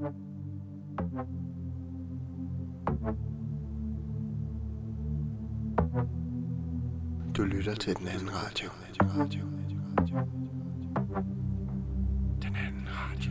Du lytter til den anden radio. Den anden radio.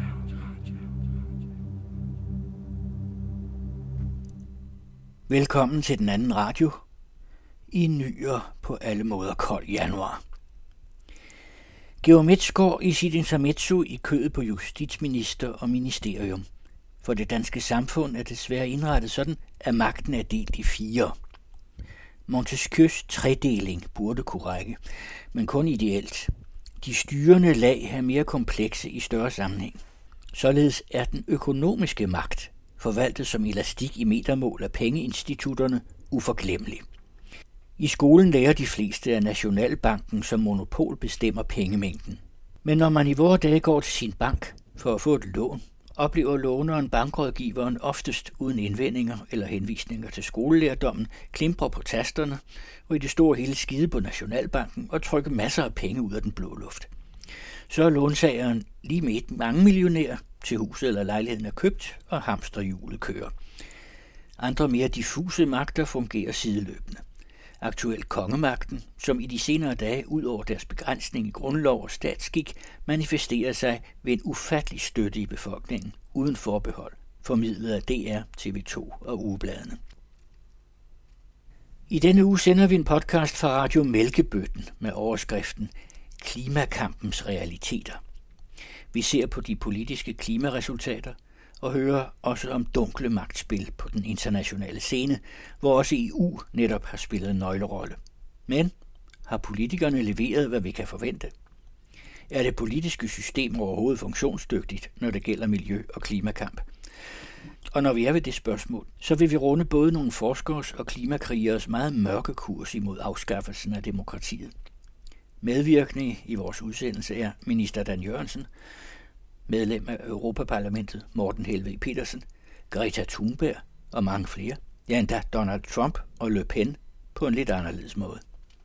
Velkommen til den anden radio i en ny og på alle måder kold januar. Georg Metz går i sit intermezzo i kødet på justitsminister og ministerium. For det danske samfund er desværre indrettet sådan, at magten er delt i 4. Montesquieus tredeling burde kunne række, men kun ideelt. De styrende lag er mere komplekse i større sammenhæng. Således er den økonomiske magt, forvaltet som elastik i metermål af pengeinstitutterne, uforglemmelig. I skolen lærer de fleste, at Nationalbanken som monopol bestemmer pengemængden. Men når man i vore dage går til sin bank for at få et lån, oplever låneren bankrådgiveren oftest uden indvendinger eller henvisninger til skolelærdommen, klimpre på tasterne og i det store hele skide på Nationalbanken og trykke masser af penge ud af den blå luft. Så er lånsageren lige med et mange millionær til huset eller lejligheden er købt, og hamsterhjulet kører. Andre mere diffuse magter fungerer sideløbende. Aktuelt kongemagten, som i de senere dage ud over deres begrænsning i grundlov og statsskik, manifesterer sig ved en ufattelig støtte i befolkningen, uden forbehold, formidlet af DR, TV2 og ugebladene. I denne uge sender vi en podcast fra Radio Mælkebøtten med overskriften Klimakampens realiteter. Vi ser på de politiske klimaresultater og hører også om dunkle magtspil på den internationale scene, hvor også EU netop har spillet en nøglerolle. Men har politikerne leveret, hvad vi kan forvente? Er det politiske system overhovedet funktionsdygtigt, når det gælder miljø- og klimakamp? Og når vi er ved det spørgsmål, så vil vi runde både nogle forskers og klimakrigeres meget mørke kurs imod afskaffelsen af demokratiet. Medvirkende i vores udsendelse er minister Dan Jørgensen, medlem af Europaparlamentet Morten Helveg Petersen, Greta Thunberg og mange flere. Ja, endda Donald Trump og Le Pen på en lidt anderledes måde.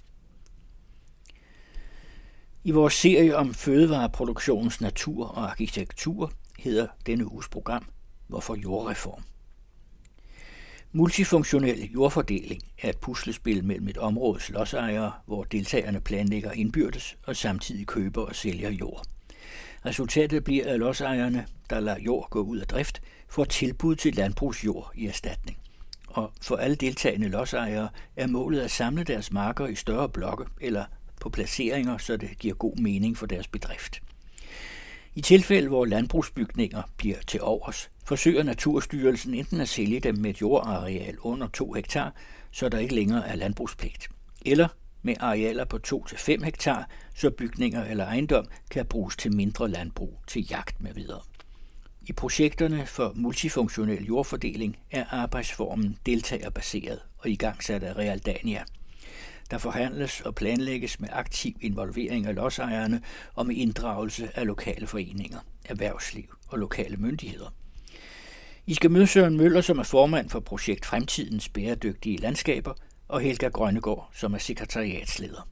I vores serie om fødevareproduktionens natur og arkitektur hedder denne uges program Hvorfor jordreform? Multifunktionel jordfordeling er et puslespil mellem et områdes lodsejere, hvor deltagerne planlægger indbyrdes og samtidig køber og sælger jord. Resultatet bliver, at lodsejerne, der lader jord gå ud af drift, får tilbud til landbrugsjord i erstatning. Og for alle deltagende lodsejere er målet at samle deres marker i større blokke eller på placeringer, så det giver god mening for deres bedrift. I tilfælde, hvor landbrugsbygninger bliver til overs, forsøger Naturstyrelsen enten at sælge dem med et jordareal under 2 hektar, så der ikke længere er landbrugspligt, eller med arealer på 2-5 hektar, så bygninger eller ejendom kan bruges til mindre landbrug, til jagt med videre. I projekterne for multifunktionel jordfordeling er arbejdsformen deltagerbaseret og igangsat af Realdania. Der forhandles og planlægges med aktiv involvering af lodsejerne og med inddragelse af lokale foreninger, erhvervsliv og lokale myndigheder. I skal møde Søren Møller, som er formand for projekt Fremtidens Bæredygtige Landskaber, og Helga Grønnegård, som er sekretariatsleder.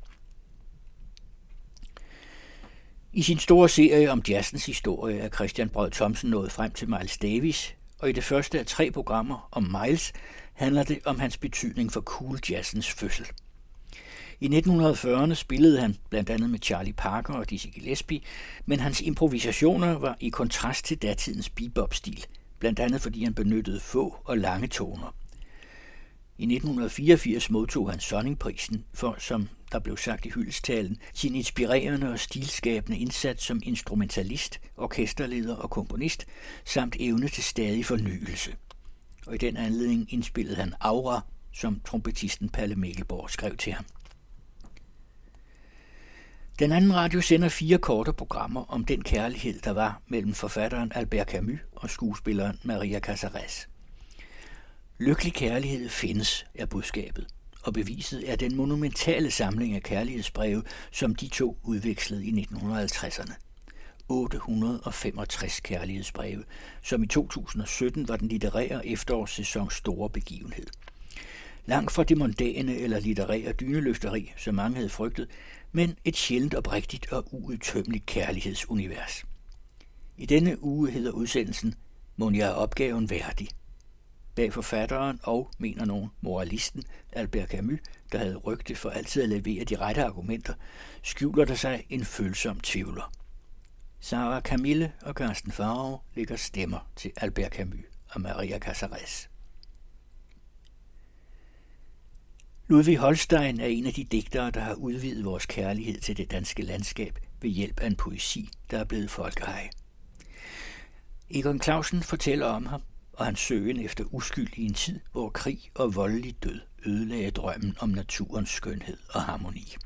I sin store serie om jazzens historie er Christian Braad Thomsen nået frem til Miles Davis, og i det første af 3 programmer om Miles handler det om hans betydning for cool jazzens fødsel. I 1940'erne spillede han blandt andet med Charlie Parker og Dizzy Gillespie, men hans improvisationer var i kontrast til datidens bebop-stil, blandt andet fordi han benyttede få og lange toner. I 1984 modtog han Sonningprisen for, som der blev sagt i hyldesttalen, sin inspirerende og stilskabende indsats som instrumentalist, orkesterleder og komponist, samt evne til stadig fornyelse. Og i den anledning indspillede han Aura, som trompetisten Palle Mikkelborg skrev til ham. Den anden radio sender 4 korte programmer om den kærlighed, der var mellem forfatteren Albert Camus og skuespilleren Maria Casares. Lykkelig kærlighed findes, er budskabet, og beviset er den monumentale samling af kærlighedsbreve, som de 2 udvekslede i 1950'erne. 865 kærlighedsbreve, som i 2017 var den litterære efterårssæsons store begivenhed. Langt fra det mondæne eller litterære dyneløfteri, som mange havde frygtet, men et sjældent oprigtigt og uudtømmeligt kærlighedsunivers. I denne uge hedder udsendelsen Mon jeg er opgaven værdig? Bag forfatteren og, mener nogen, moralisten Albert Camus, der havde rygte for altid at levere de rette argumenter, skjuler der sig en følsom tvivler. Sarah Camille og Carsten Fauve lægger stemmer til Albert Camus og Maria Casares. Ludvig Holstein er en af de digtere, der har udvidet vores kærlighed til det danske landskab ved hjælp af en poesi, der er blevet folkeeje. Egon Clausen fortæller om ham og hans søgen efter uskyld i en tid, hvor krig og voldelig død ødelagde drømmen om naturens skønhed og harmoni.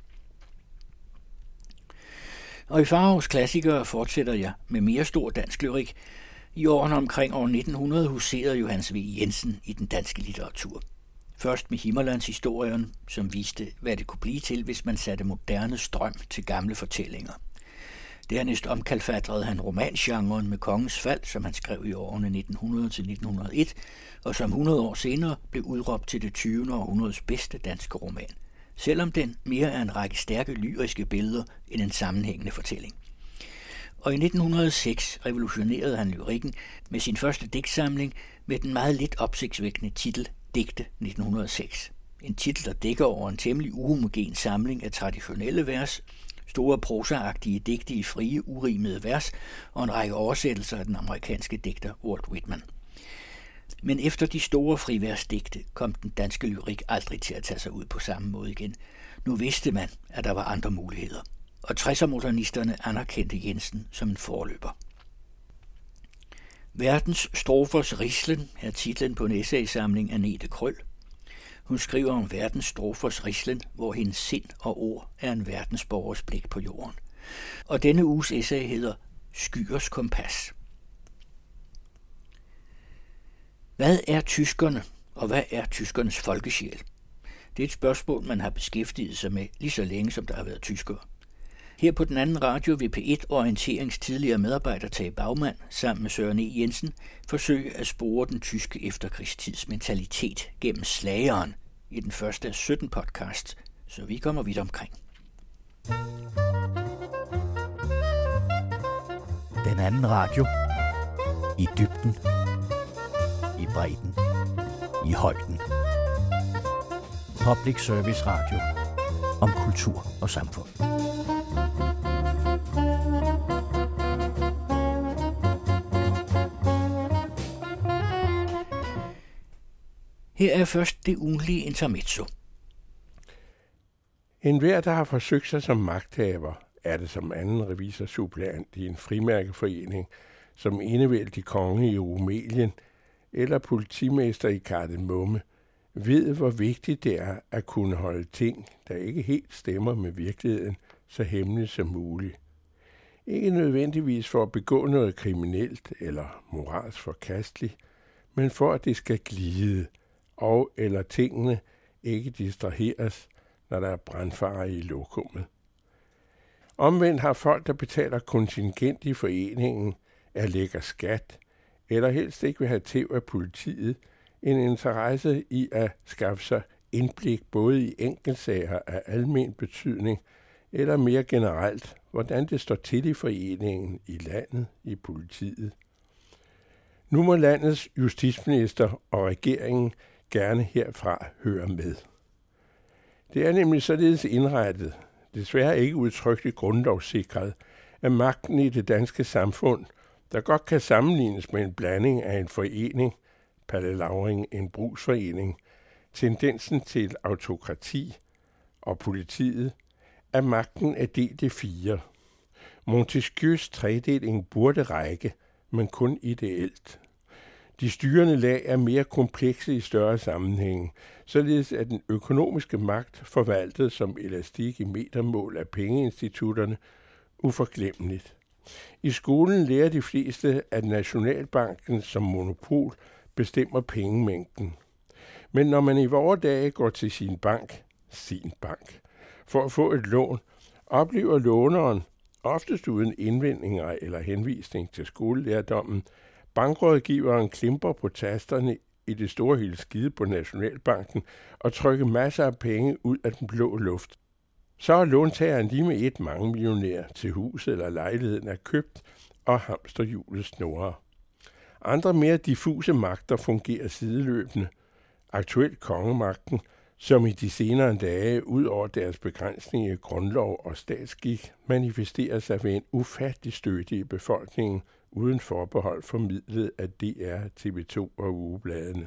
Og i Fauves klassikere fortsætter jeg med mere stor dansk lyrik. I årene omkring år 1900 huserede Johannes V. Jensen i den danske litteratur. Først med Himmerlandshistorien, som viste, hvad det kunne blive til, hvis man satte moderne strøm til gamle fortællinger. Dernæst omkalfatrede han romangenren med Kongens Fald, som han skrev i årene 1900-1901, og som 100 år senere blev udråbt til det 20. århundredes bedste danske roman, selvom den mere er en række stærke lyriske billeder end en sammenhængende fortælling. Og i 1906 revolutionerede han lyrikken med sin første digtsamling med den meget lidt opsigtsvækkende titel Digte 1906. En titel, der dækker over en temmelig uhomogen samling af traditionelle vers, store prosaagtige digte i frie, urimede vers og en række oversættelser af den amerikanske digter Walt Whitman. Men efter de store friversdigte kom den danske lyrik aldrig til at tage sig ud på samme måde igen. Nu vidste man, at der var andre muligheder, og 60'er-modernisterne anerkendte Jensen som en forløber. Verdens strofers rislen er titlen på en essaysamling af Nete Krøll. Hun skriver om verdens strofers rislen, hvor hendes sind og ord er en verdensborgers blik på jorden. Og denne uges essay hedder Skyers kompas. Hvad er tyskerne, og hvad er tyskernes folkesjæl? Det er et spørgsmål, man har beskæftiget sig med lige så længe, som der har været tyskere. Her på den anden radio vil P1 Orienterings tidligere medarbejder Tage Bagmand sammen med Søren E. Jensen forsøge at spore den tyske efterkrigstids mentalitet gennem slageren i den første af 17 podcasts, så vi kommer vidt omkring. Den anden radio. I dybden. I bredden. I højden. Public Service Radio. Om kultur og samfund. Her er først det ugentlige intermezzo. Enhver, der har forsøgt sig som magthaver, er det som anden revisorsuppleant i en frimærkeforening, som enevældig konge i Rumælien eller politimester i Kardemomme, ved, hvor vigtigt det er at kunne holde ting, der ikke helt stemmer med virkeligheden, så hemmeligt som muligt. Ikke nødvendigvis for at begå noget kriminelt eller moralsk forkasteligt, men for at det skal glide, og eller tingene ikke distraheres, når der er brandfare i lokummet. Omvendt har folk, der betaler kontingent i foreningen, erlægger skat, eller helst ikke vil have tæv af politiet, en interesse i at skaffe sig indblik både i enkeltsager af almen betydning, eller mere generelt, hvordan det står til i foreningen, i landet, i politiet. Nu må landets justitsminister og regeringen gerne herfra høre med. Det er nemlig således indrettet, desværre ikke udtrykkeligt grundlovssikret, at magten i det danske samfund, der godt kan sammenlignes med en blanding af en forening, Palle Lauring, en brugsforening, tendensen til autokrati og politiet, at magten er delt i 4. Montesquieus tredeling burde række, men kun ideelt. De styrende lag er mere komplekse i større sammenhænge, således at den økonomiske magt forvaltet som elastik i metermål af pengeinstitutterne uforglemmeligt. I skolen lærer de fleste, at Nationalbanken som monopol bestemmer pengemængden. Men når man i vore dage går til sin bank, for at få et lån, oplever låneren, oftest uden indvendinger eller henvisning til skolelærdommen, bankrådgiveren klimper på tasterne i det store hele skide på Nationalbanken og trykker masser af penge ud af den blå luft. Så er låntageren lige med et mangemillionær til huset eller lejligheden er købt, og hamsterhjulet snurrer. Andre mere diffuse magter fungerer sideløbende. Aktuelt kongemagten, som i de senere dage, ud over deres begrænsning i grundlov og statsskik, manifesterer sig ved en ufattelig støtte i befolkningen, uden forbehold formidlet af DR, TV2 og ugebladene.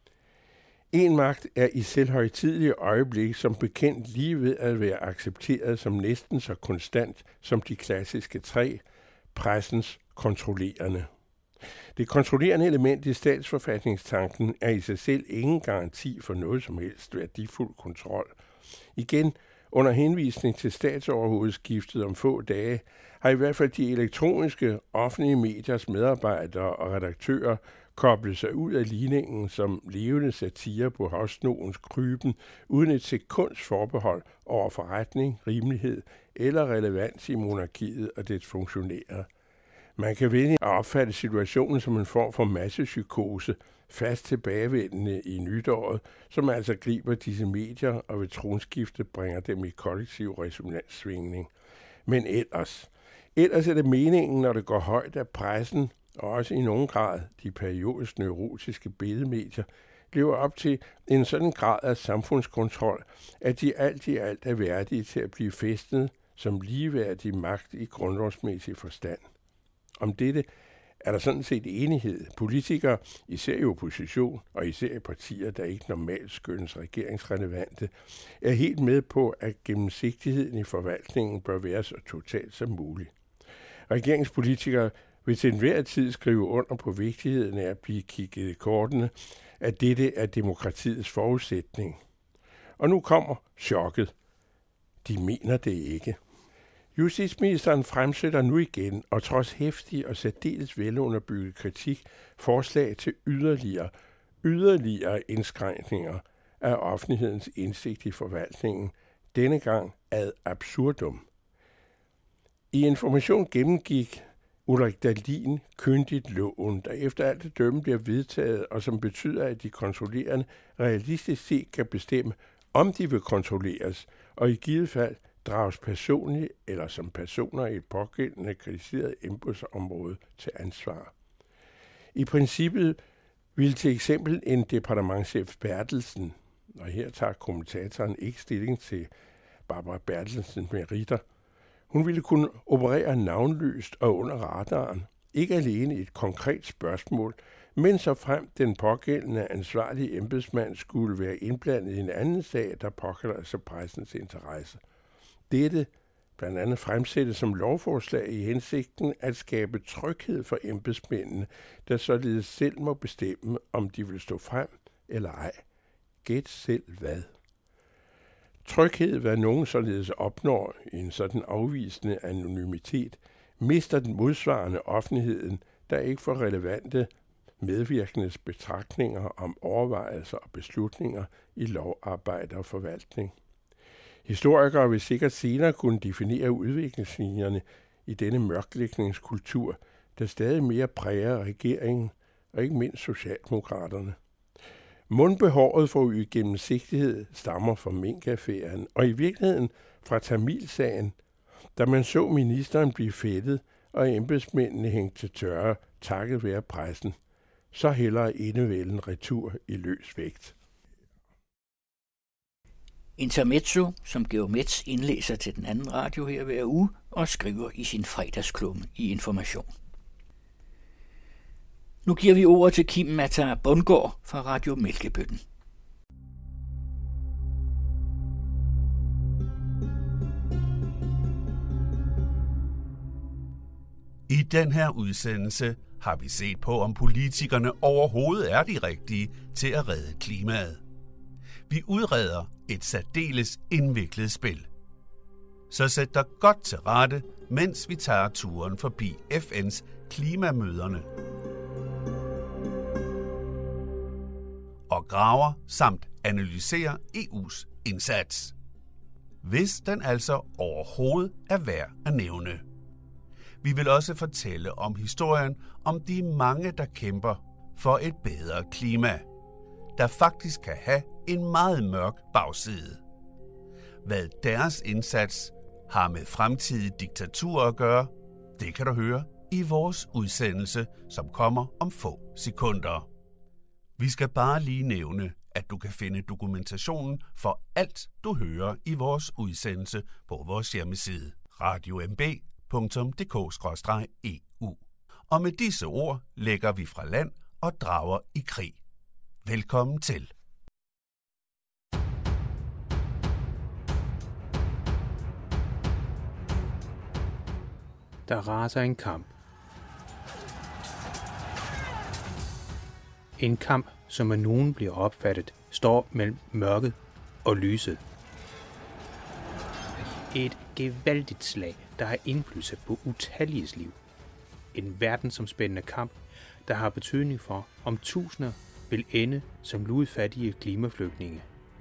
En magt er i selvhøjtidelige øjeblik som bekendt lige ved at være accepteret som næsten så konstant som de klassiske tre, pressens kontrollerende. Det kontrollerende element i statsforfatningstanken er i sig selv ingen garanti for noget som helst værdifuld kontrol. Igen, under henvisning til statsoverhovedskiftet om få dage, har i hvert fald de elektroniske offentlige mediers medarbejdere og redaktører koblet sig ud af ligningen som levende satire på havsnogens kryben, uden et sekunds forbehold over forretning, rimelighed eller relevans i monarkiet og dets funktionærer. Man kan vælge at opfatte situationen som en form for massepsykose, fast tilbagevendende i nytåret, som altså griber disse medier og ved tronskifte bringer dem i kollektiv resonanssvingning. Men ellers er det meningen, når det går højt, at pressen, og også i nogen grad de periodisk neurotiske billedmedier, lever op til en sådan grad af samfundskontrol, at de alt i alt er værdige til at blive fæstet som ligeværdig magt i grundlovsmæssig forstand. Om dette er der sådan set enighed. Politikere, især i opposition og især i partier, der ikke normalt skønnes regeringsrelevante, er helt med på, at gennemsigtigheden i forvaltningen bør være så totalt som muligt. Regeringspolitikere vil til enhver tid skrive under på vigtigheden af at blive kigget i kortene, at dette er demokratiets forudsætning. Og nu kommer chokket. De mener det ikke. Justitsministeren fremsætter nu igen, og trods heftig og særdeles velunderbygget kritik, forslag til yderligere indskrænkninger af offentlighedens indsigt i forvaltningen, denne gang ad absurdum. I Information gennemgik Ulrik Dahlin kyndigt loven, der efter alt det dømme bliver vedtaget, og som betyder, at de kontrollerende realistisk set kan bestemme, om de vil kontrolleres, og i givet fald drages personligt eller som personer i et pågældende kritiseret embedsområde til ansvar. I princippet vil til eksempel en departementschef Bertelsen, og her tager kommentatoren ikke stilling til Barbara Bertelsens meritter, hun ville kunne operere navnløst og under radaren, ikke alene i et konkret spørgsmål, men så frem den pågældende ansvarlige embedsmand skulle være indblandet i en anden sag, der påkalder sig pressens interesse. Dette blandt andet fremsættes som lovforslag i hensigten at skabe tryghed for embedsmændene, der således selv må bestemme, om de vil stå frem eller ej. Gæt selv hvad. Tryghed, hvad nogen således opnår i en sådan afvisende anonymitet, mister den modsvarende offentligheden, der ikke får relevante medvirkendes betragtninger om overvejelser og beslutninger i lovarbejde og forvaltning. Historikere vil sikkert senere kunne definere udviklingslinjerne i denne mørklægningskultur, der stadig mere præger regeringen og ikke mindst socialdemokraterne. Mundbehovet for uigennemsigtighed stammer fra minkaffæren og i virkeligheden fra Tamilsagen, da man så ministeren blive fældet og embedsmændene hængt til tørre takket være pressen. Så hellere indevælden retur i løs vægt. Intermezzo, som Georg Metz indlæser til den anden radio her hver uge og skriver i sin fredagsklumme i Information. Nu giver vi ordet til Kim Matar Bundgaard fra Radio Mælkebøtten. I den her udsendelse har vi set på, om politikerne overhovedet er de rigtige til at redde klimaet. Vi udreder et særdeles indviklet spil. Så sæt dig godt til rette, mens vi tager turen forbi FN's klimamøderne og graver samt analyserer EU's indsats. Hvis den altså overhovedet er værd at nævne. Vi vil også fortælle om historien om de mange, der kæmper for et bedre klima, der faktisk kan have en meget mørk bagside. Hvad deres indsats har med fremtidige diktaturer at gøre, det kan du høre i vores udsendelse, som kommer om få sekunder. Vi skal bare lige nævne, at du kan finde dokumentationen for alt, du hører i vores udsendelse på vores hjemmeside radiomb.dk/eu. Og med disse ord lægger vi fra land og drager i krig. Velkommen til. Der raser en kamp. En kamp, som af nogen bliver opfattet, står mellem mørket og lyset. Et gevaldigt slag, der har indflydelse på utalliges liv. En verdensomspændende kamp, der har betydning for, om tusinder vil ende som ludfattige klimaflygtninge.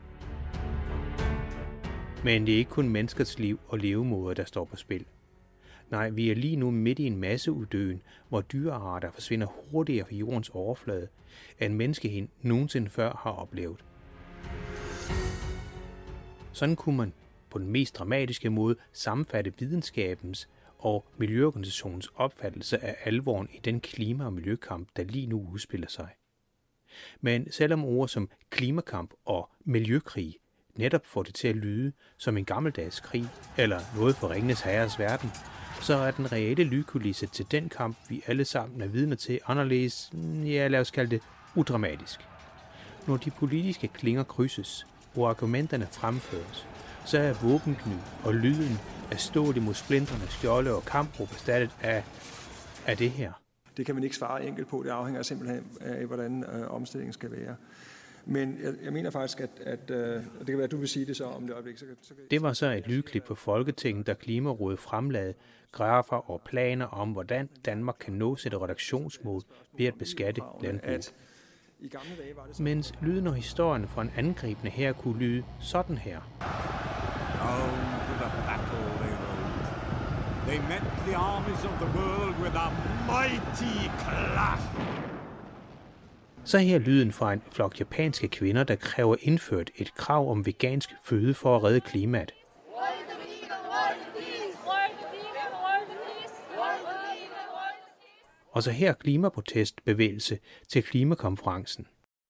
Men det er ikke kun menneskers liv og levemåder, der står på spil. Nej, vi er lige nu midt i en masseuddøen, hvor dyrearter forsvinder hurtigere fra jordens overflade, end menneskeheden nogensinde før har oplevet. Sådan kunne man på den mest dramatiske måde sammenfatte videnskabens og miljøorganisationens opfattelse af alvoren i den klima- og miljøkamp, der lige nu udspiller sig. Men selvom ord som klimakamp og miljøkrig netop får det til at lyde som en gammeldags krig eller noget for Ringenes Herres verden, så er den reelle lydkulisse til den kamp, vi alle sammen er vidner til, anderledes, ja, lad os kalde det udramatisk. Når de politiske klinger krydses, og argumenterne fremføres, så er våbenkniv og lyden af stål imod splinterne, skjolde og kampråb erstattet af det her. Det kan man ikke svare enkelt på. Det afhænger simpelthen af, hvordan omstillingen skal være. Men jeg mener faktisk, at det kan være, at du vil sige det så om det øjeblik. Det var så et lydklip på Folketinget, der Klimarådet fremlagde grafer og planer om, hvordan Danmark kan nå sit reduktionsmål ved at beskatte landbrug. Mens lyden og historien fra en angribende her kunne lyde sådan her. They met the armies of the world with a mighty clash. Så her lyden fra en flok japanske kvinder, der kræver indført et krav om vegansk føde for at redde klimaet. Og så her klimaprotestbevægelse til klimakonferencen.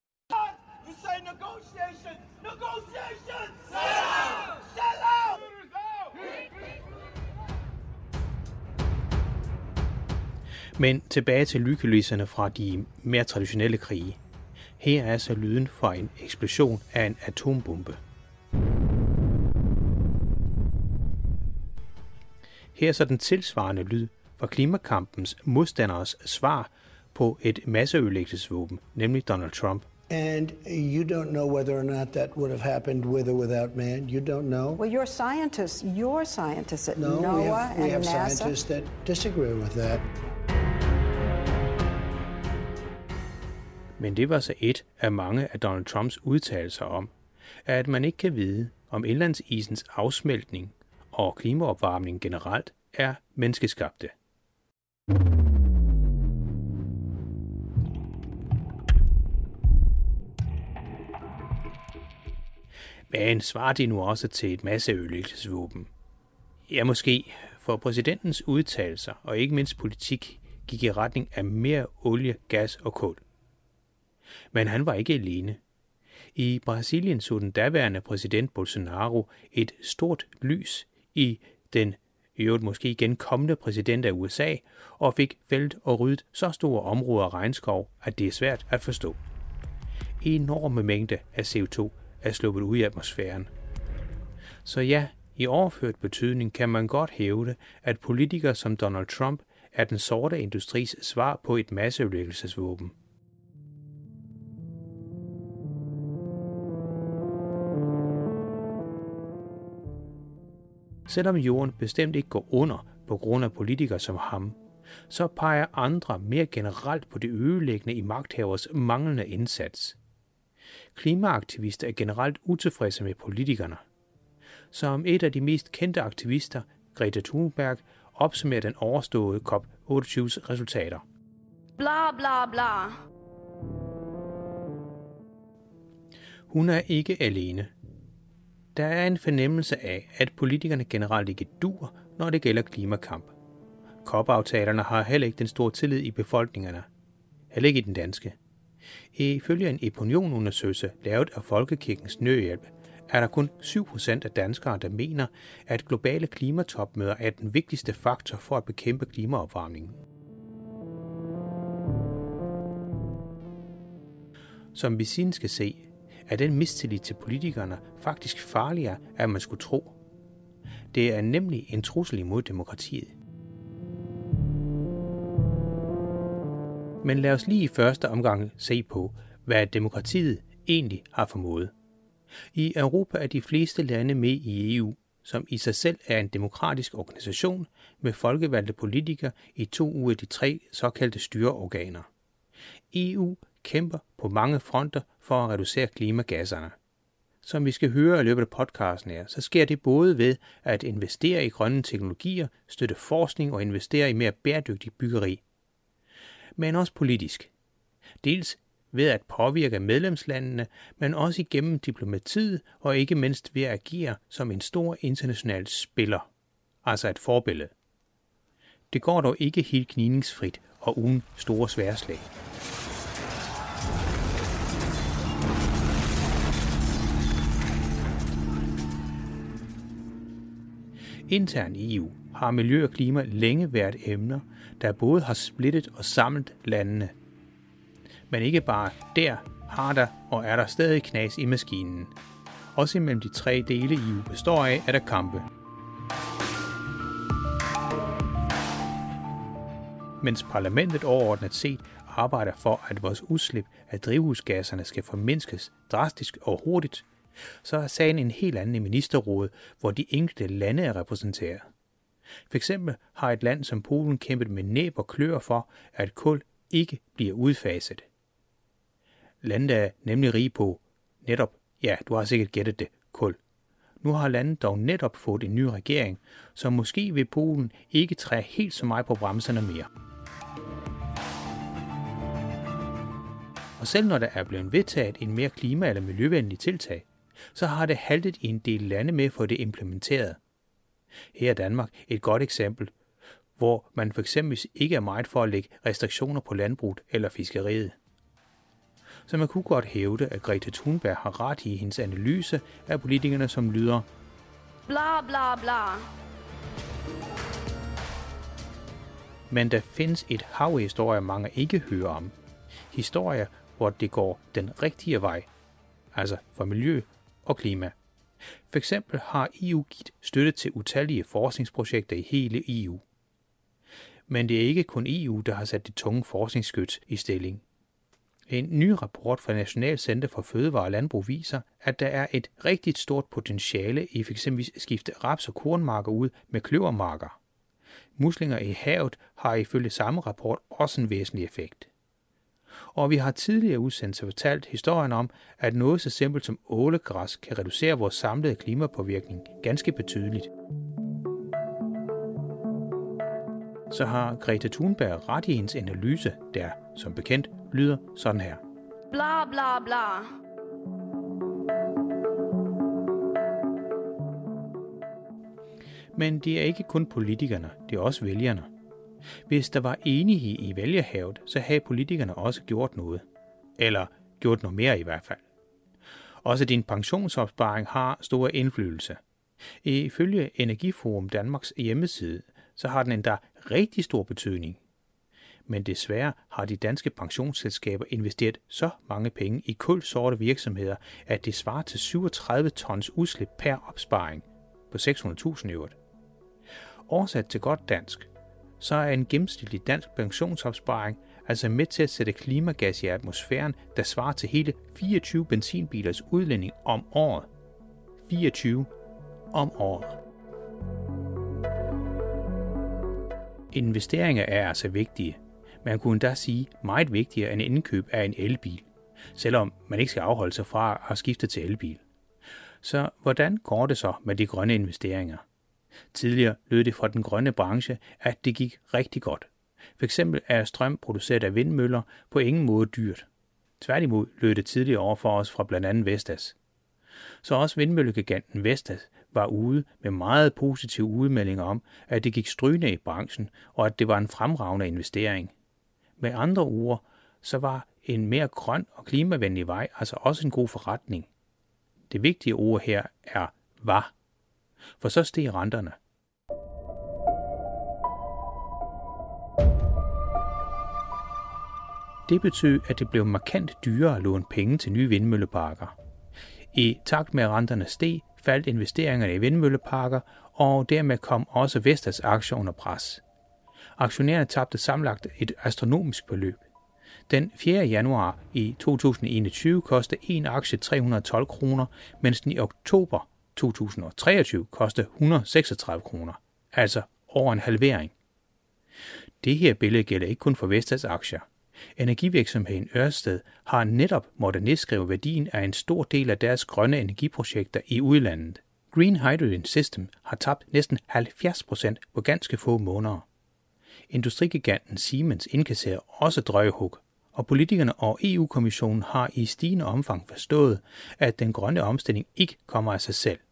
Men tilbage til lydkulisserne fra de mere traditionelle krige. Her er så lyden fra en eksplosion af en atombombe. Her er så den tilsvarende lyd fra klimakampens modstanderes svar på et masseødelæggelsesvåben, nemlig Donald Trump. And you don't know whether or not that would have happened with or without man. You don't know. Well, you're scientists at no, NOAA and we have NASA. Scientists that disagree with that. Men det var så et af mange af Donald Trumps udtalelser om, at man ikke kan vide, om indlandsisens afsmeltning og klimaopvarmning generelt er menneskeskabte. Men svarer de nu også til et masseødelæggelsesvåben? Ja, måske, for præsidentens udtalelser og ikke mindst politik gik i retning af mere olie, gas og kul. Men han var ikke alene. I Brasilien så den daværende præsident Bolsonaro et stort lys i den måske igen kommende præsident af USA, og fik fældet og ryddet så store områder af regnskov, at det er svært at forstå. Enorme mængder af CO2 er sluppet ud i atmosfæren. Så ja, i overført betydning kan man godt hævde, at politikere som Donald Trump er den sorte industris svar på et masseødelæggelsesvåben. Selvom jorden bestemt ikke går under på grund af politikere som ham, så peger andre mere generelt på det ødelæggende i magthavers manglende indsats. Klimaaktivister er generelt utilfredse med politikerne. Som et af de mest kendte aktivister, Greta Thunberg, opsummerer den overståede COP28's resultater. Bla bla bla. Hun er ikke alene. Der er en fornemmelse af, at politikerne generelt ikke dur, når det gælder klimakamp. COP-aftalerne har heller ikke den store tillid i befolkningerne. Heller ikke i den danske. Ifølge en opinionundersøgelse lavet af Folkekirkens Nødhjælp, er der kun 7% af danskere, der mener, at globale klimatopmøder er den vigtigste faktor for at bekæmpe klimaopvarmningen. Som vi siden skal se, er den mistillid til politikerne faktisk farligere, end man skulle tro. Det er nemlig en trussel imod demokratiet. Men lad os lige i første omgang se på, hvad demokratiet egentlig har formået. I Europa er de fleste lande med i EU, som i sig selv er en demokratisk organisation med folkevalgte politikere i 2 ud af de 3 såkaldte styreorganer. EU kæmper på mange fronter for at reducere klimagasserne. Som vi skal høre i løbet af podcasten her, så sker det både ved at investere i grønne teknologier, støtte forskning og investere i mere bæredygtig byggeri. Men også politisk. Dels ved at påvirke medlemslandene, men også igennem diplomatiet og ikke mindst ved at agere som en stor international spiller, altså et forbillede. Det går dog ikke helt gnidningsfrit og uden store sværdslag. Internt i EU har miljø og klima længe været emner, der både har splittet og samlet landene. Men ikke bare der har der og er der stadig knas i maskinen. Også imellem de 3 dele EU består af, er der kampe. Mens parlamentet overordnet set arbejder for, at vores udslip af drivhusgasserne skal formindskes drastisk og hurtigt, så er sagen en helt anden i ministerrådet, hvor de enkelte lande er repræsenteret. For eksempel har et land som Polen kæmpet med næb og klør for, at kul ikke bliver udfaset. Landet er nemlig rige på netop, ja, du har sikkert gættet det, kul. Nu har landet dog netop fået en ny regering, så måske vil Polen ikke træde helt så meget på bremserne mere. Og selv når der er blevet vedtaget en mere klima- eller miljøvenlig tiltag, så har det haltet i en del lande med at få det implementeret. Her er Danmark et godt eksempel, hvor man for eksempel ikke er meget for at lægge restriktioner på landbruget eller fiskeriet. Så man kunne godt hævde, at Greta Thunberg har ret i hendes analyse af politikerne, som lyder bla bla bla. Men der findes et hav af historier, mange ikke hører om. Historier, hvor det går den rigtige vej, altså for miljø og klima. For eksempel har EU givet støtte til utallige forskningsprojekter i hele EU. Men det er ikke kun EU, der har sat det tunge forskningsskyts i stilling. En ny rapport fra National Center for Fødevare og Landbrug viser, at der er et rigtig stort potentiale i f.eks. at skifte raps- og kornmarker ud med kløvermarker. Muslinger i havet har ifølge samme rapport også en væsentlig effekt. Og vi har tidligere udsendelser fortalt historien om, at noget så simpelt som ålegræs kan reducere vores samlede klimapåvirkning ganske betydeligt. Så har Greta Thunberg ret i hendes analyse, der, som bekendt, lyder sådan her. Bla bla bla. Men det er ikke kun politikerne, det er også vælgerne. Hvis der var enighed i vælgerhavet, så havde politikerne også gjort noget. Eller gjort noget mere i hvert fald. Også din pensionsopsparing har stor indflydelse. Ifølge Energiforum Danmarks hjemmeside, så har den endda rigtig stor betydning. Men desværre har de danske pensionsselskaber investeret så mange penge i kulsorte virksomheder, at det svarer til 37 tons udslip per opsparing på 600.000 euro. Oversat til godt dansk, så er en gennemsnitlig dansk pensionsopsparing altså med til at sætte klimagas i atmosfæren, der svarer til hele 24 benzinbilers udledning om året. 24 om året. Investeringer er altså vigtige. Man kunne endda sige meget vigtigere end indkøb af en elbil, selvom man ikke skal afholde sig fra at skifte til elbil. Så hvordan går det så med de grønne investeringer? Tidligere lød det fra den grønne branche, at det gik rigtig godt. For eksempel er strøm produceret af vindmøller på ingen måde dyrt. Tværtimod lød det tidligere over for os fra blandt andet Vestas. Så også vindmøllegiganten Vestas var ude med meget positive udmeldinger om, at det gik strygende i branchen, og at det var en fremragende investering. Med andre ord, så var en mere grøn og klimavenlig vej altså også en god forretning. Det vigtige ord her er var, for så steg renterne. Det betød, at det blev markant dyrere at låne penge til nye vindmølleparker. I takt med at renterne steg, faldt investeringerne i vindmølleparker, og dermed kom også Vestas aktier under pres. Aktionærerne tabte sammenlagt et astronomisk beløb. Den 4. januar i 2021 kostede en aktie 312 kroner, mens den i oktober 2023 kostede 136 kroner, altså over en halvering. Det her billede gælder ikke kun for Vestas aktier. Energivirksomheden Ørsted har netop måttet nedskrive værdien af en stor del af deres grønne energiprojekter i udlandet. Green Hydrogen System har tabt næsten 70% på ganske få måneder. Industrigiganten Siemens indkasserer også drøjehug, og politikerne og EU-kommissionen har i stigende omfang forstået, at den grønne omstilling ikke kommer af sig selv.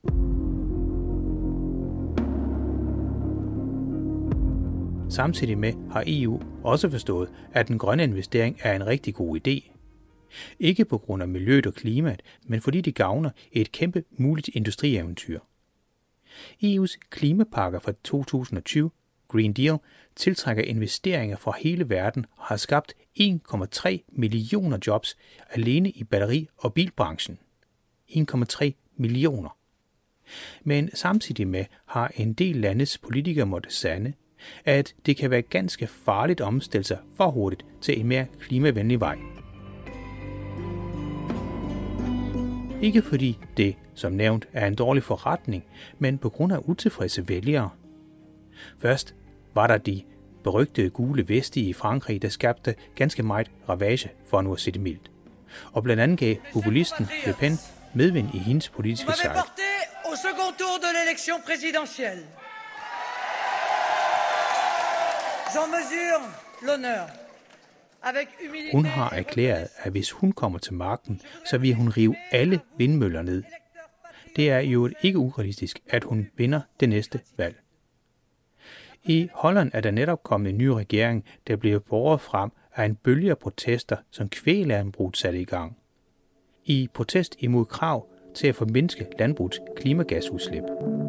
Samtidig med har EU også forstået, at den grønne investering er en rigtig god idé. Ikke på grund af miljøet og klimaet, men fordi det gavner et kæmpe muligt industrieventyr. EU's klimapakker fra 2020, Green Deal, tiltrækker investeringer fra hele verden og har skabt 1,3 millioner jobs alene i batteri- og bilbranchen. 1,3 millioner. Men samtidig med har en del landes politikere måttet sande, at det kan være ganske farligt at omstille sig for hurtigt til en mere klimavenlig vej. Ikke fordi det, som nævnt, er en dårlig forretning, men på grund af utilfredse vælgere. Først var der de berygtede gule veste i Frankrig, der skabte ganske meget ravage, for nu at sige det mildt. Og blandt andet gav populisten Le Pen medvind i hendes politiske sejr. Au second tour de l'élection présidentielle. J'en mesure l'honneur. Hun har erklæret, at hvis hun kommer til magten, så vil hun rive alle vindmøller ned. Det er jo ikke urealistisk, at hun vinder det næste valg. I Holland er der netop kommet en ny regering, der bliver båret frem af en bølge af protester, som kvæglandbruget satte i gang. I protest imod krav til at formindske landbrugets klimagasudslip.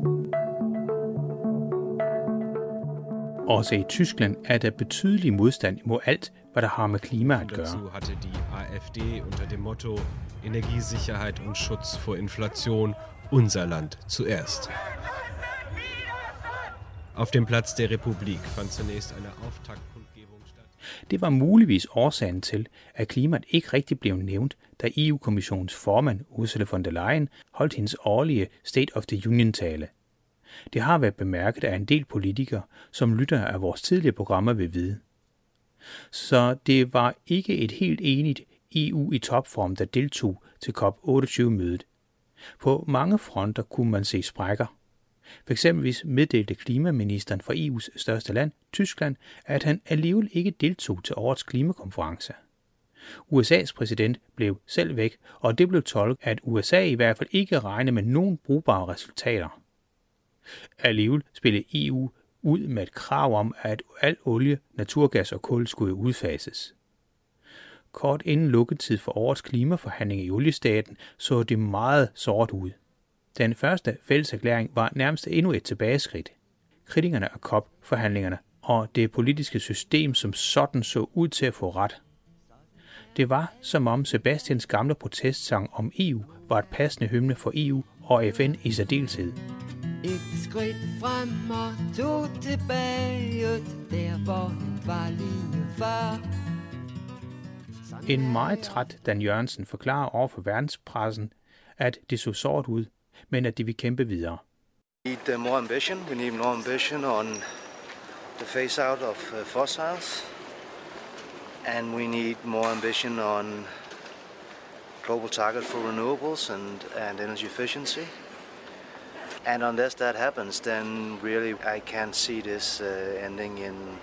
Også i Tyskland er der betydelig modstand mod alt, hvad der har med klima at gøre. Dazu hatte die AfD unter dem Motto Energiesicherheit und Schutz vor Inflation unser Land zuerst. Auf dem Platz der Republik fand zunächst eine Auftaktkundgebung statt. Det var muligvis årsagen til, at klimaet ikke rigtig blev nævnt, da EU-kommissionens formand Ursula von der Leyen holdt hendes årlige State of the Union-tale. Det har været bemærket af en del politikere, som lytter af vores tidligere programmer vil vide. Så det var ikke et helt enigt EU i topform, der deltog til COP28-mødet. På mange fronter kunne man se sprækker. For eksempelvis meddelte klimaministeren fra EU's største land, Tyskland, at han alligevel ikke deltog til årets klimakonference. USA's præsident blev selv væk, og det blev tolket, at USA i hvert fald ikke regnede med nogen brugbare resultater. Alligevel spillede EU ud med et krav om, at al olie, naturgas og kul skulle udfases. Kort inden lukketid for årets klimaforhandlinger i oliestaten så det meget sort ud. Den første fælleserklæring var nærmest endnu et tilbageskridt. Kritikerne af COP-forhandlingerne og det politiske system som sådan så ud til at få ret. Det var som om Sebastians gamle protestsang om EU var et passende hymne for EU og FN i særdeleshed. Et skridt frem og to tilbage, der hvor den var lige før. En meget træt Dan Jørgensen forklarer over for verdenspressen, at det så sort ud, men at de vil kæmpe videre. We need more ambition. We need more ambition on the phase out of fossils. And we need more ambition on global target for renewables and energy efficiency. And unless that happens, then really I can't see this ending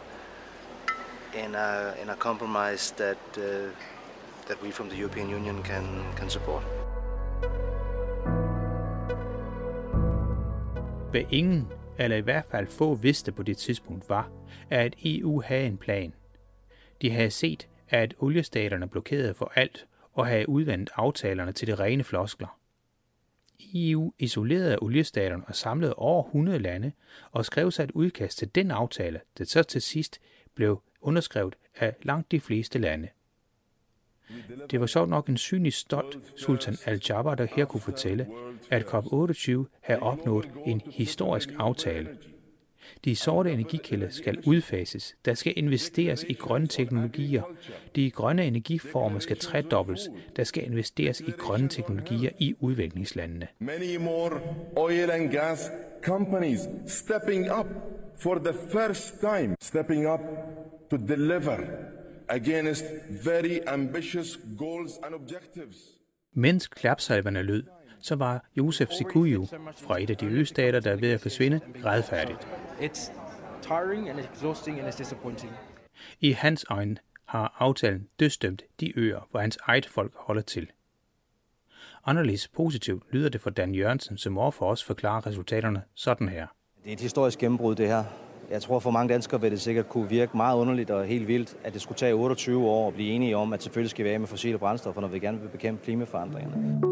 in a compromise that we from the European Union can support. Hvad ingen, eller i hvert fald få vidste på det tidspunkt var, at EU havde en plan. De havde set, at oliestaterne blokerede for alt og havde udvandet aftalerne til de rene floskler. EU isolerede oliestaterne og samlede over 100 lande og skrev sig et udkast til den aftale, der så til sidst blev underskrevet af langt de fleste lande. Det var så nok en synlig stolt Sultan Al-Jaber, der her kunne fortælle, at COP28 havde opnået en historisk aftale. De sorte energikilder skal udfases. Der skal investeres i grønne teknologier. De grønne energiformer skal tredobles. Der skal investeres i grønne teknologier i udviklingslandene. Many more oil and gas companies stepping up for the first time, stepping up to deliver against very ambitious goals and objectives. Mens klapsalverne lød, så var Joseph Sikuyu fra et af de østater, der er ved at forsvinde, retfærdigt. It's tiring and exhausting and it's disappointing. I hans øjne har aftalen dødsdømt de øer, hvor hans eget folk holder til. Anderledes positivt lyder det for Dan Jørgensen, som overfor os forklarer resultaterne sådan her. Det er et historisk gennembrud, det her. Jeg tror, for mange danskere vil det sikkert kunne virke meget underligt og helt vildt, at det skulle tage 28 år at blive enige om, at selvfølgelig skal vi af med fossile brændstoffer, når vi gerne vil bekæmpe klimaforandringerne.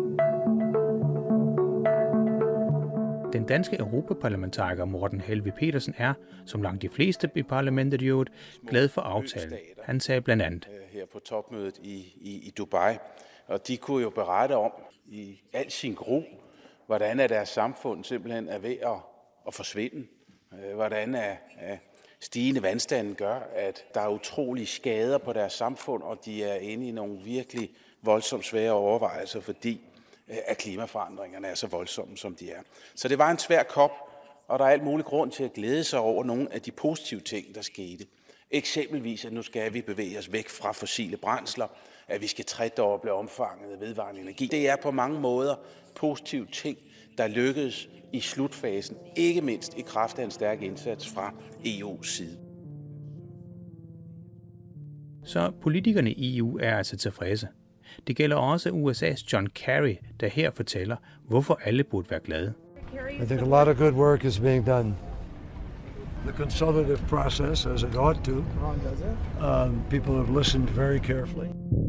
Den danske europaparlamentariker Morten Helveg Petersen er, som langt de fleste i parlamentet i øvrigt, glad for aftalen. Han sagde blandt andet her på topmødet i Dubai, og de kunne jo berette om i al sin gru, hvordan er deres samfund simpelthen er ved at forsvinde. Hvordan stigende vandstanden gør, at der er utrolige skader på deres samfund, og de er inde i nogle virkelig voldsomt svære overvejelser, fordi at klimaforandringerne er så voldsomme, som de er. Så det var en svær COP, og der er alt mulig grund til at glæde sig over nogle af de positive ting, der skete. Eksempelvis, at nu skal vi bevæge os væk fra fossile brændsler, at vi skal tredoble omfanget af vedvarende energi. Det er på mange måder positive ting, der lykkedes i slutfasen, ikke mindst i kraft af en stærk indsats fra EU's side. Så politikerne i EU er altså tilfredse. Det gælder også USA's John Kerry, der her fortæller, hvorfor alle burde være glade. I think a lot of good work is being done. The consultative process, as it ought to. People have listened very carefully.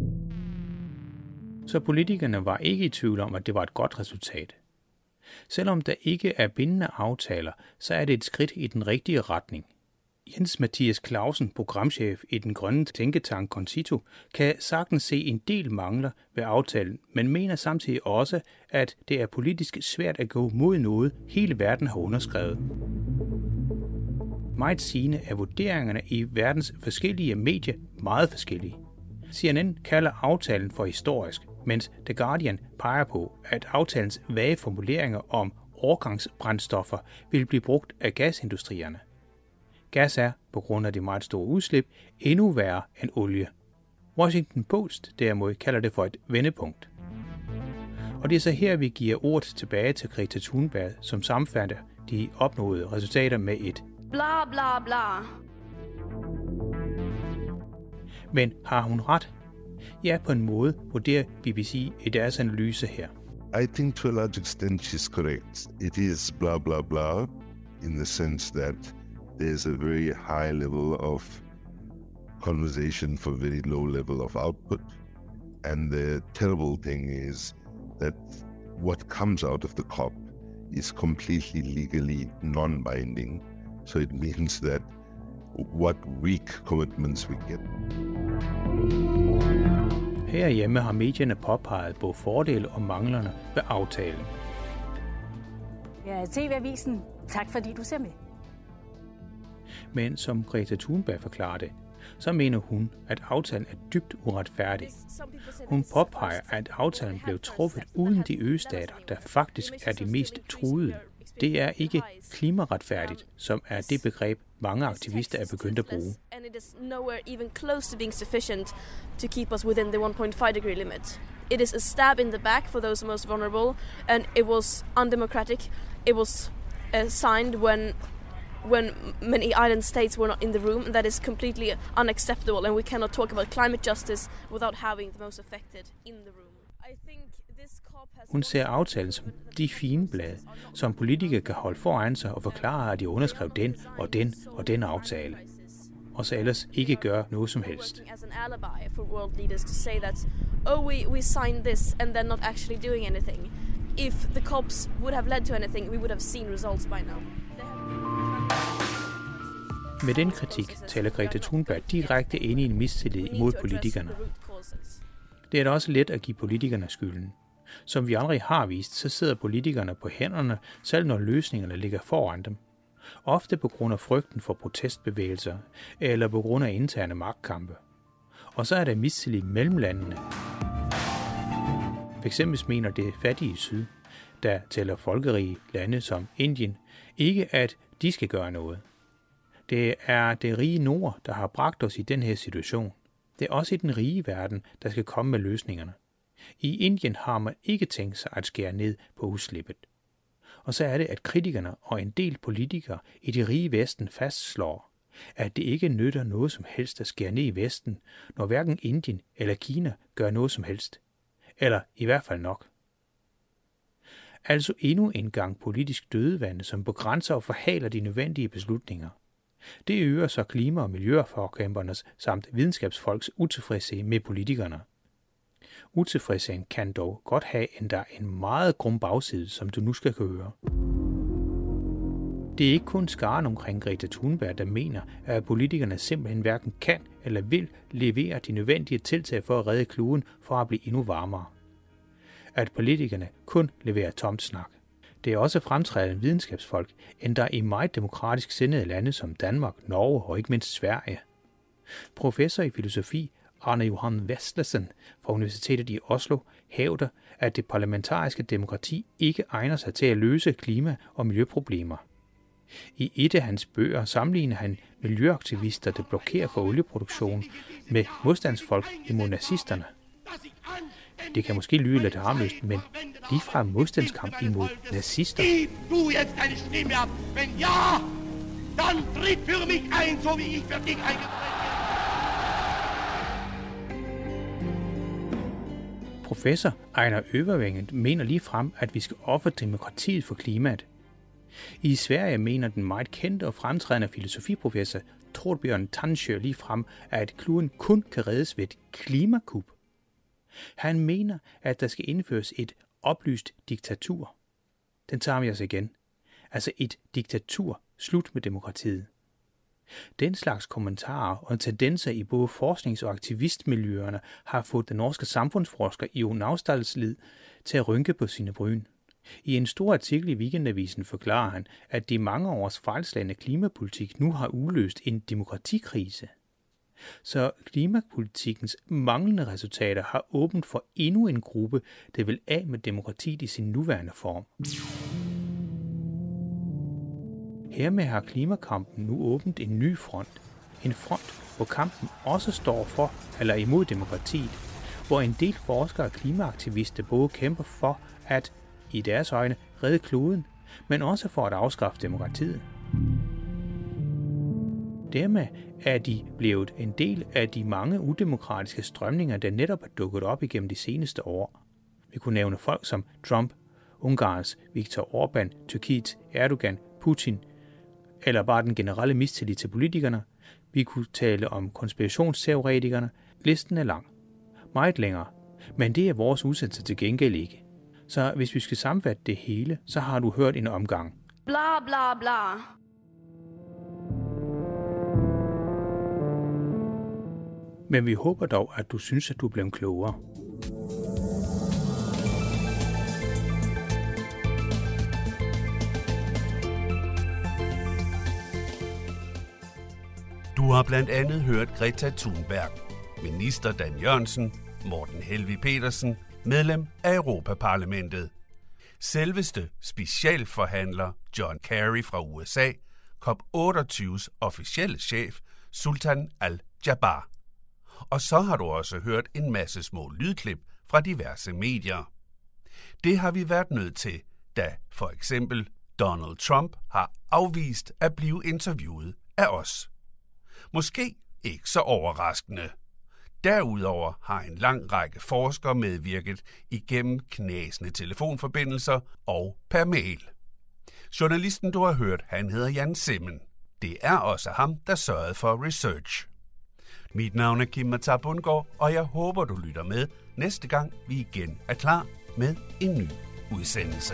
Så politikerne var ikke i tvivl om, at det var et godt resultat. Selvom der ikke er bindende aftaler, så er det et skridt i den rigtige retning. Jens Mathias Clausen, programchef i den grønne tænketank Concito, kan sagtens se en del mangler ved aftalen, men mener samtidig også, at det er politisk svært at gå mod noget, hele verden har underskrevet. Meget sigende er vurderingerne i verdens forskellige medier meget forskellige. CNN kalder aftalen for historisk, mens The Guardian peger på, at aftalens vage formuleringer om årgangsbrændstoffer vil blive brugt af gasindustrierne. Gas er, på grund af de meget store udslip, endnu værre end olie. Washington Post derimod kalder det for et vendepunkt. Og det er så her, vi giver ordet tilbage til Greta Thunberg, som sammenfatter de opnåede resultater med et bla bla bla. Men har hun ret? Ja, på en måde vurderer BBC i deres analyse her. I think to a large extent she's correct. It is blah blah blah in the sense that there's a very high level of conversation for very low level of output. And the terrible thing is that what comes out of the COP is completely legally non-binding. So it means that what weak commitments we get. Herhjemme har medierne påpeget både fordele og manglerne ved aftalen. Ja, TV-avisen. Tak fordi du ser med. Men som Greta Thunberg forklarer det, så mener hun, at aftalen er dybt uretfærdig. Hun påpeger, at aftalen blev truffet uden de østater, der faktisk er de mest truede. Det er ikke klimaretfærdigt, som er det begreb, mange aktivister er begyndt at bruge. And it is nowhere even close to being sufficient to keep us within the 1.5 degree limit. It is a stab in the back for those most vulnerable, and it was undemocratic. It was signed when many island states were not in the room, and that is completely unacceptable, and we cannot talk about climate justice without having the most affected in the room. Hun ser aftalen som de fine blade, som politikere kan holde foran sig og forklare, at de underskrev den og den og den aftale, og så ellers ikke gøre noget som helst. We signed this and they're not actually doing anything. If the COPs would have led to anything, we would have seen results by now. Med den kritik taler Greta Thunberg direkte ind i en mistillid imod politikerne. Det er da også let at give politikerne skylden. Som vi aldrig har vist, så sidder politikerne på hænderne, selv når løsningerne ligger foran dem. Ofte på grund af frygten for protestbevægelser, eller på grund af interne magtkampe. Og så er der mistillid mellem landene. For eksempel mener det fattige syd, der tæller folkerige lande som Indien, ikke at de skal gøre noget. Det er det rige nord, der har bragt os i den her situation. Det er også i den rige verden, der skal komme med løsningerne. I Indien har man ikke tænkt sig at skære ned på udslippet. Og så er det, at kritikerne og en del politikere i det rige vesten fastslår, at det ikke nytter noget som helst at skære ned i vesten, når hverken Indien eller Kina gør noget som helst. Eller i hvert fald nok. Altså endnu en gang politisk dødvande, som begrænser og forhaler de nødvendige beslutninger. Det øger så klima- og miljøforkæmpernes samt videnskabsfolks utilfredshed med politikerne. Utilfredsheden kan dog godt have endda en meget grum bagside, som du nu skal høre. Det er ikke kun skaren omkring Greta Thunberg, der mener, at politikerne simpelthen hverken kan eller vil levere de nødvendige tiltag for at redde kloden fra at blive endnu varmere. At politikerne kun leverer tomt snak. Det er også fremtrædende videnskabsfolk, endda i meget demokratisk sindede lande som Danmark, Norge og ikke mindst Sverige. Professor i filosofi Arne Johan Vestlesen fra Universitetet i Oslo hævder, at det parlamentariske demokrati ikke egner sig til at løse klima- og miljøproblemer. I et af hans bøger sammenligner han miljøaktivister, der blokerer for olieproduktion, med modstandsfolk imod nazisterne. Det kan måske lyde lidt harmløst, men ligefrem modstandskamp imod nazister. Du jetzt deine Stimme ab, wenn ja, dann tritt für mich ein, so wie ich für dich eingetreten. Professor Einar Øvervängen mener ligefrem, at vi skal ofre demokratiet for klimaet. I Sverige mener den meget kendte og fremtrædende filosofiprofessor Torbjørn Tandsjö ligefrem, at kloden kun kan reddes ved et klimakup. Han mener, at der skal indføres et oplyst diktatur. Den tager vi os igen. Altså et diktatur, slut med demokratiet. Den slags kommentarer og tendenser i både forsknings- og aktivistmiljøerne har fået den norske samfundsforsker Jon Austdalslid til at rynke på sine bryn. I en stor artikel i Weekendavisen forklarer han, at de mange års fejlslagne klimapolitik nu har udløst en demokratikrise. Så klimapolitikkens manglende resultater har åbent for endnu en gruppe, der vil af med demokratiet i sin nuværende form. Hermed har klimakampen nu åbent en ny front. En front, hvor kampen også står for eller imod demokratiet, hvor en del forskere og klimaaktivister både kæmper for at, i deres øjne, redde kloden, men også for at afskaffe demokratiet. Dermed er de blevet en del af de mange udemokratiske strømninger, der netop er dukket op igennem de seneste år. Vi kunne nævne folk som Trump, Ungarns Viktor Orbán, Tyrkiets Erdogan, Putin, eller bare den generelle mistillid til politikerne. Vi kunne tale om konspirationsteoretikerne. Listen er lang. Meget længere. Men det er vores udsendelse til gengæld ikke. Så hvis vi skal sammenfatte det hele, så har du hørt en omgang. Bla bla bla. Men vi håber dog, at du synes, at du er blevet klogere. Du har blandt andet hørt Greta Thunberg, minister Dan Jørgensen, Morten Helvig Petersen, medlem af Europaparlamentet, selveste specialforhandler John Kerry fra USA, COP28's officielle chef Sultan Al-Jaber. Og så har du også hørt en masse små lydklip fra diverse medier. Det har vi været nødt til, da for eksempel Donald Trump har afvist at blive interviewet af os. Måske ikke så overraskende. Derudover har en lang række forskere medvirket igennem knasende telefonforbindelser og per mail. Journalisten, du har hørt, han hedder Jan Simmen. Det er også ham, der sørgede for research. Mit navn er Kim Matar Bundgaard, og jeg håber, du lytter med næste gang, vi igen er klar med en ny udsendelse.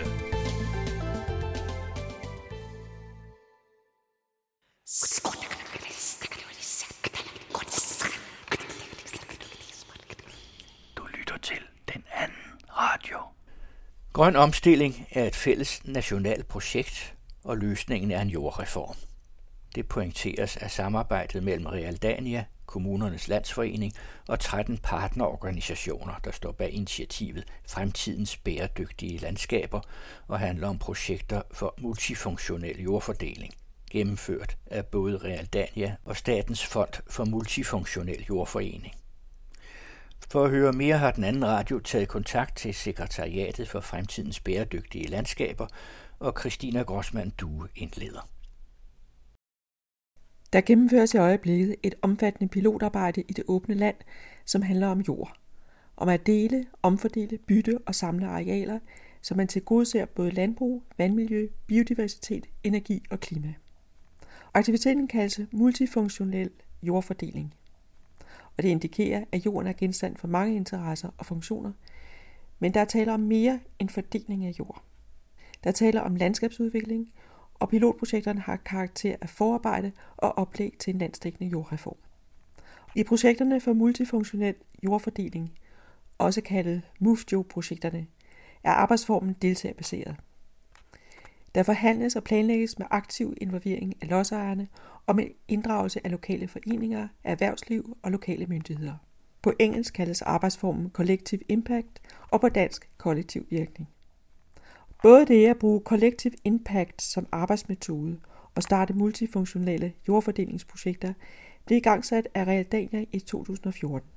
Du lytter til Den Anden Radio. Grøn omstilling er et fælles nationalt projekt, og løsningen er en jordreform. Det pointeres af samarbejdet mellem Realdania, Kommunernes Landsforening og 13 partnerorganisationer, der står bag initiativet Fremtidens bæredygtige landskaber og handler om projekter for multifunktionel jordfordeling, gennemført af både Realdania og Statens Fond for Multifunktionel Jordforening. For at høre mere har Den Anden Radio taget kontakt til Sekretariatet for Fremtidens bæredygtige landskaber, og Christina Grossmann Due indleder. Der gennemføres i øjeblikket et omfattende pilotarbejde i det åbne land, som handler om jord. Om at dele, omfordele, bytte og samle arealer, så man tilgodeser både landbrug, vandmiljø, biodiversitet, energi og klima. Aktiviteten kaldes multifunktionel jordfordeling. Og det indikerer, at jorden er genstand for mange interesser og funktioner, men der taler om mere end fordeling af jord. Der taler om landskabsudvikling, og pilotprojekterne har karakter af forarbejde og oplæg til en landsdækkende jordreform. I projekterne for multifunktionel jordfordeling, også kaldet MUFJO-projekterne, er arbejdsformen deltagerbaseret. Der forhandles og planlægges med aktiv involvering af lodsejerne og med inddragelse af lokale foreninger, erhvervsliv og lokale myndigheder. På engelsk kaldes arbejdsformen Collective Impact og på dansk Kollektiv Virkning. Både det at bruge Collective Impact som arbejdsmetode og starte multifunktionelle jordfordelingsprojekter blev igangsat af Realdania i 2014.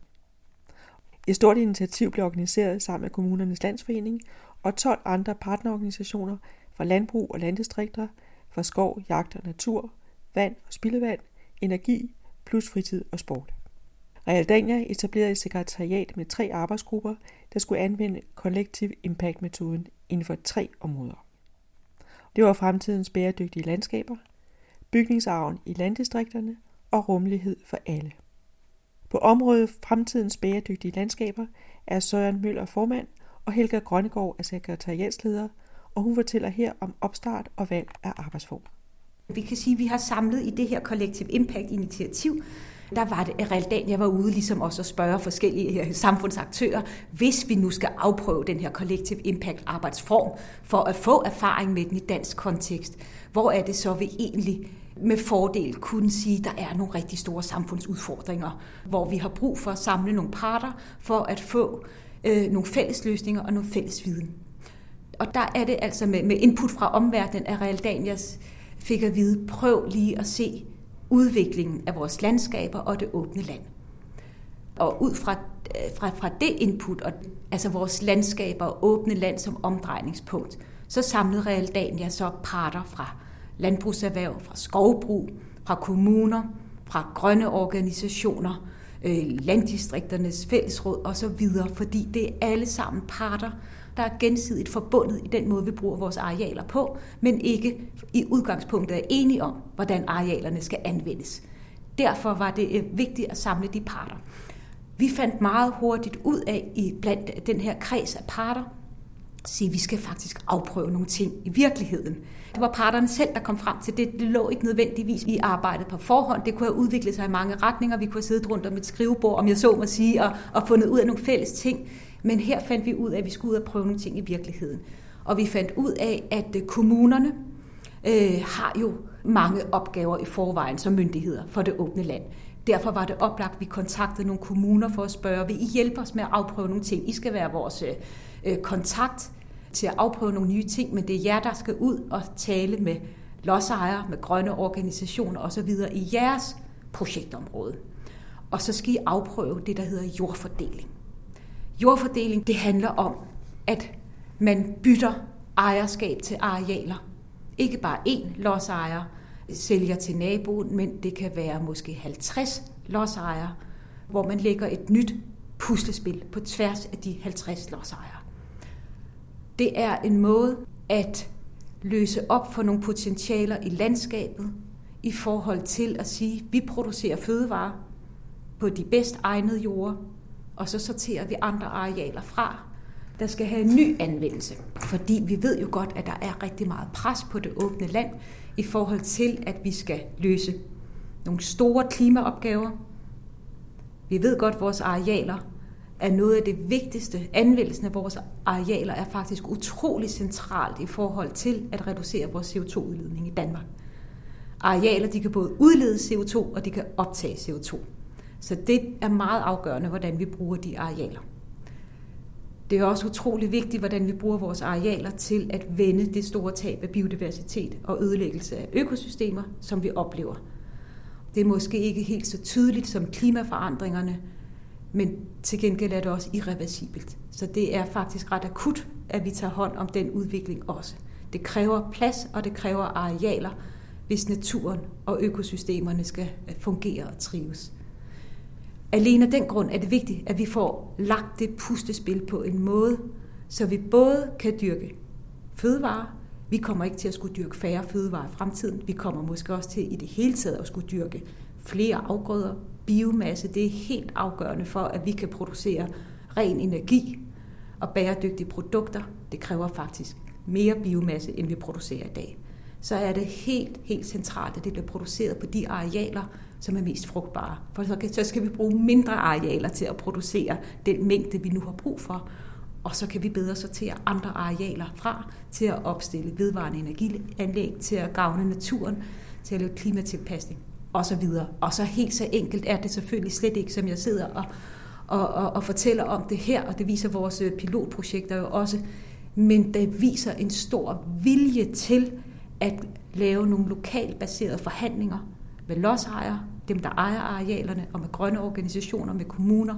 Et stort initiativ blev organiseret sammen med Kommunernes Landsforening og 12 andre partnerorganisationer fra landbrug og landdistrikter, fra skov, jagt og natur, vand og spildevand, energi plus fritid og sport. Realdania etablerede et sekretariat med 3 arbejdsgrupper, der skulle anvende Collective Impact-metoden inden for 3 områder. Det var fremtidens bæredygtige landskaber, bygningsarven i landdistrikterne og rummelighed for alle. På området fremtidens bæredygtige landskaber er Søren Møller formand og Helga Grønnegård er sekretariatsleder, og hun fortæller her om opstart og valg af arbejdsform. Vi kan sige, at vi har samlet i det her Collective Impact-initiativ. Der var det, at Realdania var ude ligesom også at spørge forskellige samfundsaktører, hvis vi nu skal afprøve den her Collective Impact-arbejdsform for at få erfaring med den i dansk kontekst. Hvor er det så, vi egentlig med fordel kunne sige, at der er nogle rigtig store samfundsudfordringer, hvor vi har brug for at samle nogle parter for at få nogle fælles løsninger og nogle fælles viden. Og der er det altså med input fra omverdenen af Realdanias fik at vide, prøv lige at se udviklingen af vores landskaber og det åbne land. Og ud fra det input, og altså vores landskaber og åbne land som omdrejningspunkt, så samlede Realdania så parter fra landbrugserhverv, fra skovbrug, fra kommuner, fra grønne organisationer, landdistrikternes fællesråd osv., fordi det er alle sammen parter, der er gensidigt forbundet i den måde, vi bruger vores arealer på, men ikke i udgangspunktet er enige om, hvordan arealerne skal anvendes. Derfor var det vigtigt at samle de parter. Vi fandt meget hurtigt ud af, blandt den her kreds af parter, at vi skal faktisk afprøve nogle ting i virkeligheden. Det var parterne selv, der kom frem til det. Det lå ikke nødvendigvis i arbejdet på forhånd. Det kunne have udviklet sig i mange retninger. Vi kunne have siddet rundt om et skrivebord, om jeg så må sige, og fundet ud af nogle fælles ting. Men her fandt vi ud af, at vi skulle ud og prøve nogle ting i virkeligheden. Og vi fandt ud af, at kommunerne har jo mange opgaver i forvejen som myndigheder for det åbne land. Derfor var det oplagt, at vi kontaktede nogle kommuner for at spørge, vil I hjælpe os med at afprøve nogle ting? I skal være vores kontakt til at afprøve nogle nye ting, men det er jer, der skal ud og tale med lodsejere, med grønne organisationer osv. i jeres projektområde. Og så skal I afprøve det, der hedder jordfordeling. Jordfordeling, det handler om, at man bytter ejerskab til arealer. Ikke bare én lodsejer sælger til naboen, men det kan være måske 50 lodsejere, hvor man lægger et nyt puslespil på tværs af de 50 lodsejere. Det er en måde at løse op for nogle potentialer i landskabet i forhold til at sige, at vi producerer fødevarer på de bedst egnede jorder, og så sorterer vi andre arealer fra, der skal have en ny anvendelse. Fordi vi ved jo godt, at der er rigtig meget pres på det åbne land i forhold til, at vi skal løse nogle store klimaopgaver. Vi ved godt, at vores arealer er noget af det vigtigste. Anvendelsen af vores arealer er faktisk utrolig centralt i forhold til at reducere vores CO2-udledning i Danmark. Arealer, de kan både udlede CO2, og de kan optage CO2. Så det er meget afgørende, hvordan vi bruger de arealer. Det er også utrolig vigtigt, hvordan vi bruger vores arealer til at vende det store tab af biodiversitet og ødelæggelse af økosystemer, som vi oplever. Det er måske ikke helt så tydeligt som klimaforandringerne, men til gengæld er det også irreversibelt. Så det er faktisk ret akut, at vi tager hånd om den udvikling også. Det kræver plads, og det kræver arealer, hvis naturen og økosystemerne skal fungere og trives. Alene af den grund er det vigtigt, at vi får lagt det puslespil på en måde, så vi både kan dyrke fødevarer. Vi kommer ikke til at skulle dyrke færre fødevarer i fremtiden. Vi kommer måske også til i det hele taget at skulle dyrke flere afgrøder, biomasse. Det er helt afgørende for, at vi kan producere ren energi og bæredygtige produkter. Det kræver faktisk mere biomasse, end vi producerer i dag. Så er det helt centralt, at det bliver produceret på de arealer, som er mest frugtbare. For så skal vi bruge mindre arealer til at producere den mængde, vi nu har brug for. Og så kan vi bedre sortere andre arealer fra til at opstille vedvarende energianlæg, til at gavne naturen, til at lave klimatilpasning osv. Og så helt så enkelt er det selvfølgelig slet ikke, som jeg sidder og fortæller om det her, og det viser vores pilotprojekter jo også. Men det viser en stor vilje til at lave nogle lokalt baserede forhandlinger med lodsejere, dem der ejer arealerne, og med grønne organisationer, med kommuner,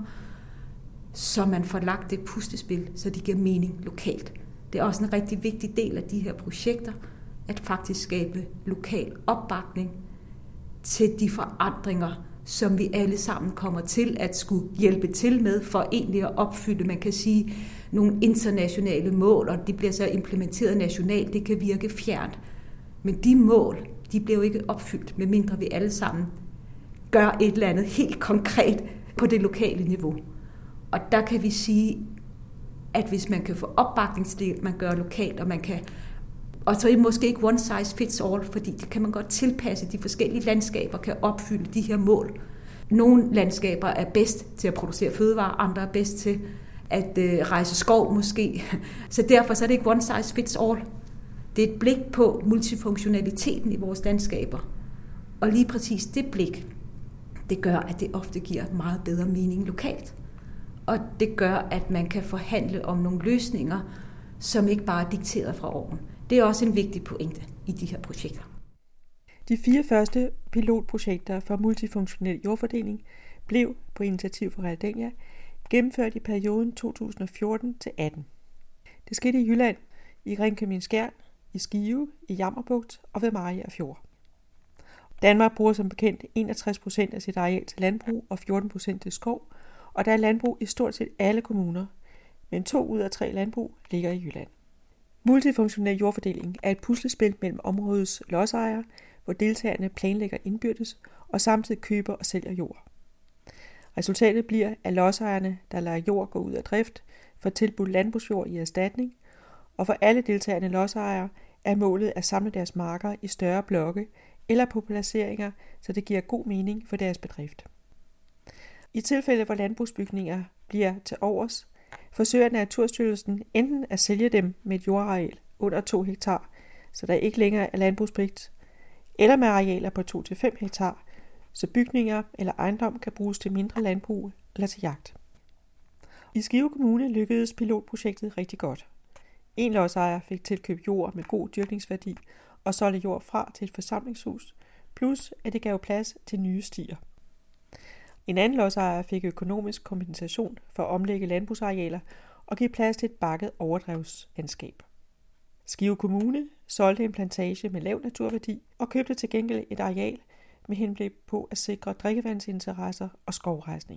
så man får lagt det puslespil, så de giver mening lokalt. Det er også en rigtig vigtig del af de her projekter, at faktisk skabe lokal opbakning til de forandringer, som vi alle sammen kommer til at skulle hjælpe til med, for egentlig at opfylde, man kan sige, nogle internationale mål, og de bliver så implementeret nationalt, det kan virke fjernt. Men de mål, de bliver jo ikke opfyldt, medmindre vi alle sammen gør et eller andet helt konkret på det lokale niveau. Og der kan vi sige, at hvis man kan få opbakning til det, man gør lokalt, og man kan, og så er det måske ikke one size fits all, fordi det kan man godt tilpasse, de forskellige landskaber kan opfylde de her mål. Nogle landskaber er bedst til at producere fødevarer, andre er bedst til at rejse skov måske. Så derfor så er det ikke one size fits all. Det er et blik på multifunktionaliteten i vores landskaber. Og lige præcis det blik, det gør, at det ofte giver meget bedre mening lokalt. Og det gør, at man kan forhandle om nogle løsninger, som ikke bare er dikteret fra oven. Det er også en vigtig pointe i de her projekter. De 4 første pilotprojekter for multifunktionel jordfordeling blev på initiativ fra Realdania gennemført i perioden 2014-18. Det skete i Jylland, i Ringkøbing-Skjern, i Skive, i Jammerbugt og ved Mariager Fjord. Danmark bruger som bekendt 61% af sit areal til landbrug og 14% til skov, og der er landbrug i stort set alle kommuner, men 2 ud af 3 landbrug ligger i Jylland. Multifunktionel jordfordeling er et puslespil mellem områdets lodsejere, hvor deltagerne planlægger indbyrdes og samtidig køber og sælger jord. Resultatet bliver, at lodsejerne, der lader jord gå ud af drift, får tilbudt landbrugsjord i erstatning, og for alle deltagende lodsejere er målet at samle deres marker i større blokke eller på placeringer, så det giver god mening for deres bedrift. I tilfælde, hvor landbrugsbygninger bliver til overs, forsøger Naturstyrelsen enten at sælge dem med et jordareal under 2 hektar, så der ikke længere er landbrugspligt, eller med arealer på 2-5 hektar, så bygninger eller ejendom kan bruges til mindre landbrug eller til jagt. I Skive Kommune lykkedes pilotprojektet rigtig godt. En lodsejer fik tilkøbt jord med god dyrkningsværdi og solgte jord fra til et forsamlingshus, plus at det gav plads til nye stier. En anden lodsejer fik økonomisk kompensation for at omlægge landbrugsarealer og give plads til et bakket overdrevslandskab. Skive Kommune solgte en plantage med lav naturværdi og købte til gengæld et areal med henblik på at sikre drikkevandsinteresser og skovrejsning.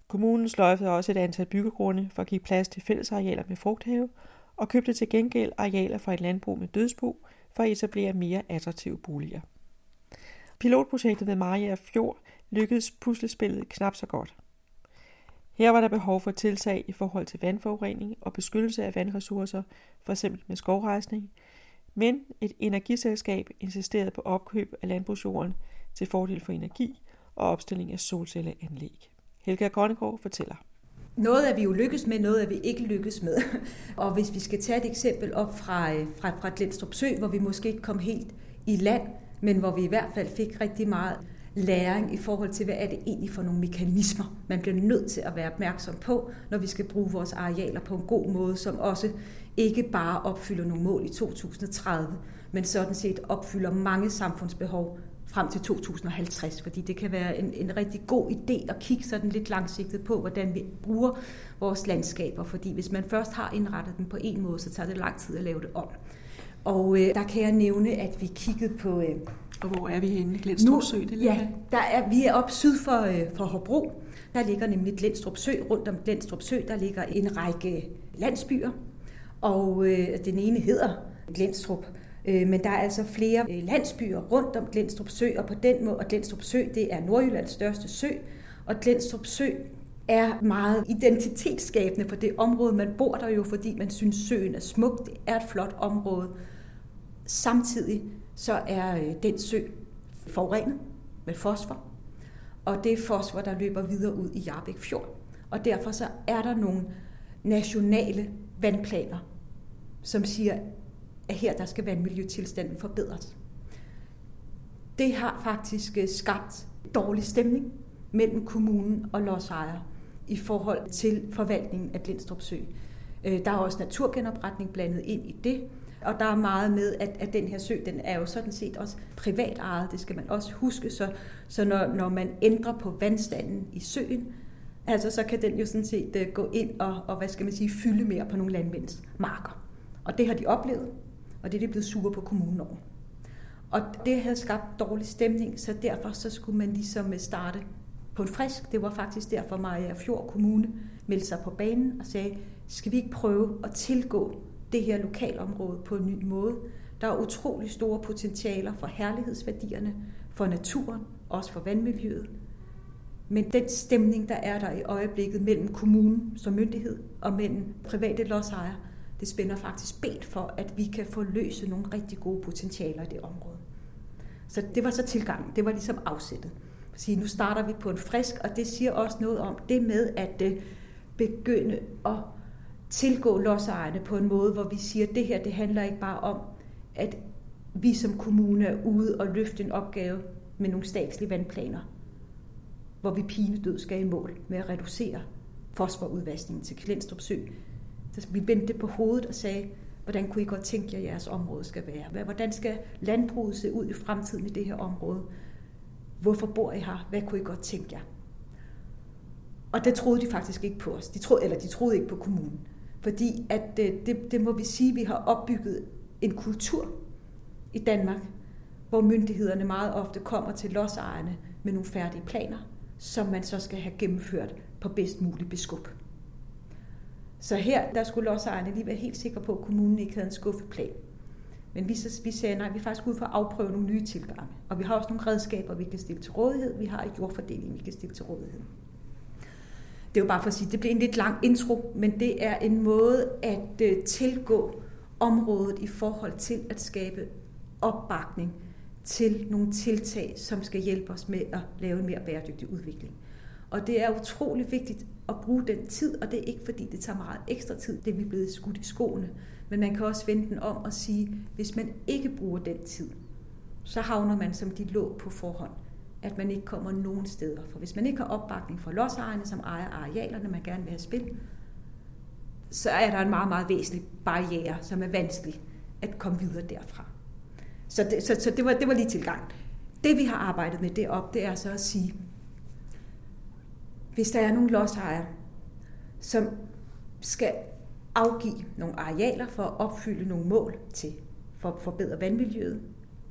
Kommunen sløjfede også et antal byggegrunde for at give plads til fællesarealer med frugthave, og købte til gengæld arealer fra et landbrug med dødsbo for at etablere mere attraktive boliger. Pilotprojektet ved Mariager Fjord lykkedes puslespillet knap så godt. Her var der behov for tiltag i forhold til vandforurening og beskyttelse af vandressourcer, f.eks. med skovrejsning, men et energiselskab insisterede på opkøb af landbrugsjorden til fordel for energi og opstilling af solcelleanlæg. Helga Grønnegård fortæller. Noget er vi jo lykkes med, noget er vi ikke lykkes med. Og hvis vi skal tage et eksempel op fra Glendstrup Sø, hvor vi måske ikke kom helt i land, men hvor vi i hvert fald fik rigtig meget læring i forhold til, hvad er det egentlig for nogle mekanismer, man bliver nødt til at være opmærksom på, når vi skal bruge vores arealer på en god måde, som også ikke bare opfylder nogle mål i 2030, men sådan set opfylder mange samfundsbehov frem til 2050, fordi det kan være en rigtig god idé at kigge sådan lidt langsigtet på, hvordan vi bruger vores landskaber, fordi hvis man først har indrettet dem på en måde, så tager det lang tid at lave det om. Og der kan jeg nævne, at vi kiggede på... Og hvor er vi henne? Glendstrup Sø? Vi er oppe syd for Hobro. Der ligger nemlig Glendstrup Sø. Rundt om Glendstrup Sø, der ligger en række landsbyer, og den ene hedder Glendstrup. Men der er altså flere landsbyer rundt om Glendstrup Sø, og på den måde, og Glendstrup Sø, det er Nordjyllands største sø, og Glendstrup Sø er meget identitetsskabende for det område. Man bor der jo, fordi man synes, søen er smuk. Det er et flot område. Samtidig så er den sø forurenet med fosfor, og det er fosfor, der løber videre ud i Hjarbæk Fjord. Og derfor så er der nogle nationale vandplaner, som siger, at her der skal vandmiljøtilstanden forbedres. Det har faktisk skabt dårlig stemning mellem kommunen og lodsejere i forhold til forvaltningen af Glendstrup Sø. Der er også naturgenopretning blandet ind i det, og der er meget med, at den her sø, den er jo sådan set også privat ejet, det skal man også huske, så når man ændrer på vandstanden i søen, altså så kan den jo sådan set gå ind og fylde mere på nogle landmænds marker. Og det har de oplevet, og det er de blevet sure på kommunen over. Og det havde skabt dårlig stemning, så derfor så skulle man ligesom starte på en frisk. Det var faktisk derfor, Mariager Fjord Kommune meldte sig på banen og sagde, skal vi ikke prøve at tilgå det her lokalområde på en ny måde? Der er utrolig store potentialer for herlighedsværdierne, for naturen, også for vandmiljøet. Men den stemning, der er der i øjeblikket mellem kommunen som myndighed og mellem private lodsejere, det spænder faktisk ben for, at vi kan få løse nogle rigtig gode potentialer i det område. Så det var så tilgangen, det var ligesom afsættet. Så nu starter vi på en frisk, og det siger også noget om det med at begynde at tilgå lodsejerne på en måde, hvor vi siger, at det her det handler ikke bare om, at vi som kommune er ude og løfte en opgave med nogle statslige vandplaner, hvor vi pinedød skal i mål med at reducere fosforudvaskningen til Glendstrup Sø. Så vi vendte på hovedet og sagde, hvordan kunne I godt tænke jer, at jeres område skal være? Hvordan skal landbruget se ud i fremtiden i det her område? Hvorfor bor I her? Hvad kunne I godt tænke jer? Og det troede de faktisk ikke på os. De troede ikke på kommunen. Fordi at det må vi sige, at vi har opbygget en kultur i Danmark, hvor myndighederne meget ofte kommer til lodsejerne med nogle færdige planer, som man så skal have gennemført på bedst mulig beskub. Så her, der skulle lodsejerne lige være helt sikre på, at kommunen ikke havde en skuffeplan. Men vi sagde, nej, vi er faktisk ude for at afprøve nogle nye tilgange. Og vi har også nogle redskaber, vi kan stille til rådighed. Vi har et jordfordeling, vi kan stille til rådighed. Det er jo bare for at sige, det blev en lidt lang intro, men det er en måde at tilgå området i forhold til at skabe opbakning til nogle tiltag, som skal hjælpe os med at lave en mere bæredygtig udvikling. Og det er utrolig vigtigt at bruge den tid, og det er ikke fordi, det tager meget ekstra tid, det vi er blevet skudt i skoene. Men man kan også vende den om og sige, hvis man ikke bruger den tid, så havner man, som de lå på forhånd, at man ikke kommer nogen steder. For hvis man ikke har opbakning fra lodsejerne, som ejer arealerne, man gerne vil have spil, så er der en meget, meget væsentlig barriere, som er vanskelig at komme videre derfra. Så det var lige tilgang. Det vi har arbejdet med deroppe, det er så at sige, hvis der er nogle lodsejere, som skal afgive nogle arealer for at opfylde nogle mål til for at forbedre vandmiljøet,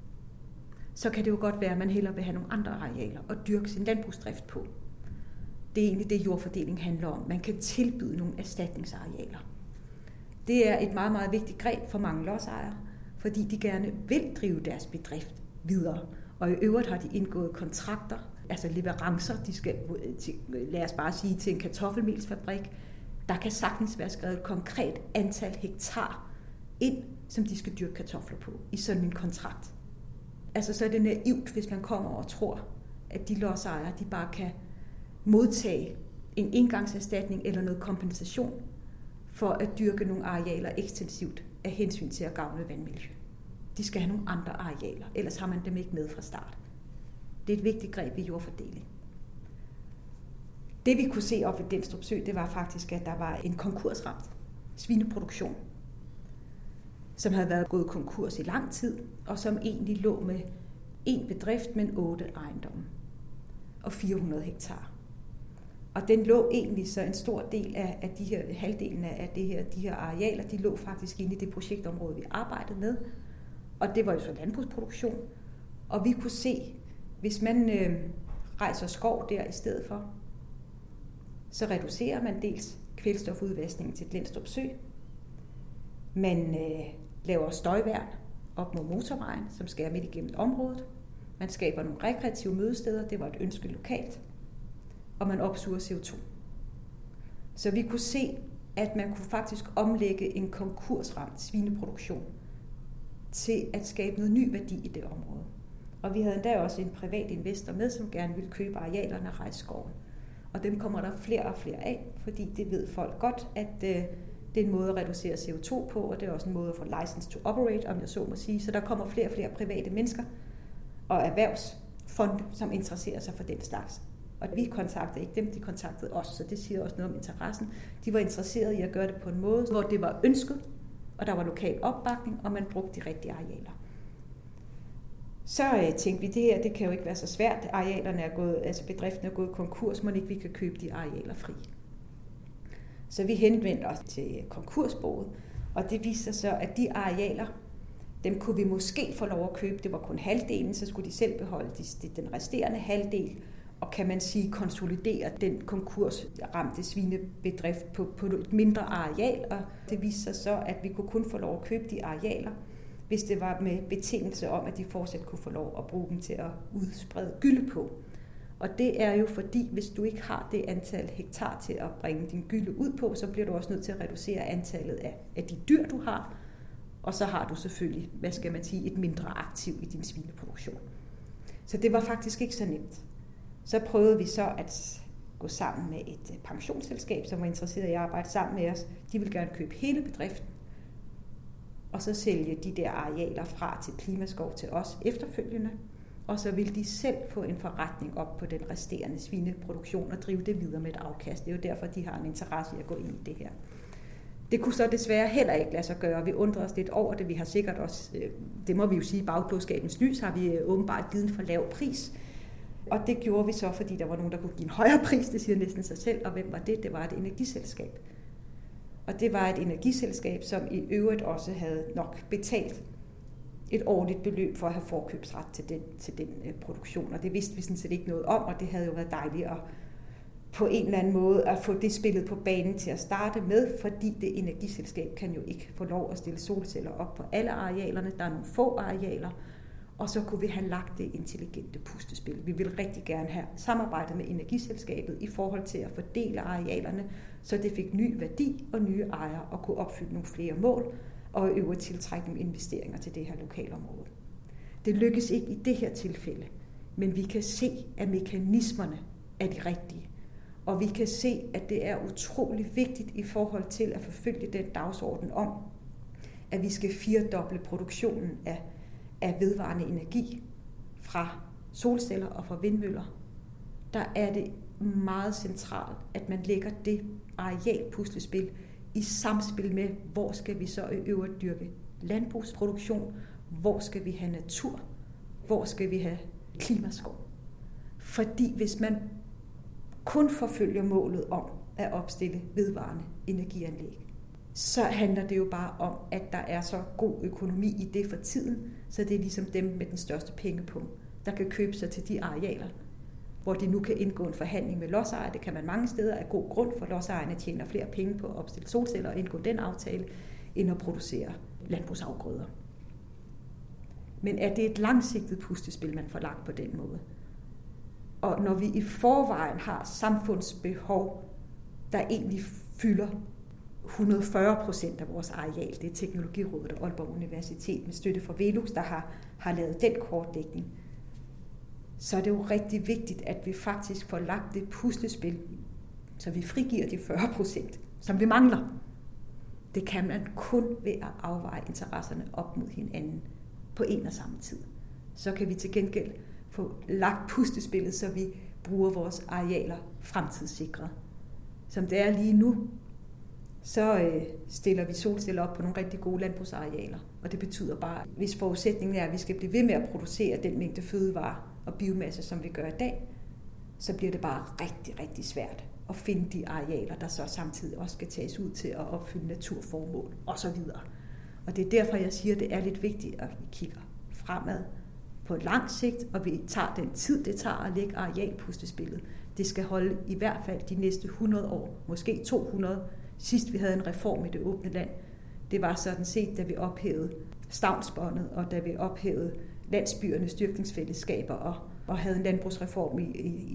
så kan det jo godt være, at man hellere vil have nogle andre arealer og dyrke sin landbrugsdrift på. Det er egentlig det, jordfordeling handler om. Man kan tilbyde nogle erstatningsarealer. Det er et meget, meget vigtigt greb for mange lodsejere, fordi de gerne vil drive deres bedrift videre. Og i øvrigt har de indgået kontrakter, altså leverancer, de skal, lad os bare sige, til en kartoffelmelsfabrik. Der kan sagtens være skrevet et konkret antal hektar ind, som de skal dyrke kartofler på, i sådan en kontrakt. Altså så er det naivt, hvis man kommer og tror, at de lodsejere, de bare kan modtage en engangserstatning eller noget kompensation for at dyrke nogle arealer ekstensivt af hensyn til at gavne vandmiljø. De skal have nogle andre arealer, ellers har man dem ikke med fra start. Det er et vigtigt greb i jordfordeling. Det vi kunne se op ved Dennstrup Sø, det var faktisk, at der var en konkursramt svineproduktion, som havde været gået konkurs i lang tid, og som egentlig lå med en bedrift, men 8 ejendomme og 400 hektar. Og den lå egentlig så en stor del af de her, halvdelen af de her arealer, de lå faktisk inde i det projektområde, vi arbejdede med. Og det var jo så landbrugsproduktion. Og vi kunne se, hvis man rejser skov der i stedet for, så reducerer man dels kvælstofudvaskningen til Dennstrup Sø. Man laver støjværn op mod motorvejen, som skærer midt igennem området. Man skaber nogle rekreative mødesteder, det var et ønske lokalt. Og man opsuger CO2. Så vi kunne se, at man kunne faktisk omlægge en konkursramt svineproduktion til at skabe noget ny værdi i det område. Og vi havde endda også en privat investor med, som gerne ville købe arealerne og rejse skoven. Og dem kommer der flere og flere af, fordi det ved folk godt, at det er en måde at reducere CO2 på, og det er også en måde at få license to operate, om jeg så må sige. Så der kommer flere og flere private mennesker og erhvervsfonde, som interesserer sig for den slags. Og vi kontaktede ikke dem, de kontaktede os, så det siger også noget om interessen. De var interesserede i at gøre det på en måde, hvor det var ønsket, og der var lokal opbakning, og man brugte de rigtige arealer. Så tænkte vi, det kan jo ikke være så svært. Arealerne er gået, altså bedriften er gået konkurs, må ikke vi kan købe de arealer fri. Så vi henvendte os til konkursboet, og det viste sig så, at de arealer, dem kunne vi måske få lov at købe. Det var kun halvdelen, så skulle de selv beholde den resterende halvdel, og kan man sige konsolidere den konkursramte svinebedrift på et mindre areal. Og det viste sig så, at vi kunne kun få lov at købe de arealer, hvis det var med betingelse om, at de fortsat kunne få lov at bruge dem til at udsprede gylde på. Og det er jo fordi, hvis du ikke har det antal hektar til at bringe din gylde ud på, så bliver du også nødt til at reducere antallet af de dyr, du har. Og så har du selvfølgelig, et mindre aktiv i din svineproduktion. Så det var faktisk ikke så nemt. Så prøvede vi så at gå sammen med et pensionsselskab, som var interesseret i at arbejde sammen med os. De ville gerne købe hele bedriften, og så sælge de der arealer fra til Klimaskov til os efterfølgende. Og så ville de selv få en forretning op på den resterende svineproduktion og drive det videre med et afkast. Det er jo derfor, de har en interesse i at gå ind i det her. Det kunne så desværre heller ikke lade sig gøre. Vi undrer os lidt over det. Vi har sikkert også, det må vi jo sige, bagklogskabens lys har vi åbenbart givet en for lav pris. Og det gjorde vi så, fordi der var nogen, der kunne give en højere pris, det siger næsten sig selv. Og hvem var det? Det var et energiselskab. Og det var et energiselskab, som i øvrigt også havde nok betalt et årligt beløb for at have forkøbsret til den produktion. Og det vidste vi sådan set ikke noget om, og det havde jo været dejligt at på en eller anden måde at få det spillet på banen til at starte med, fordi det energiselskab kan jo ikke få lov at stille solceller op på alle arealerne. Der er nogle få arealer, og så kunne vi have lagt det intelligente puslespil. Vi ville rigtig gerne have samarbejdet med energiselskabet i forhold til at fordele arealerne, så det fik ny værdi og nye ejere og kunne opfylde nogle flere mål, og i øvrigt tiltrække nogle investeringer til det her lokalområde. Det lykkes ikke i det her tilfælde, men vi kan se, at mekanismerne er de rigtige. Og vi kan se, at det er utrolig vigtigt i forhold til at forfølge den dagsorden om, at vi skal firedoble produktionen af vedvarende energi fra solceller og fra vindmøller. Der er det meget centralt, at man lægger det arealpuslespil i samspil med, hvor skal vi så i øvrigt dyrke landbrugsproduktion, hvor skal vi have natur, hvor skal vi have klimaskov. Fordi hvis man kun forfølger målet om at opstille vedvarende energianlæg, så handler det jo bare om, at der er så god økonomi i det for tiden, så det er ligesom dem med den største pengepung, der kan købe sig til de arealer, hvor de nu kan indgå en forhandling med lodsejere. Det kan man mange steder af god grund, for lodsejerne tjener flere penge på at opstille solceller og indgå den aftale, end at producere landbrugsafgrøder. Men er det et langsigtet puslespil, man får lagt på den måde? Og når vi i forvejen har samfundsbehov, der egentlig fylder 140% af vores areal, det er Teknologirådet og Aalborg Universitet med støtte fra Velux, der har lavet den kortdækning, så er det jo rigtig vigtigt, at vi faktisk får lagt det puslespil, så vi frigiver de 40%, som vi mangler. Det kan man kun ved at afveje interesserne op mod hinanden på en og samme tid. Så kan vi til gengæld få lagt puslespillet, så vi bruger vores arealer fremtidssikret. Som det er lige nu, så stiller vi solceller op på nogle rigtig gode landbrugsarealer. Og det betyder bare, hvis forudsætningen er, at vi skal blive ved med at producere den mængde fødevarer og biomasse, som vi gør i dag, så bliver det bare rigtig, rigtig svært at finde de arealer, der så samtidig også skal tages ud til at opfylde naturformål osv. Og det er derfor, jeg siger, at det er lidt vigtigt, at vi kigger fremad på et langt sigt, og vi tager den tid, det tager at lægge arealpuslespillet. Det skal holde i hvert fald de næste 100 år, måske 200. Sidst vi havde en reform i det åbne land, det var sådan set, da vi ophævede stavnsbåndet, og da vi ophævede landsbyernes styrkningsfællesskaber og havde en landbrugsreform i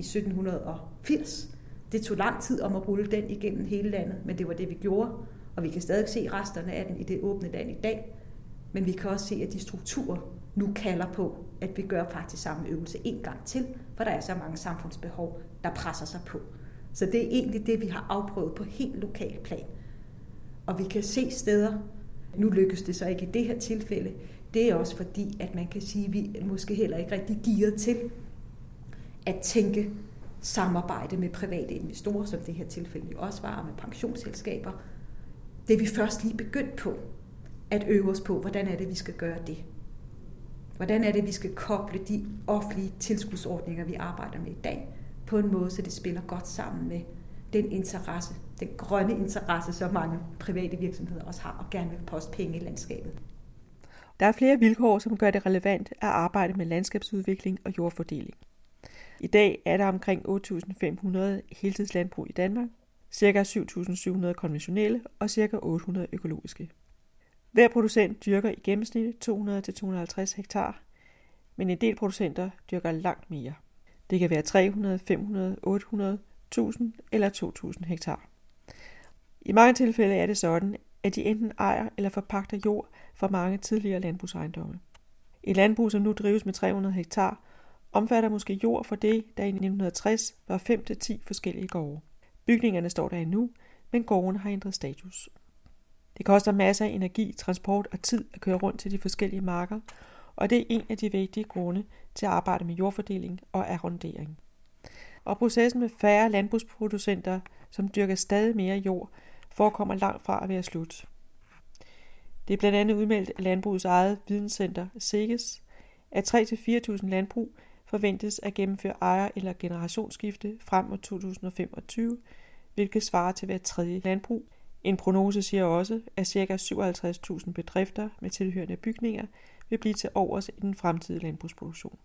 1780. Det tog lang tid om at rulle den igennem hele landet, men det var det, vi gjorde. Og vi kan stadig se resterne af den i det åbne land i dag. Men vi kan også se, at de strukturer nu kalder på, at vi gør faktisk samme øvelse en gang til, for der er så mange samfundsbehov, der presser sig på. Så det er egentlig det, vi har afprøvet på helt lokal plan. Og vi kan se steder, nu lykkes det så ikke i det her tilfælde, det er også fordi, at man kan sige, at vi måske heller ikke rigtig gearet til at tænke samarbejde med private investorer, som det her tilfælde jo også var, og med pensionsselskaber. Det er vi først lige begyndt på, at øve os på, hvordan er det, vi skal gøre det. Hvordan er det, vi skal koble de offentlige tilskudsordninger, vi arbejder med i dag, på en måde, så det spiller godt sammen med den interesse, den grønne interesse, som mange private virksomheder også har, og gerne vil poste penge i landskabet. Der er flere vilkår, som gør det relevant at arbejde med landskabsudvikling og jordfordeling. I dag er der omkring 8.500 heltidslandbrug i Danmark, ca. 7.700 konventionelle og ca. 800 økologiske. Hver producent dyrker i gennemsnit 200-250 hektar, men en del producenter dyrker langt mere. Det kan være 300, 500, 800, 1000 eller 2.000 hektar. I mange tilfælde er det sådan, at de enten ejer eller forpagter jord fra mange tidligere landbrugsejendomme. Et landbrug, som nu drives med 300 hektar, omfatter måske jord for det, der i 1960 var 5-10 forskellige gårde. Bygningerne står der endnu, men gården har ændret status. Det koster masser af energi, transport og tid at køre rundt til de forskellige marker, og det er en af de vigtige grunde til at arbejde med jordfordeling og arrondering. Og processen med færre landbrugsproducenter, som dyrker stadig mere jord, forekommer langt fra at være slut. Det er blandt andet udmeldt af landbrugets eget videnscenter SEGES, at 3-4.000 landbrug forventes at gennemføre ejer- eller generationsskifte frem mod 2025, hvilket svarer til hver tredje landbrug. En prognose siger også, at ca. 57.000 bedrifter med tilhørende bygninger vil blive til overs i den fremtidige landbrugsproduktion.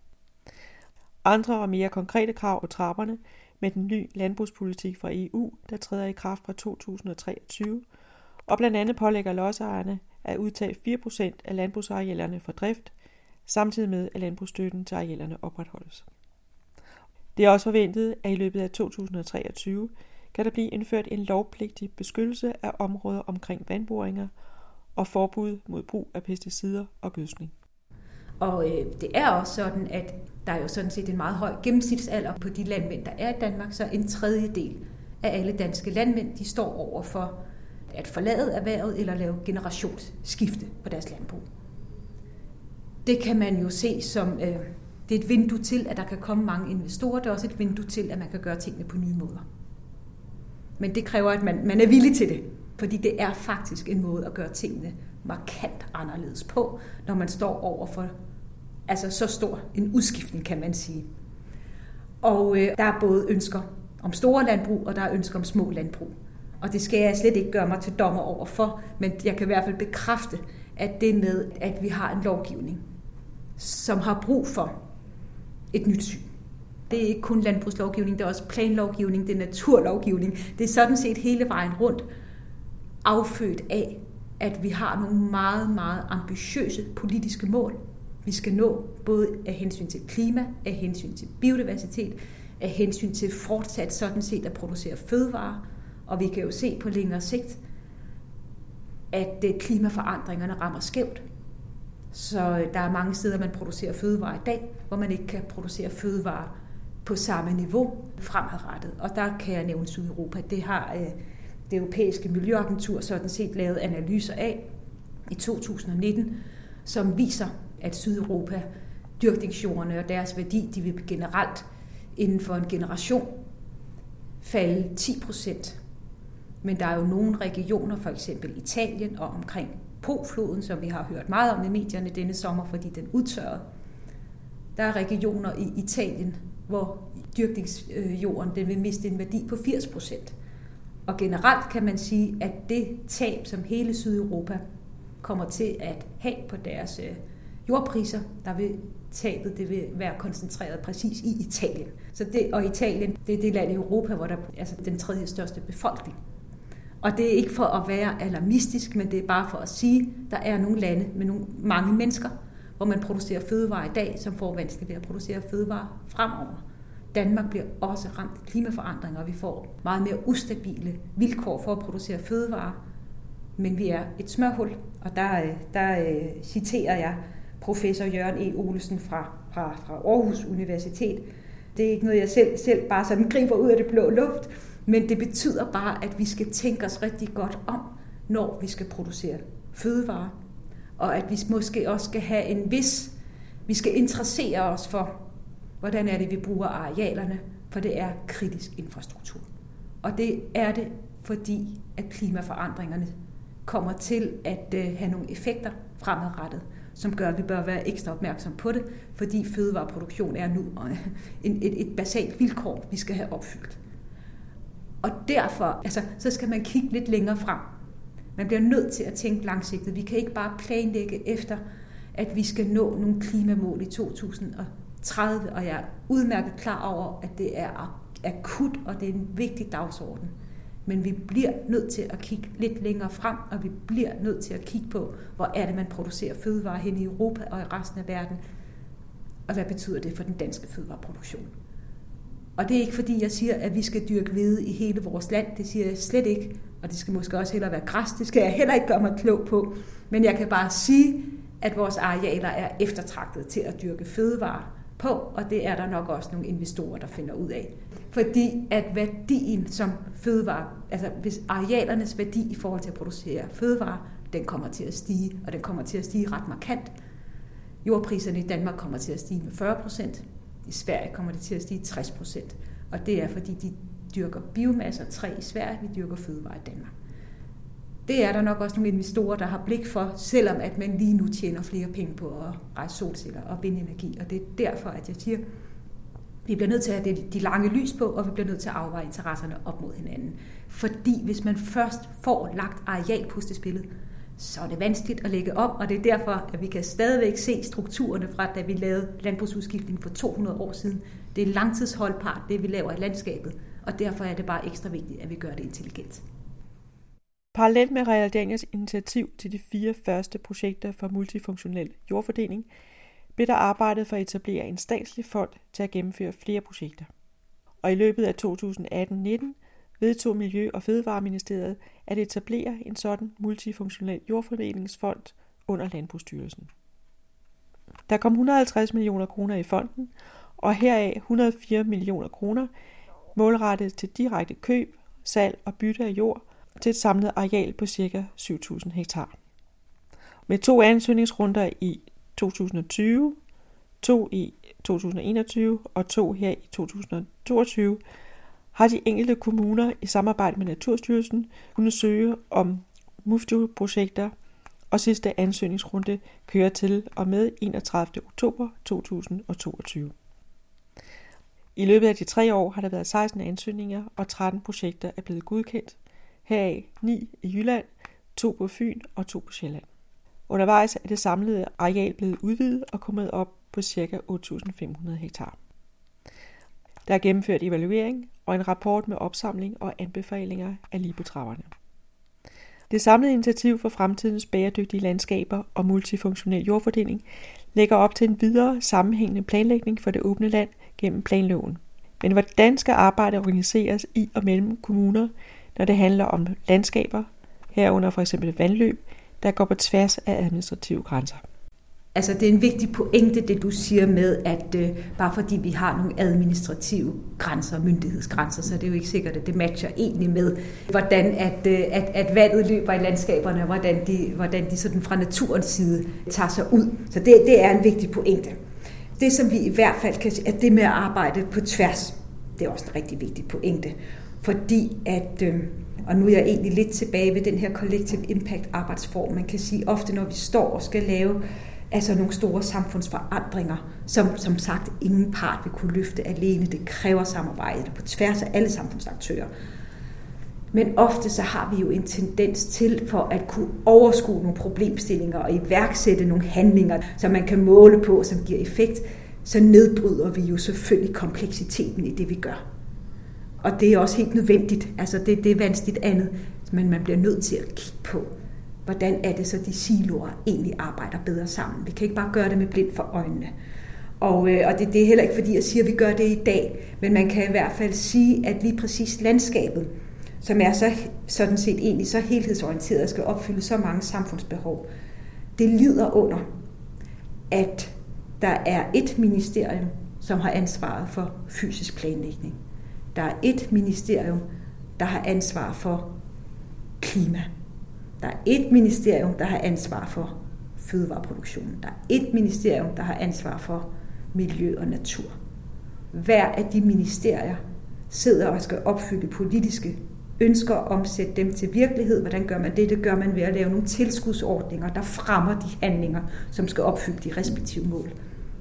Andre og mere konkrete krav og trapperne med den nye landbrugspolitik fra EU, der træder i kraft fra 2023, og blandt andet pålægger lodsejerne at udtage 4% af landbrugsarealerne for drift, samtidig med at landbrugsstøtten til arealerne opretholdes. Det er også forventet, at i løbet af 2023 kan der blive indført en lovpligtig beskyttelse af områder omkring vandboringer og forbud mod brug af pesticider og gødskning. Og det er også sådan, at der er jo sådan set en meget høj gennemsnitsalder på de landmænd, der er i Danmark, så en tredjedel af alle danske landmænd, de står over for at forlade erhvervet eller lave generationsskifte på deres landbrug. Det kan man jo se som, det er et vindue til, at der kan komme mange investorer, det er også et vindue til, at man kan gøre tingene på nye måder. Men det kræver, at man er villig til det, fordi det er faktisk en måde at gøre tingene markant anderledes på, når man står over for så stor en udskiftning, kan man sige. Og der er både ønsker om store landbrug, og der er ønsker om små landbrug. Og det skal jeg slet ikke gøre mig til dommer overfor, men jeg kan i hvert fald bekræfte, at det med, at vi har en lovgivning, som har brug for et nyt syn. Det er ikke kun landbrugslovgivning, det er også planlovgivning, det er naturlovgivning. Det er sådan set hele vejen rundt affødt af, at vi har nogle meget, meget ambitiøse politiske mål, vi skal nå, både af hensyn til klima, af hensyn til biodiversitet, af hensyn til fortsat sådan set at producere fødevarer. Og vi kan jo se på længere sigt, at klimaforandringerne rammer skævt. Så der er mange steder, man producerer fødevarer i dag, hvor man ikke kan producere fødevarer på samme niveau fremadrettet. Og der kan jeg nævne Sydeuropa. Det har det europæiske miljøagentur sådan set lavet analyser af i 2019, som viser, at Sydeuropa, dyrkningsjordene og deres værdi, de vil generelt inden for en generation falde 10%. Men der er jo nogle regioner, for eksempel Italien og omkring Po-floden, som vi har hørt meget om i medierne denne sommer, fordi den udtørrede. Der er regioner i Italien, hvor dyrkningsjorden den vil miste en værdi på 80%. Og generelt kan man sige, at det tab, som hele Sydeuropa kommer til at have på deres jordpriser, der vil tabet det vil være koncentreret præcis i Italien. Og Italien, det er det land i Europa, hvor der er den tredje største befolkning. Og det er ikke for at være alarmistisk, men det er bare for at sige, at der er nogle lande med mange mennesker, hvor man producerer fødevarer i dag, som får vanskeligt ved at producere fødevarer fremover. Danmark bliver også ramt af klimaforandringer, og vi får meget mere ustabile vilkår for at producere fødevarer. Men vi er et smørhul, og der citerer jeg professor Jørgen E. Olesen fra Aarhus Universitet. Det er ikke noget, jeg selv bare sådan griber ud af det blå luft, men det betyder bare, at vi skal tænke os rigtig godt om, når vi skal producere fødevarer, og at vi måske også skal have vi skal interessere os for, hvordan er det, vi bruger arealerne, for det er kritisk infrastruktur. Og det er det, fordi at klimaforandringerne kommer til at have nogle effekter fremadrettet, som gør, at vi bør være ekstra opmærksom på det, fordi fødevareproduktion er nu et basalt vilkår, vi skal have opfyldt. Og derfor, så skal man kigge lidt længere frem. Man bliver nødt til at tænke langsigtet. Vi kan ikke bare planlægge efter, at vi skal nå nogle klimamål i 2030, og jeg er udmærket klar over, at det er akut, og det er en vigtig dagsorden. Men vi bliver nødt til at kigge lidt længere frem, og vi bliver nødt til at kigge på, hvor er det, man producerer fødevarer hen i Europa og i resten af verden, og hvad betyder det for den danske fødevareproduktion. Og det er ikke fordi, jeg siger, at vi skal dyrke hvede i hele vores land. Det siger jeg slet ikke, og det skal måske også hellere være græs. Det skal jeg heller ikke gøre mig klog på. Men jeg kan bare sige, at vores arealer er eftertragtet til at dyrke fødevarer på, og det er der nok også nogle investorer, der finder ud af. Fordi at værdien som fødevare, hvis arealernes værdi i forhold til at producere fødevarer, den kommer til at stige, og den kommer til at stige ret markant. Jordpriserne i Danmark kommer til at stige med 40%. I Sverige kommer det til at stige 60%. Og det er, fordi de dyrker biomasse og træ i Sverige, vi dyrker fødevarer i Danmark. Det er der nok også nogle investorer, der har blik for, selvom at man lige nu tjener flere penge på at rejse solceller og vindenergi. Og det er derfor, at jeg siger, vi bliver nødt til at have de lange lys på, og vi bliver nødt til at afveje interesserne op mod hinanden. Fordi hvis man først får lagt arealpuslespillet, så er det vanskeligt at lægge op, og det er derfor, at vi kan stadigvæk se strukturerne fra, da vi lavede landbrugsudskiftning for 200 år siden. Det er langtidsholdbart, det vi laver i landskabet, og derfor er det bare ekstra vigtigt, at vi gør det intelligent. Parallelt med Realdanias initiativ til de 4 første projekter for multifunktionel jordfordeling, blev der arbejdet for at etablere en statslig fond til at gennemføre flere projekter. Og i løbet af 2018-19 vedtog Miljø- og Fødevareministeriet at etablere en sådan multifunktionel jordfordelingsfond under Landbrugsstyrelsen. Der kom 150 millioner kroner i fonden, og heraf 104 millioner kroner målrettet til direkte køb, salg og bytte af jord til et samlet areal på ca. 7.000 hektar. Med 2 ansøgningsrunder i 2020, 2 i 2021 og 2 her i 2022, har de enkelte kommuner i samarbejde med Naturstyrelsen kunnet søge om MUFJU-projekter, og sidste ansøgningsrunde kører til og med 31. oktober 2022. I løbet af de 3 år har der været 16 ansøgninger, og 13 projekter er blevet godkendt, heraf 9 i Jylland, 2 på Fyn og 2 på Sjælland. Undervejs er det samlede areal blevet udvidet og kommet op på ca. 8.500 hektar. Der er gennemført evaluering og en rapport med opsamling og anbefalinger af Libotraverne. Det samlede initiativ for fremtidens bæredygtige landskaber og multifunktionel jordfordeling lægger op til en videre sammenhængende planlægning for det åbne land gennem planloven. Men hvordan skal arbejdet organiseres i og mellem kommuner, når det handler om landskaber, herunder for eksempel vandløb, der går på tværs af administrative grænser? Altså det er en vigtig pointe, det du siger med, at bare fordi vi har nogle administrative grænser, myndighedsgrænser, så er det jo ikke sikkert, at det matcher egentlig med, hvordan at vandet løber i landskaberne, og hvordan de sådan fra naturens side tager sig ud. Så det er en vigtig pointe. Det, som vi i hvert fald kan sige, at det med at arbejde på tværs, det er også en rigtig vigtig pointe. Fordi at, og nu er jeg egentlig lidt tilbage ved den her collective impact arbejdsform, man kan sige ofte, når vi står og skal lave nogle store samfundsforandringer, som sagt ingen part vil kunne løfte alene. Det kræver samarbejde på tværs af alle samfundsaktører. Men ofte så har vi jo en tendens til for at kunne overskue nogle problemstillinger og iværksætte nogle handlinger, som man kan måle på, som giver effekt, så nedbryder vi jo selvfølgelig kompleksiteten i det, vi gør. Og det er også helt nødvendigt. Altså det er vanskeligt andet, men man bliver nødt til at kigge på, hvordan er det så, de siloer egentlig arbejder bedre sammen. Vi kan ikke bare gøre det med blind for øjnene. Og det er heller ikke fordi, jeg siger, at vi gør det i dag, men man kan i hvert fald sige, at lige præcis landskabet, som er så, sådan set egentlig så helhedsorienteret og skal opfylde så mange samfundsbehov, det lider under, at der er et ministerium, som har ansvaret for fysisk planlægning. Der er et ministerium, der har ansvar for klima. Der er et ministerium, der har ansvar for fødevareproduktionen. Der er et ministerium, der har ansvar for miljø og natur. Hver af de ministerier sidder og skal opfylde politiske ønsker og omsætte dem til virkelighed. Hvordan gør man det? Det gør man ved at lave nogle tilskudsordninger, der fremmer de handlinger, som skal opfylde de respektive mål.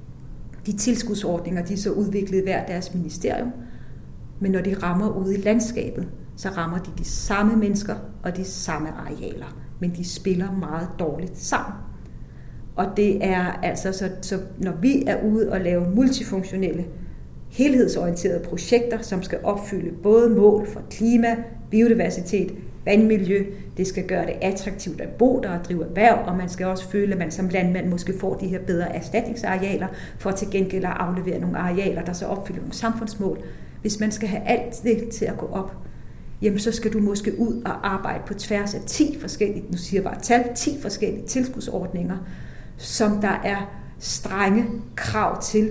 De tilskudsordninger, de er så udviklet hver deres ministerium, men når de rammer ude i landskabet, så rammer de samme mennesker og de samme arealer, men de spiller meget dårligt sammen. Og det er altså, så når vi er ude og lave multifunktionelle, helhedsorienterede projekter, som skal opfylde både mål for klima, biodiversitet, vandmiljø, det skal gøre det attraktivt at bo der og drive erhverv, og man skal også føle, at man som landmand måske får de her bedre erstatningsarealer, for til gengæld at aflevere nogle arealer, der så opfylder nogle samfundsmål. Hvis man skal have alt det til at gå op, jamen så skal du måske ud og arbejde på tværs af 10 forskellige, nu siger jeg bare tal, 10 forskellige tilskudsordninger, som der er strenge krav til,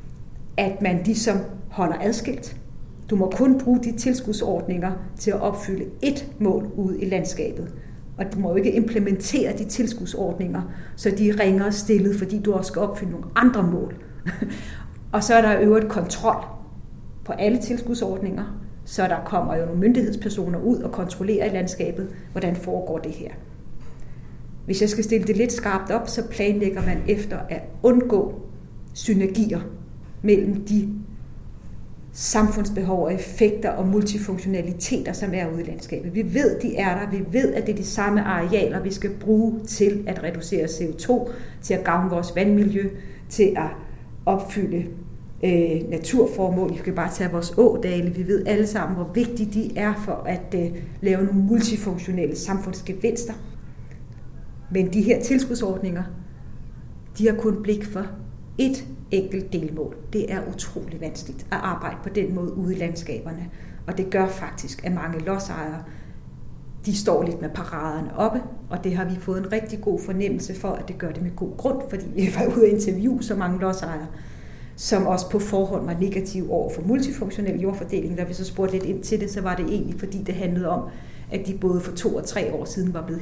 at man ligesom holder adskilt. Du må kun bruge de tilskudsordninger til at opfylde et mål ude i landskabet. Og du må jo ikke implementere de tilskudsordninger, så de er ringere stillet, fordi du også skal opfylde nogle andre mål. Og så er der øvrigt kontrol på alle tilskudsordninger, så der kommer jo nogle myndighedspersoner ud og kontrollerer i landskabet, hvordan foregår det her. Hvis jeg skal stille det lidt skarpt op, så planlægger man efter at undgå synergier mellem de samfundsbehov og effekter og multifunktionaliteter, som er ude i landskabet. Vi ved, de er der. Vi ved, at det er de samme arealer, vi skal bruge til at reducere CO2, til at gavne vores vandmiljø, til at opfylde naturformål. Vi skal bare tage vores ådale. Vi ved alle sammen, hvor vigtige de er for at lave nogle multifunktionelle samfundsgevinster. Men de her tilskudsordninger, de har kun blik for et enkelt delmål. Det er utrolig vanskeligt at arbejde på den måde ude i landskaberne. Og det gør faktisk, at mange lodsejere, de står lidt med paraderne oppe, og det har vi fået en rigtig god fornemmelse for, at det gør det med god grund, fordi vi var ude at interviewe så mange lodsejere, som også på forhånd var negative over for multifunktionel jordfordeling. Da vi så spurgte lidt ind til det, så var det egentlig, fordi det handlede om, at de både for 2 og 3 år siden var blevet,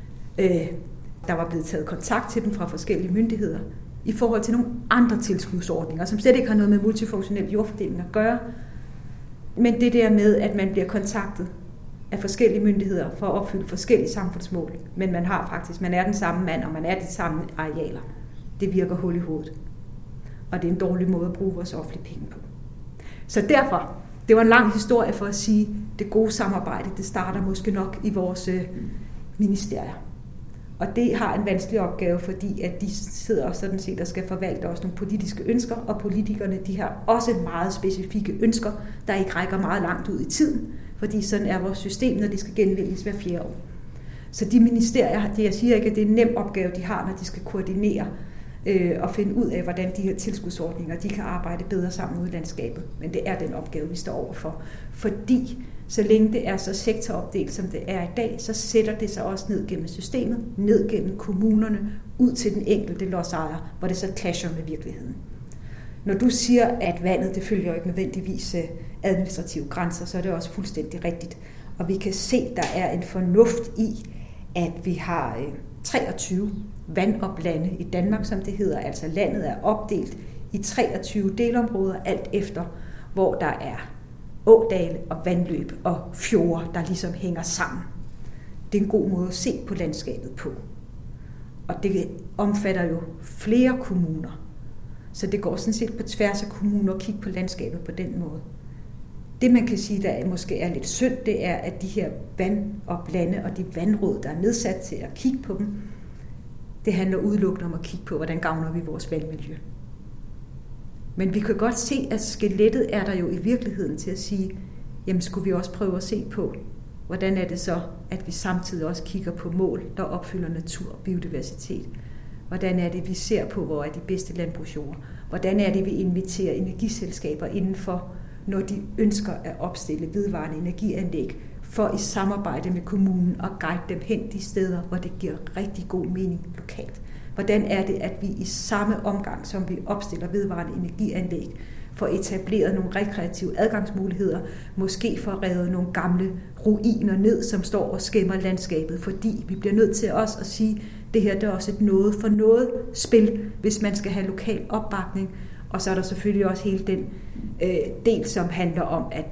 der var blevet taget kontakt til dem fra forskellige myndigheder, i forhold til nogle andre tilskudsordninger, som slet ikke har noget med multifunktionel jordfordeling at gøre. Men det der med, at man bliver kontaktet af forskellige myndigheder for at opfylde forskellige samfundsmål, men man er den samme mand, og man er de samme arealer. Det virker hul i hovedet. Og det er en dårlig måde at bruge vores offentlige penge på. Så derfor, det var en lang historie for at sige, det gode samarbejde, det starter måske nok i vores ministerier. Og det har en vanskelig opgave, fordi at de sidder sådan set og skal forvalte også nogle politiske ønsker, og politikerne de har også meget specifikke ønsker, der ikke rækker meget langt ud i tiden, fordi sådan er vores system, når de skal genvælges hver 4 år. Så de ministerier, jeg siger ikke, at det er en nem opgave, de har, når de skal koordinere og finde ud af, hvordan de her tilskudsordninger de kan arbejde bedre sammen ude i landskabet. Men det er den opgave, vi står overfor. Fordi så længe det er så sektoropdelt, som det er i dag, så sætter det sig også ned gennem systemet, ned gennem kommunerne, ud til den enkelte lodsejer, hvor det så clasher med virkeligheden. Når du siger, at vandet det følger jo ikke nødvendigvis administrative grænser, så er det også fuldstændig rigtigt. Og vi kan se, at der er en fornuft i, at vi har 23 vandoplande i Danmark, som det hedder. Altså landet er opdelt i 23 delområder, alt efter hvor der er ådale og vandløb og fjorde, der ligesom hænger sammen. Det er en god måde at se på landskabet på. Og det omfatter jo flere kommuner. Så det går sådan set på tværs af kommuner at kigge på landskabet på den måde. Det man kan sige, der måske er lidt synd, det er, at de her vandoplande og de vandråd, der er nedsat til at kigge på dem, det handler udelukkende om at kigge på, hvordan gavner vi vores vandmiljø. Men vi kan godt se, at skelettet er der jo i virkeligheden til at sige, jamen skulle vi også prøve at se på, hvordan er det så, at vi samtidig også kigger på mål, der opfylder natur og biodiversitet. Hvordan er det, vi ser på, hvor er de bedste landbrugsjord? Hvordan er det, vi inviterer energiselskaber indenfor, når de ønsker at opstille vedvarende energianlæg, for i samarbejde med kommunen at guide dem hen de steder, hvor det giver rigtig god mening lokalt. Hvordan er det, at vi i samme omgang, som vi opstiller vedvarende energianlæg, får etableret nogle rekreative adgangsmuligheder, måske får revet nogle gamle ruiner ned, som står og skæmmer landskabet, fordi vi bliver nødt til også at sige, at det her det er også et noget for noget spil, hvis man skal have lokal opbakning. Og så er der selvfølgelig også hele den del, som handler om, at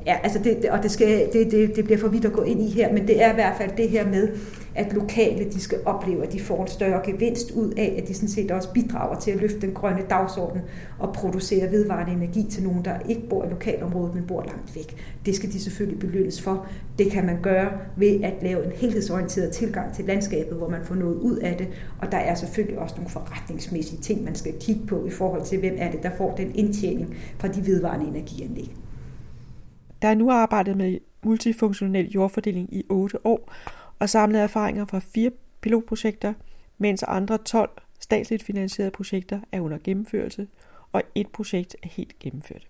det bliver for vidt at gå ind i her, men det er i hvert fald det her med, at lokale de skal opleve, at de får en større gevinst ud af, at de sådan set også bidrager til at løfte den grønne dagsorden og producere vedvarende energi til nogen, der ikke bor i lokalområdet, men bor langt væk. Det skal de selvfølgelig belønnes for. Det kan man gøre ved at lave en helhedsorienteret tilgang til landskabet, hvor man får noget ud af det, og der er selvfølgelig også nogle forretningsmæssige ting, man skal kigge på i forhold til, hvem er det, der får den indtjening fra de vedvarende energianlæg. Der er nu arbejdet med multifunktionel jordfordeling i 8 år, og samlet erfaringer fra 4 pilotprojekter, mens andre 12 statsligt finansierede projekter er under gennemførelse, og et projekt er helt gennemført.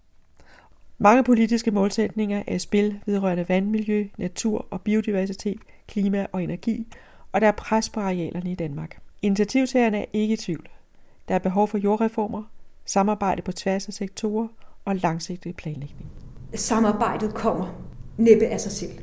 Mange politiske målsætninger er i spil vedrørende vandmiljø, natur og biodiversitet, klima og energi, og der er pres på arealerne i Danmark. Initiativtagerne er ikke i tvivl. Der er behov for jordreformer, samarbejde på tværs af sektorer og langsigtet planlægning. Samarbejdet kommer næppe af sig selv.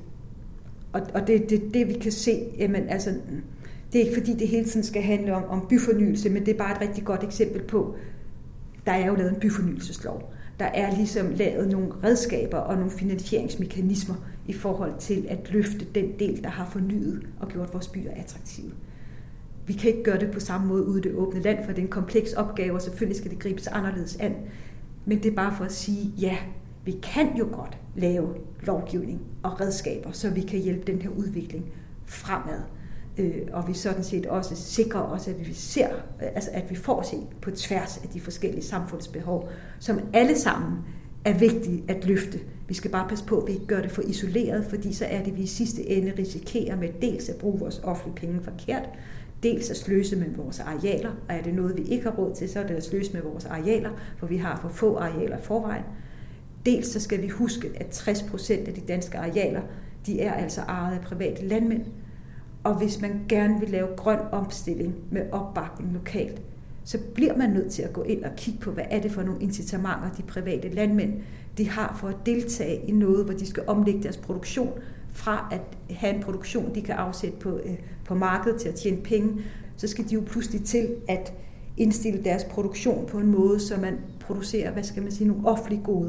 Og det vi kan se, jamen, altså, det er ikke fordi det hele tiden skal handle om byfornyelse, men det er bare et rigtig godt eksempel på, der er jo lavet en byfornyelseslov. Der er ligesom lavet nogle redskaber og nogle finansieringsmekanismer i forhold til at løfte den del, der har fornyet og gjort vores byer attraktive. Vi kan ikke gøre det på samme måde ude i det åbne land, for det er en kompleks opgave, og selvfølgelig skal det gribes anderledes an. Men det er bare for at sige, ja, vi kan jo godt lave lovgivning og redskaber, så vi kan hjælpe den her udvikling fremad. Og vi sådan set også sikrer os, at vi ser, altså at vi får set på tværs af de forskellige samfundsbehov, som alle sammen er vigtige at løfte. Vi skal bare passe på, at vi ikke gør det for isoleret, fordi så er det, vi i sidste ende risikerer med dels at bruge vores offentlige penge forkert, dels at sløse med vores arealer, og er det noget, vi ikke har råd til, så er det at sløse med vores arealer, for vi har for få arealer i forvejen. Dels så skal vi huske, at 60% af de danske arealer, de er altså ejet af private landmænd, og hvis man gerne vil lave grøn omstilling med opbakning lokalt, så bliver man nødt til at gå ind og kigge på, hvad er det for nogle incitamenter, de private landmænd de har for at deltage i noget, hvor de skal omlægge deres produktion fra at have en produktion, de kan afsætte på markedet til at tjene penge, så skal de jo pludselig til at indstille deres produktion på en måde, så man producerer, nogle offentlige goder.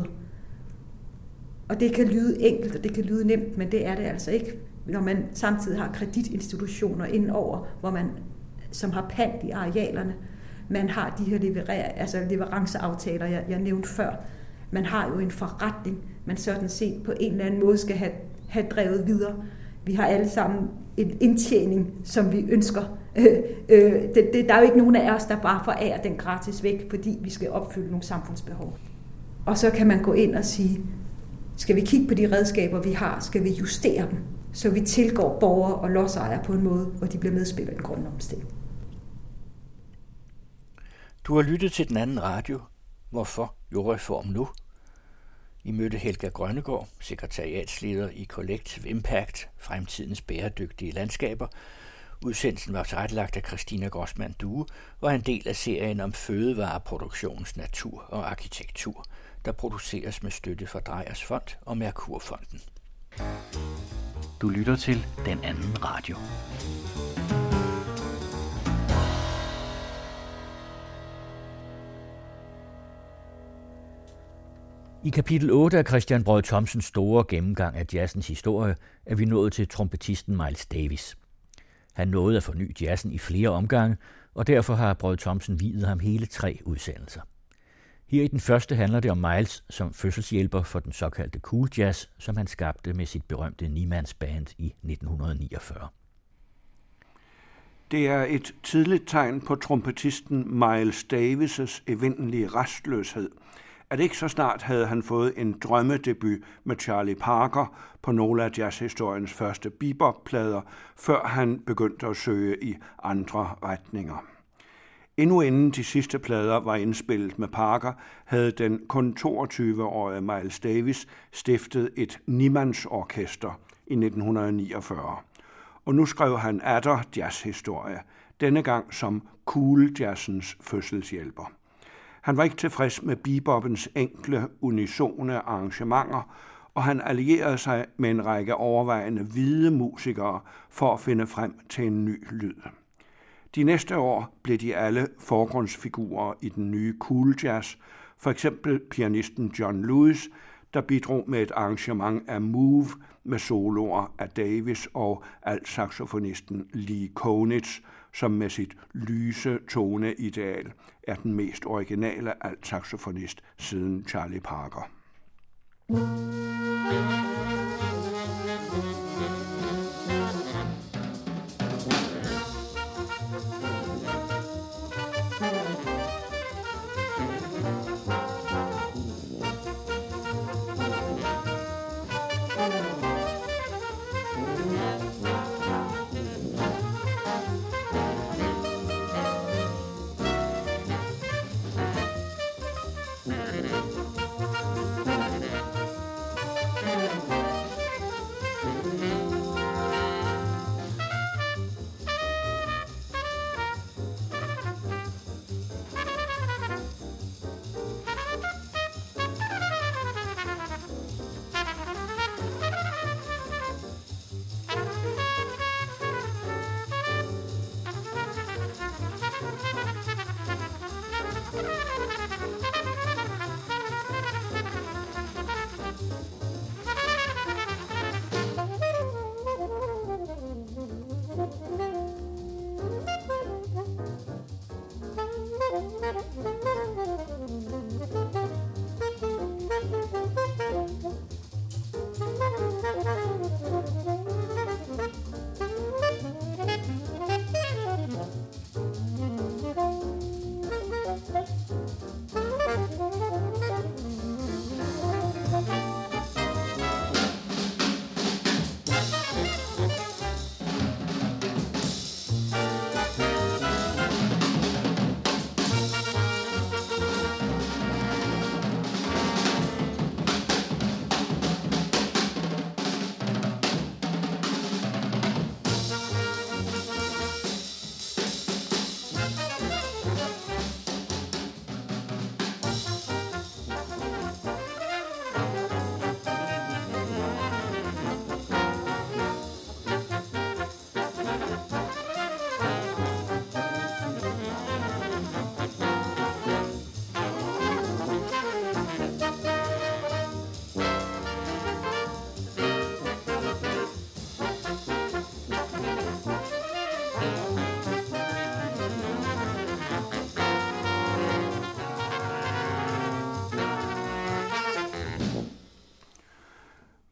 Og det kan lyde enkelt, og det kan lyde nemt, men det er det altså ikke, når man samtidig har kreditinstitutioner indenover, hvor man, som har pant i arealerne, man har de her leveranceaftaler, jeg nævnte før. Man har jo en forretning, man sådan set på en eller anden måde skal have drevet videre. Vi har alle sammen en indtjening, som vi ønsker. Der er jo ikke nogen af os, der bare forærer den gratis væk, fordi vi skal opfylde nogle samfundsbehov. Og så kan man gå ind og sige, skal vi kigge på de redskaber, vi har, skal vi justere dem, så vi tilgår borgere og lodsejere på en måde, hvor de bliver medspillere i den grønne omstilling. Du har lyttet til Den Anden Radio. Hvorfor jordreform nu? I mødte Helga Grønnegård, sekretariatsleder i Collective Impact, Fremtidens bæredygtige landskaber. Udsendelsen var tilrettelagt af Christina Grossmann Due og er en del af serien om fødevareproduktionens natur og arkitektur, der produceres med støtte fra Dreyers Fond og Merkurfonden. Du lytter til Den Anden Radio. I kapitel 8 af Christian Braad Thomsens store gennemgang af jazzens historie er vi nået til trompetisten Miles Davis. Han nåede at forny jazzen i flere omgange, og derfor har Braad Thomsen viet ham hele 3 udsendelser. Her i den første handler det om Miles som fødselshjælper for den såkaldte cool jazz, som han skabte med sit berømte 9-mands band i 1949. Det er et tidligt tegn på trompetisten Miles Davis' evindelige restløshed, at ikke så snart havde han fået en drømmedebut med Charlie Parker på nogle af jazzhistoriens første bebop-plader, før han begyndte at søge i andre retninger. Endnu inden de sidste plader var indspillet med Parker, havde den kun 22-årige Miles Davis stiftet et 9-mandsorkester i 1949. Og nu skrev han atter jazzhistorie, denne gang som cool jazzens fødselshjælper. Han var ikke tilfreds med beboppens enkle, unisone arrangementer, og han allierede sig med en række overvejende hvide musikere for at finde frem til en ny lyd. De næste år blev de alle forgrundsfigurer i den nye cool jazz, for eksempel pianisten John Lewis, der bidrog med et arrangement af Move med soloer af Davis og altsaxofonisten Lee Konitz, som med sit lyse toneideal er den mest originale altsaxofonist siden Charlie Parker.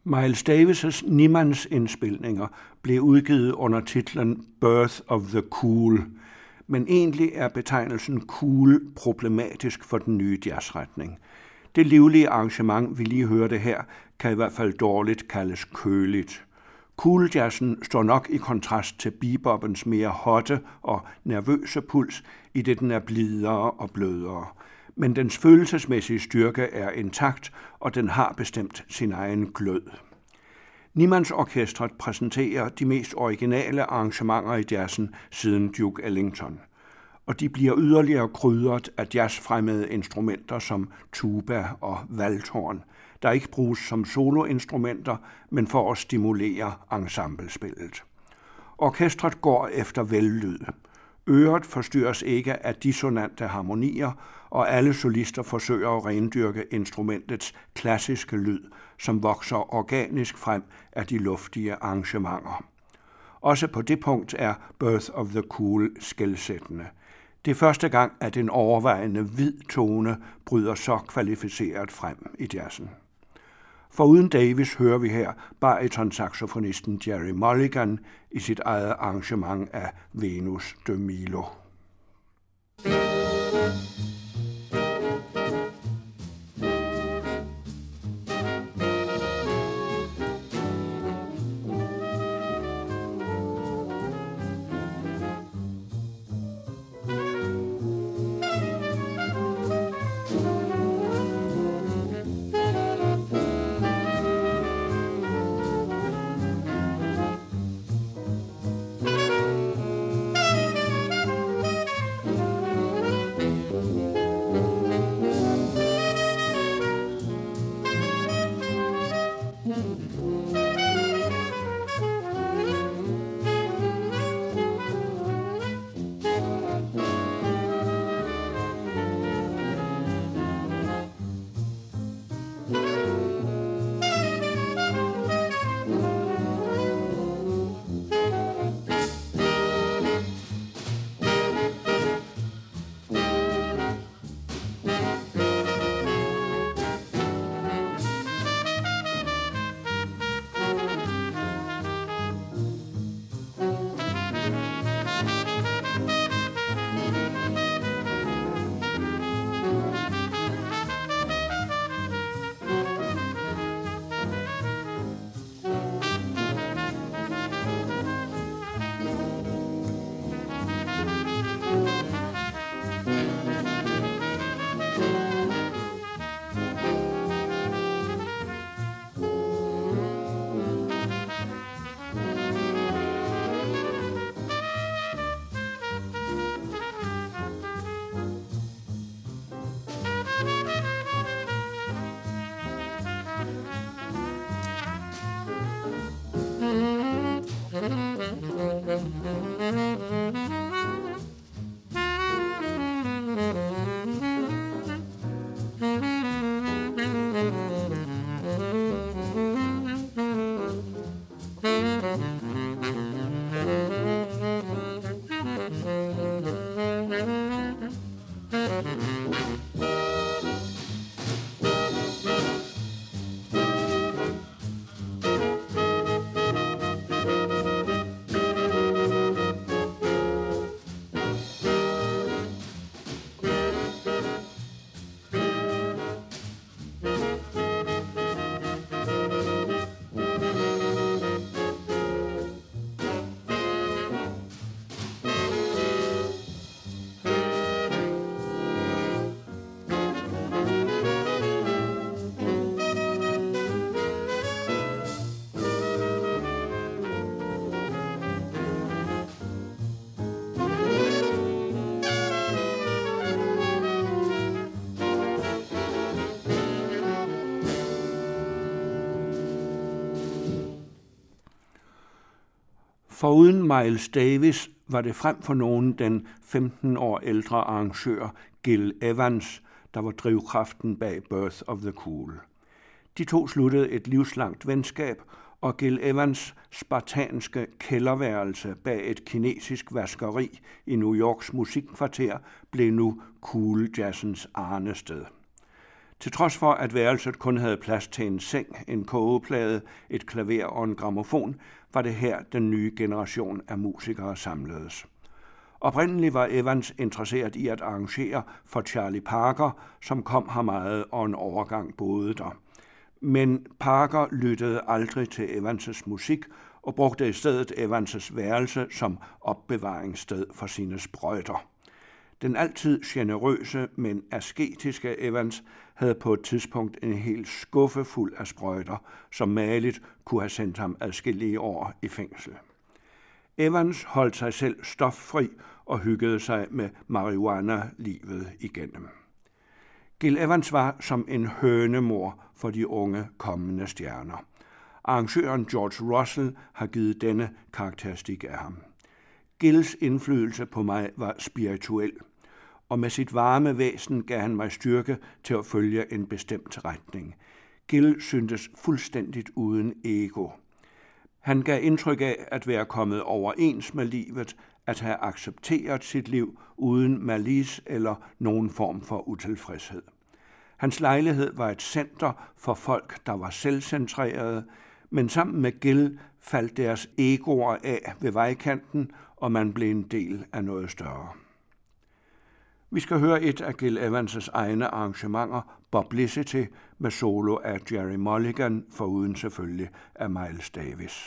Miles Davis' Niemands-indspilninger blev udgivet under titlen Birth of the Cool, men egentlig er betegnelsen cool problematisk for den nye jazzretning. Det livlige arrangement, vi lige hørte her, kan i hvert fald dårligt kaldes køligt. Cool-jazzen står nok i kontrast til beboppens mere hotte og nervøse puls, i det den er blidere og blødere. Men dens følelsesmæssige styrke er intakt, og den har bestemt sin egen glød. Niemands Orkestret præsenterer de mest originale arrangementer i jazzen siden Duke Ellington, og de bliver yderligere krydret af jazzfremmede instrumenter som tuba og valthorn, der ikke bruges som soloinstrumenter, men for at stimulere ensemblespillet. Orkestret går efter vellyd. Øret forstyrres ikke af dissonante harmonier, og alle solister forsøger at rendyrke instrumentets klassiske lyd, som vokser organisk frem af de luftige arrangementer. Også på det punkt er Birth of the Cool skelsættende. Det er første gang, at en overvejende hvid tone bryder så kvalificeret frem i jazzen. Foruden Davis hører vi her bariton-saxofonisten Jerry Mulligan i sit eget arrangement af Venus de Milo. Foruden Miles Davis var det frem for nogen den 15 år ældre arrangør Gil Evans, der var drivkraften bag Birth of the Cool. De to sluttede et livslangt venskab, og Gil Evans' spartanske kælderværelse bag et kinesisk vaskeri i New Yorks musikkvarter blev nu cool jazzens arnested. Til trods for, at værelset kun havde plads til en seng, en kogeplade, et klaver og en grammofon, var det her den nye generation af musikere samledes. Oprindeligt var Evans interesseret i at arrangere for Charlie Parker, som kom her meget og en overgang boede der. Men Parker lyttede aldrig til Evans' musik og brugte i stedet Evans' værelse som opbevaringssted for sine sprøjter. Den altid generøse, men asketiske Evans havde på et tidspunkt en hel skuffe fuld af sprøjter, som mageligt kunne have sendt ham adskillige år i fængsel. Evans holdt sig selv stoffri og hyggede sig med marihuana livet igennem. Gil Evans var som en hønemor for de unge kommende stjerner. Arrangøren George Russell har givet denne karakteristik af ham. Gils indflydelse på mig var spirituel, og med sit varme væsen gav han mig styrke til at følge en bestemt retning. Gil syntes fuldstændigt uden ego. Han gav indtryk af at være kommet overens med livet, at have accepteret sit liv uden malice eller nogen form for utilfredshed. Hans lejlighed var et center for folk, der var selvcentrerede, men sammen med Gil faldt deres egoer af ved vejkanten, og man blev en del af noget større. Vi skal høre et af Gil Evans' egne arrangementer, Publicity, med solo af Jerry Mulligan, foruden selvfølgelig af Miles Davis.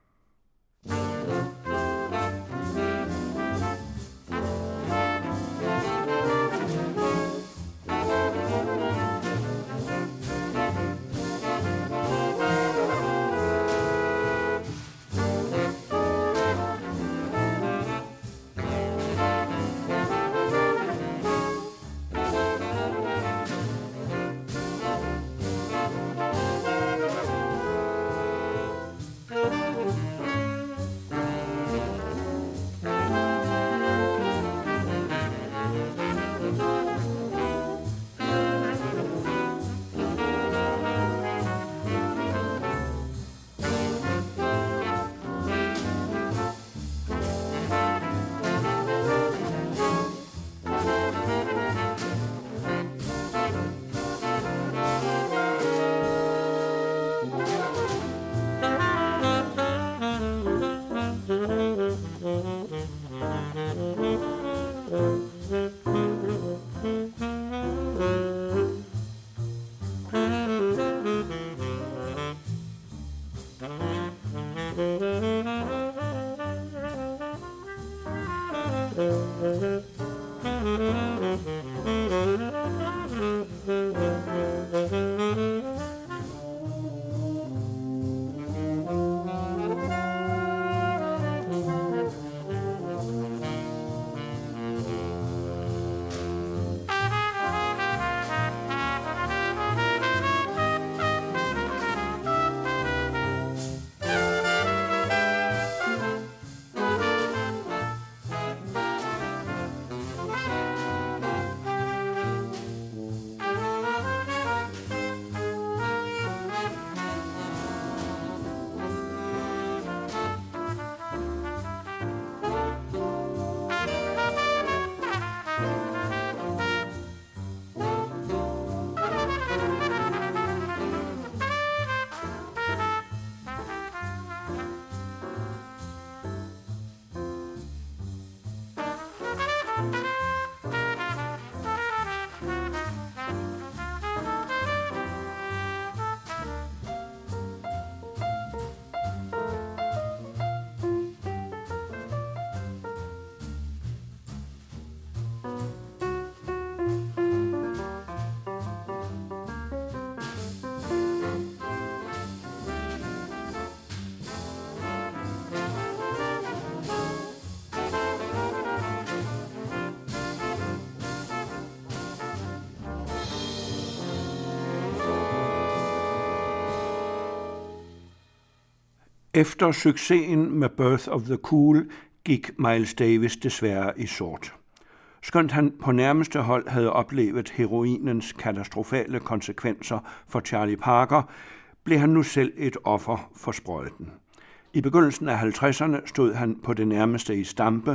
Efter succesen med Birth of the Cool gik Miles Davis desværre i sort. Skønt han på nærmeste hold havde oplevet heroinens katastrofale konsekvenser for Charlie Parker, blev han nu selv et offer for sprøjten. I begyndelsen af 50'erne stod han på det nærmeste i stampe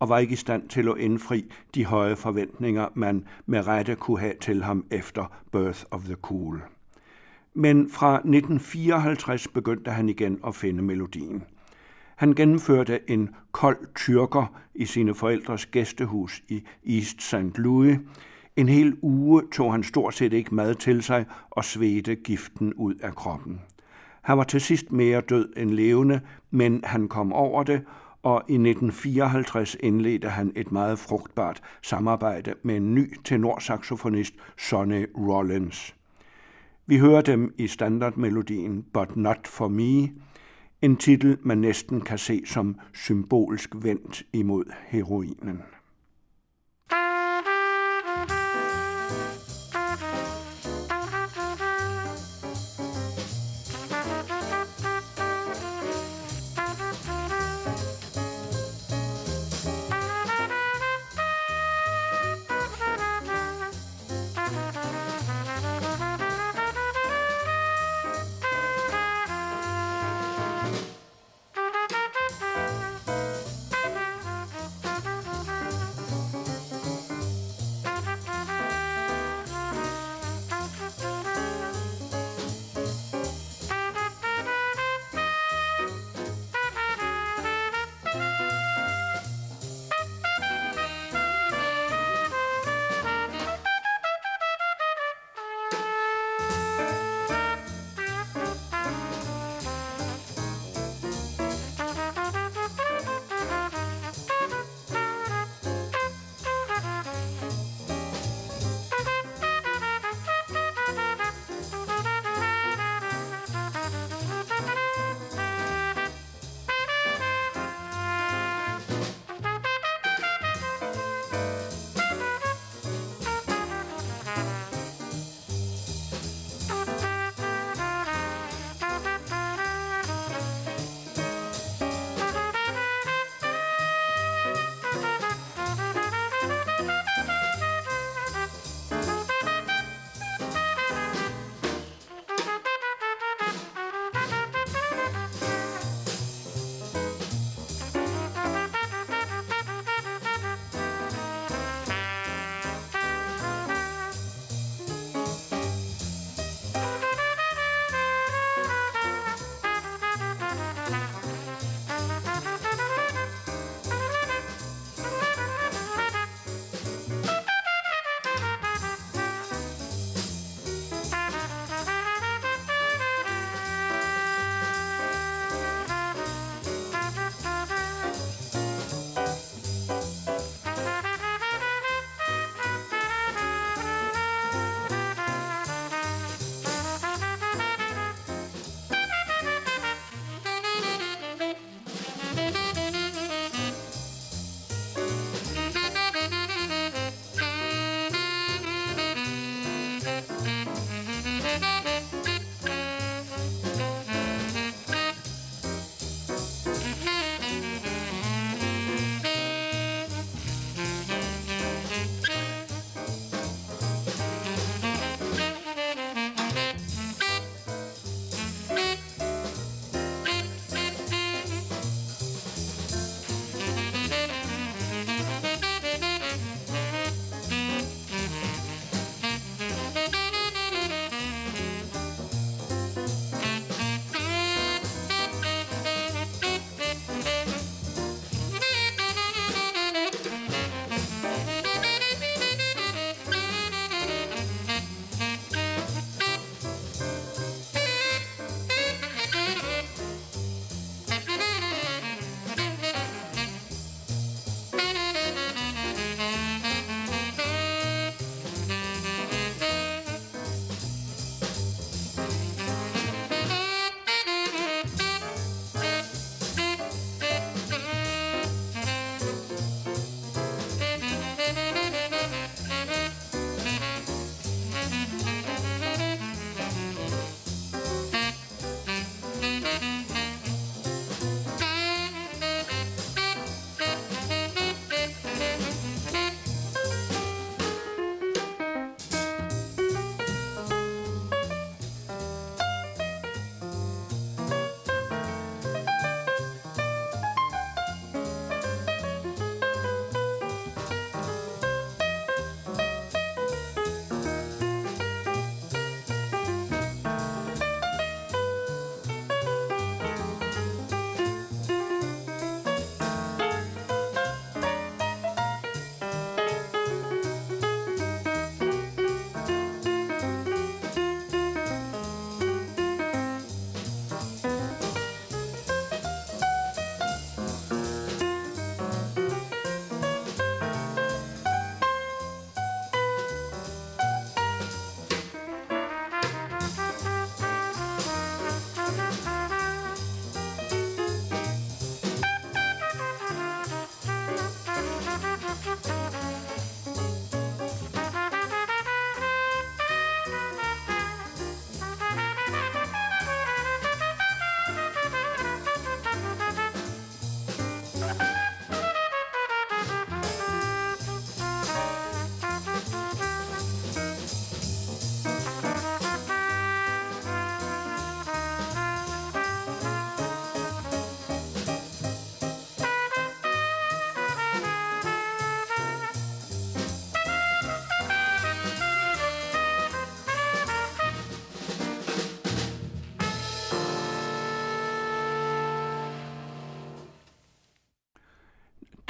og var ikke i stand til at indfri de høje forventninger, man med rette kunne have til ham efter Birth of the Cool. Men fra 1954 begyndte han igen at finde melodien. Han gennemførte en kold tyrker i sine forældres gæstehus i East St. Louis. En hel uge tog han stort set ikke mad til sig og svedte giften ud af kroppen. Han var til sidst mere død end levende, men han kom over det, og i 1954 indledte han et meget frugtbart samarbejde med en ny tenorsaxofonist, Sonny Rollins. Vi hører dem i standardmelodien But Not For Me, en titel, man næsten kan se som symbolsk vendt imod heroinen.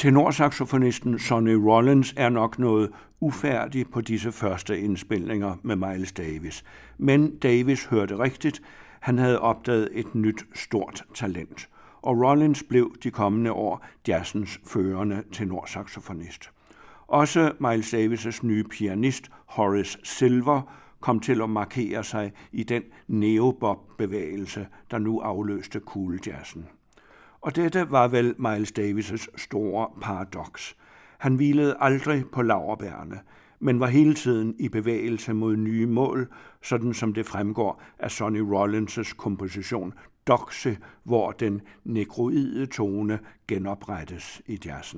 Tenorsaxofonisten Sonny Rollins er nok noget ufærdig på disse første indspilninger med Miles Davis. Men Davis hørte rigtigt. Han havde opdaget et nyt stort talent. Og Rollins blev de kommende år jazzens førende tenorsaxofonist. Også Miles Davis' nye pianist Horace Silver kom til at markere sig i den neobop-bevægelse, der nu afløste cool-jazzen. Og dette var vel Miles Davis' store paradoks. Han hvilede aldrig på laurbærrene, men var hele tiden i bevægelse mod nye mål, sådan som det fremgår af Sonny Rollins' komposition Doxe, hvor den negroide tone genoprettes i jazzen.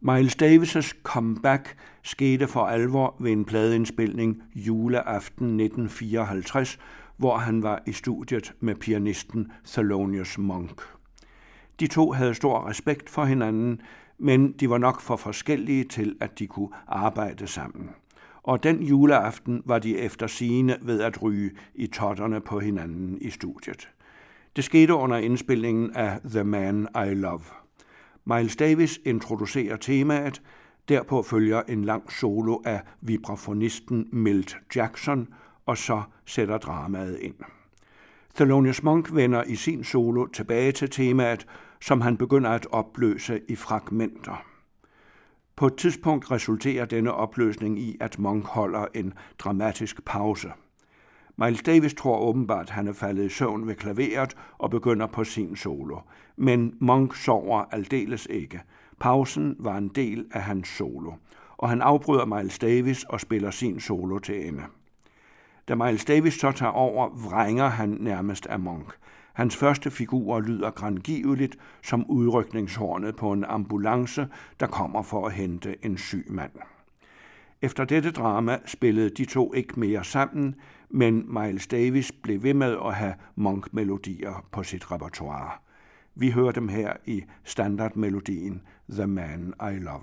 Miles Davis' comeback skete for alvor ved en pladeindspilning juleaften 1954, hvor han var i studiet med pianisten Thelonious Monk. De to havde stor respekt for hinanden, men de var nok for forskellige til, at de kunne arbejde sammen. Og den juleaften var de efter sigende ved at ryge i totterne på hinanden i studiet. Det skete under indspilningen af The Man I Love. Miles Davis introducerer temaet, derpå følger en lang solo af vibrafonisten Milt Jackson, og så sætter dramaet ind. Thelonious Monk vender i sin solo tilbage til temaet, som han begynder at opløse i fragmenter. På et tidspunkt resulterer denne opløsning i, at Monk holder en dramatisk pause. Miles Davis tror åbenbart, at han er faldet i søvn ved klaveret og begynder på sin solo. Men Monk sover aldeles ikke. Pausen var en del af hans solo, og han afbryder Miles Davis og spiller sin solo til ende. Da Miles Davis så tager over, vrænger han nærmest af Monk. Hans første figur lyder grangiveligt som udrykningshornet på en ambulance, der kommer for at hente en syg mand. Efter dette drama spillede de to ikke mere sammen, men Miles Davis blev ved med at have Monk-melodier på sit repertoire. Vi hører dem her i standardmelodien The Man I Love.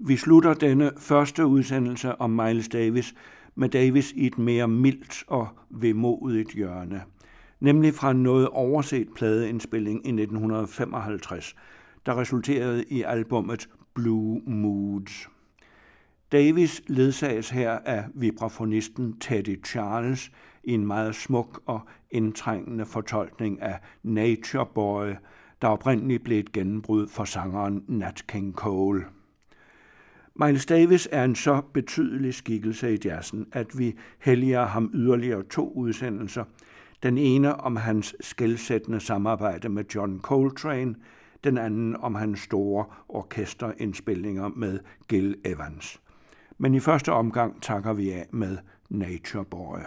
Vi slutter denne første udsendelse om Miles Davis med Davis i et mere mildt og vemodigt hjørne, nemlig fra en noget overset pladeindspilling i 1955, der resulterede i albummet Blue Moods. Davis ledsages her af vibrafonisten Teddy Charles i en meget smuk og indtrængende fortolkning af Nature Boy, der oprindeligt blev et gennembrud for sangeren Nat King Cole. Miles Davis er en så betydelig skikkelse i jazzen, at vi helliger ham yderligere 2 udsendelser. Den ene om hans skelsættende samarbejde med John Coltrane, den anden om hans store orkesterindspilninger med Gil Evans. Men i første omgang takker vi af med Nature Boy.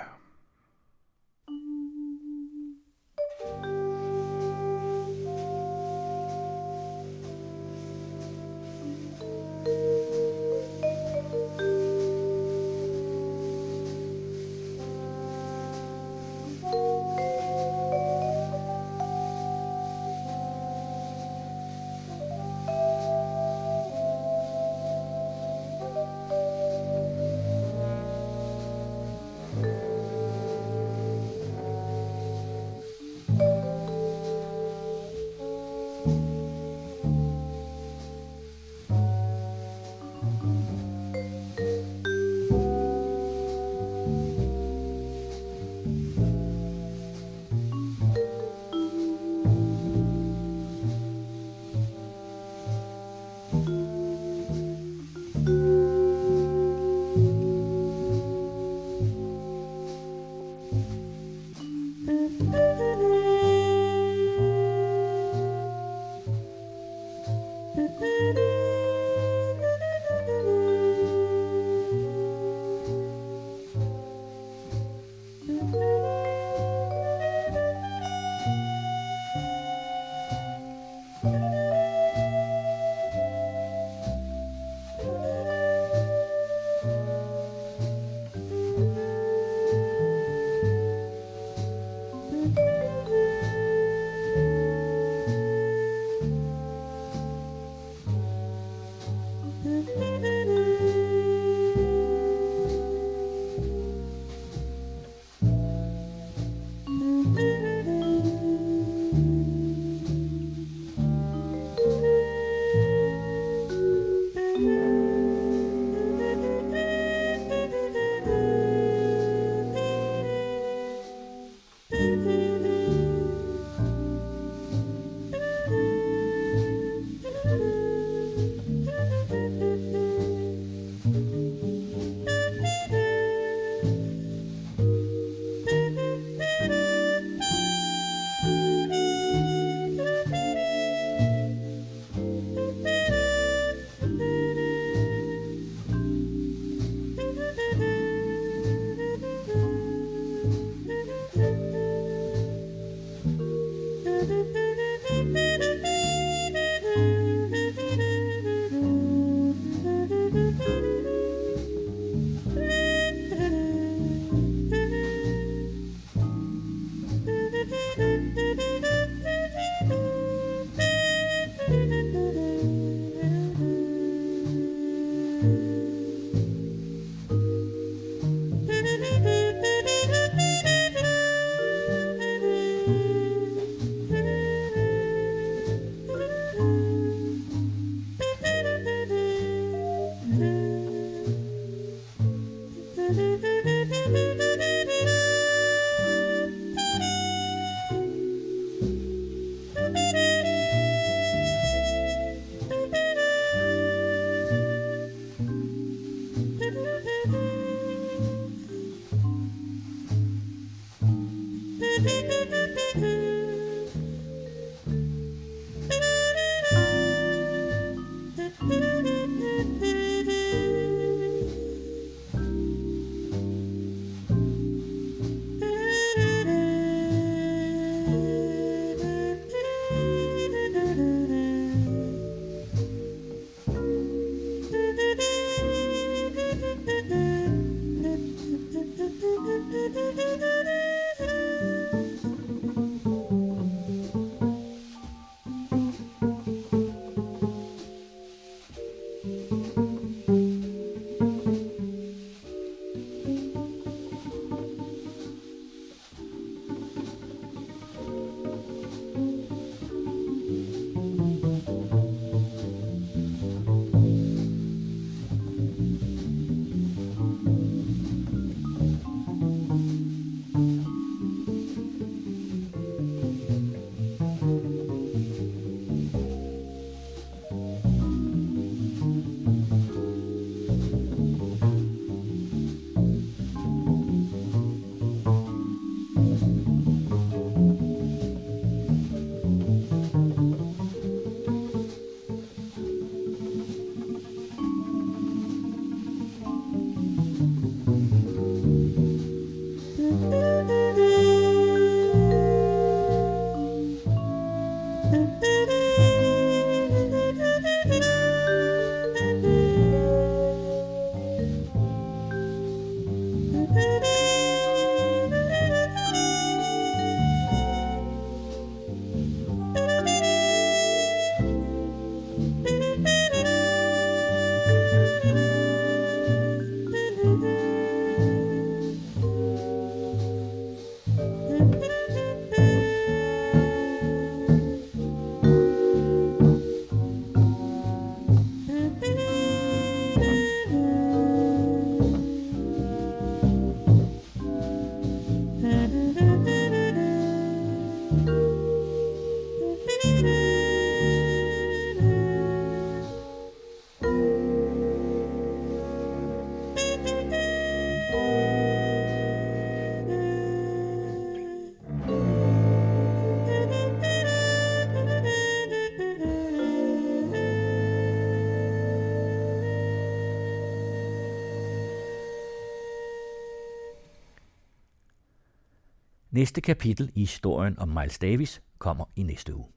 Næste kapitel i historien om Miles Davis kommer i næste uge.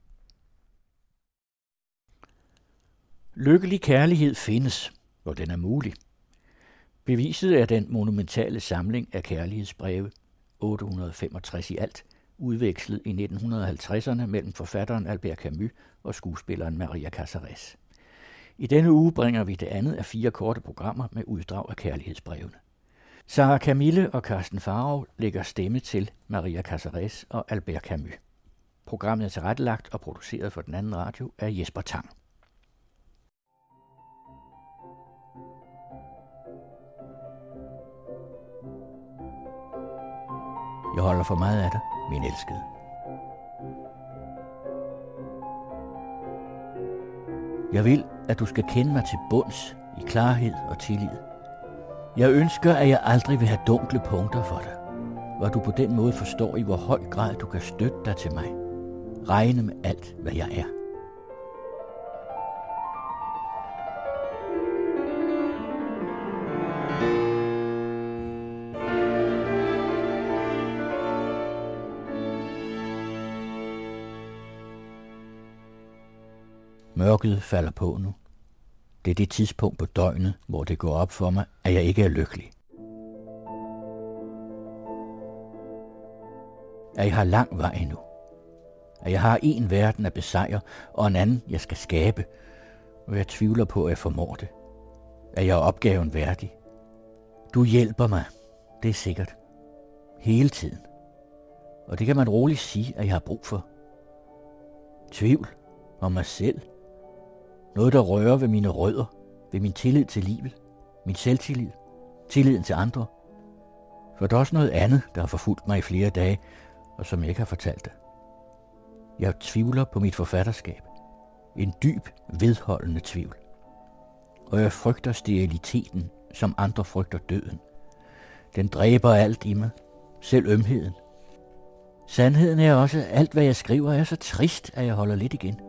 Lykkelig kærlighed findes, hvor den er mulig. Beviset er den monumentale samling af kærlighedsbreve, 865 i alt, udvekslet i 1950'erne mellem forfatteren Albert Camus og skuespilleren Maria Casares. I denne uge bringer vi det andet af 4 korte programmer med uddrag af kærlighedsbrevene. Sarah Camille og Carsten Farov lægger stemme til Maria Casares og Albert Camus. Programmet er tilrettelagt og produceret for Den Anden Radio af Jesper Tang. Jeg holder for meget af dig, min elskede. Jeg vil, at du skal kende mig til bunds i klarhed og tillid. Jeg ønsker, at jeg aldrig vil have dunkle punkter for dig, hvor du på den måde forstår, i hvor høj grad du kan støtte dig til mig. Regne med alt, hvad jeg er. Mørket falder på nu. Det er det tidspunkt på døgnet, hvor det går op for mig, at jeg ikke er lykkelig. At jeg har lang vej endnu. At jeg har en verden at besejre, og en anden, jeg skal skabe. Og jeg tvivler på, at jeg formår det. At jeg er opgaven værdig. Du hjælper mig. Det er sikkert. Hele tiden. Og det kan man roligt sige, at jeg har brug for. Tvivl om mig selv. Noget, der rører ved mine rødder, ved min tillid til livet, min selvtillid, tilliden til andre. For der er også noget andet, der har forfulgt mig i flere dage, og som jeg ikke har fortalt dig. Jeg tvivler på mit forfatterskab. En dyb, vedholdende tvivl. Og jeg frygter steriliteten, som andre frygter døden. Den dræber alt i mig, selv ømheden. Sandheden er også, at alt hvad jeg skriver er så trist, at jeg holder lidt igen.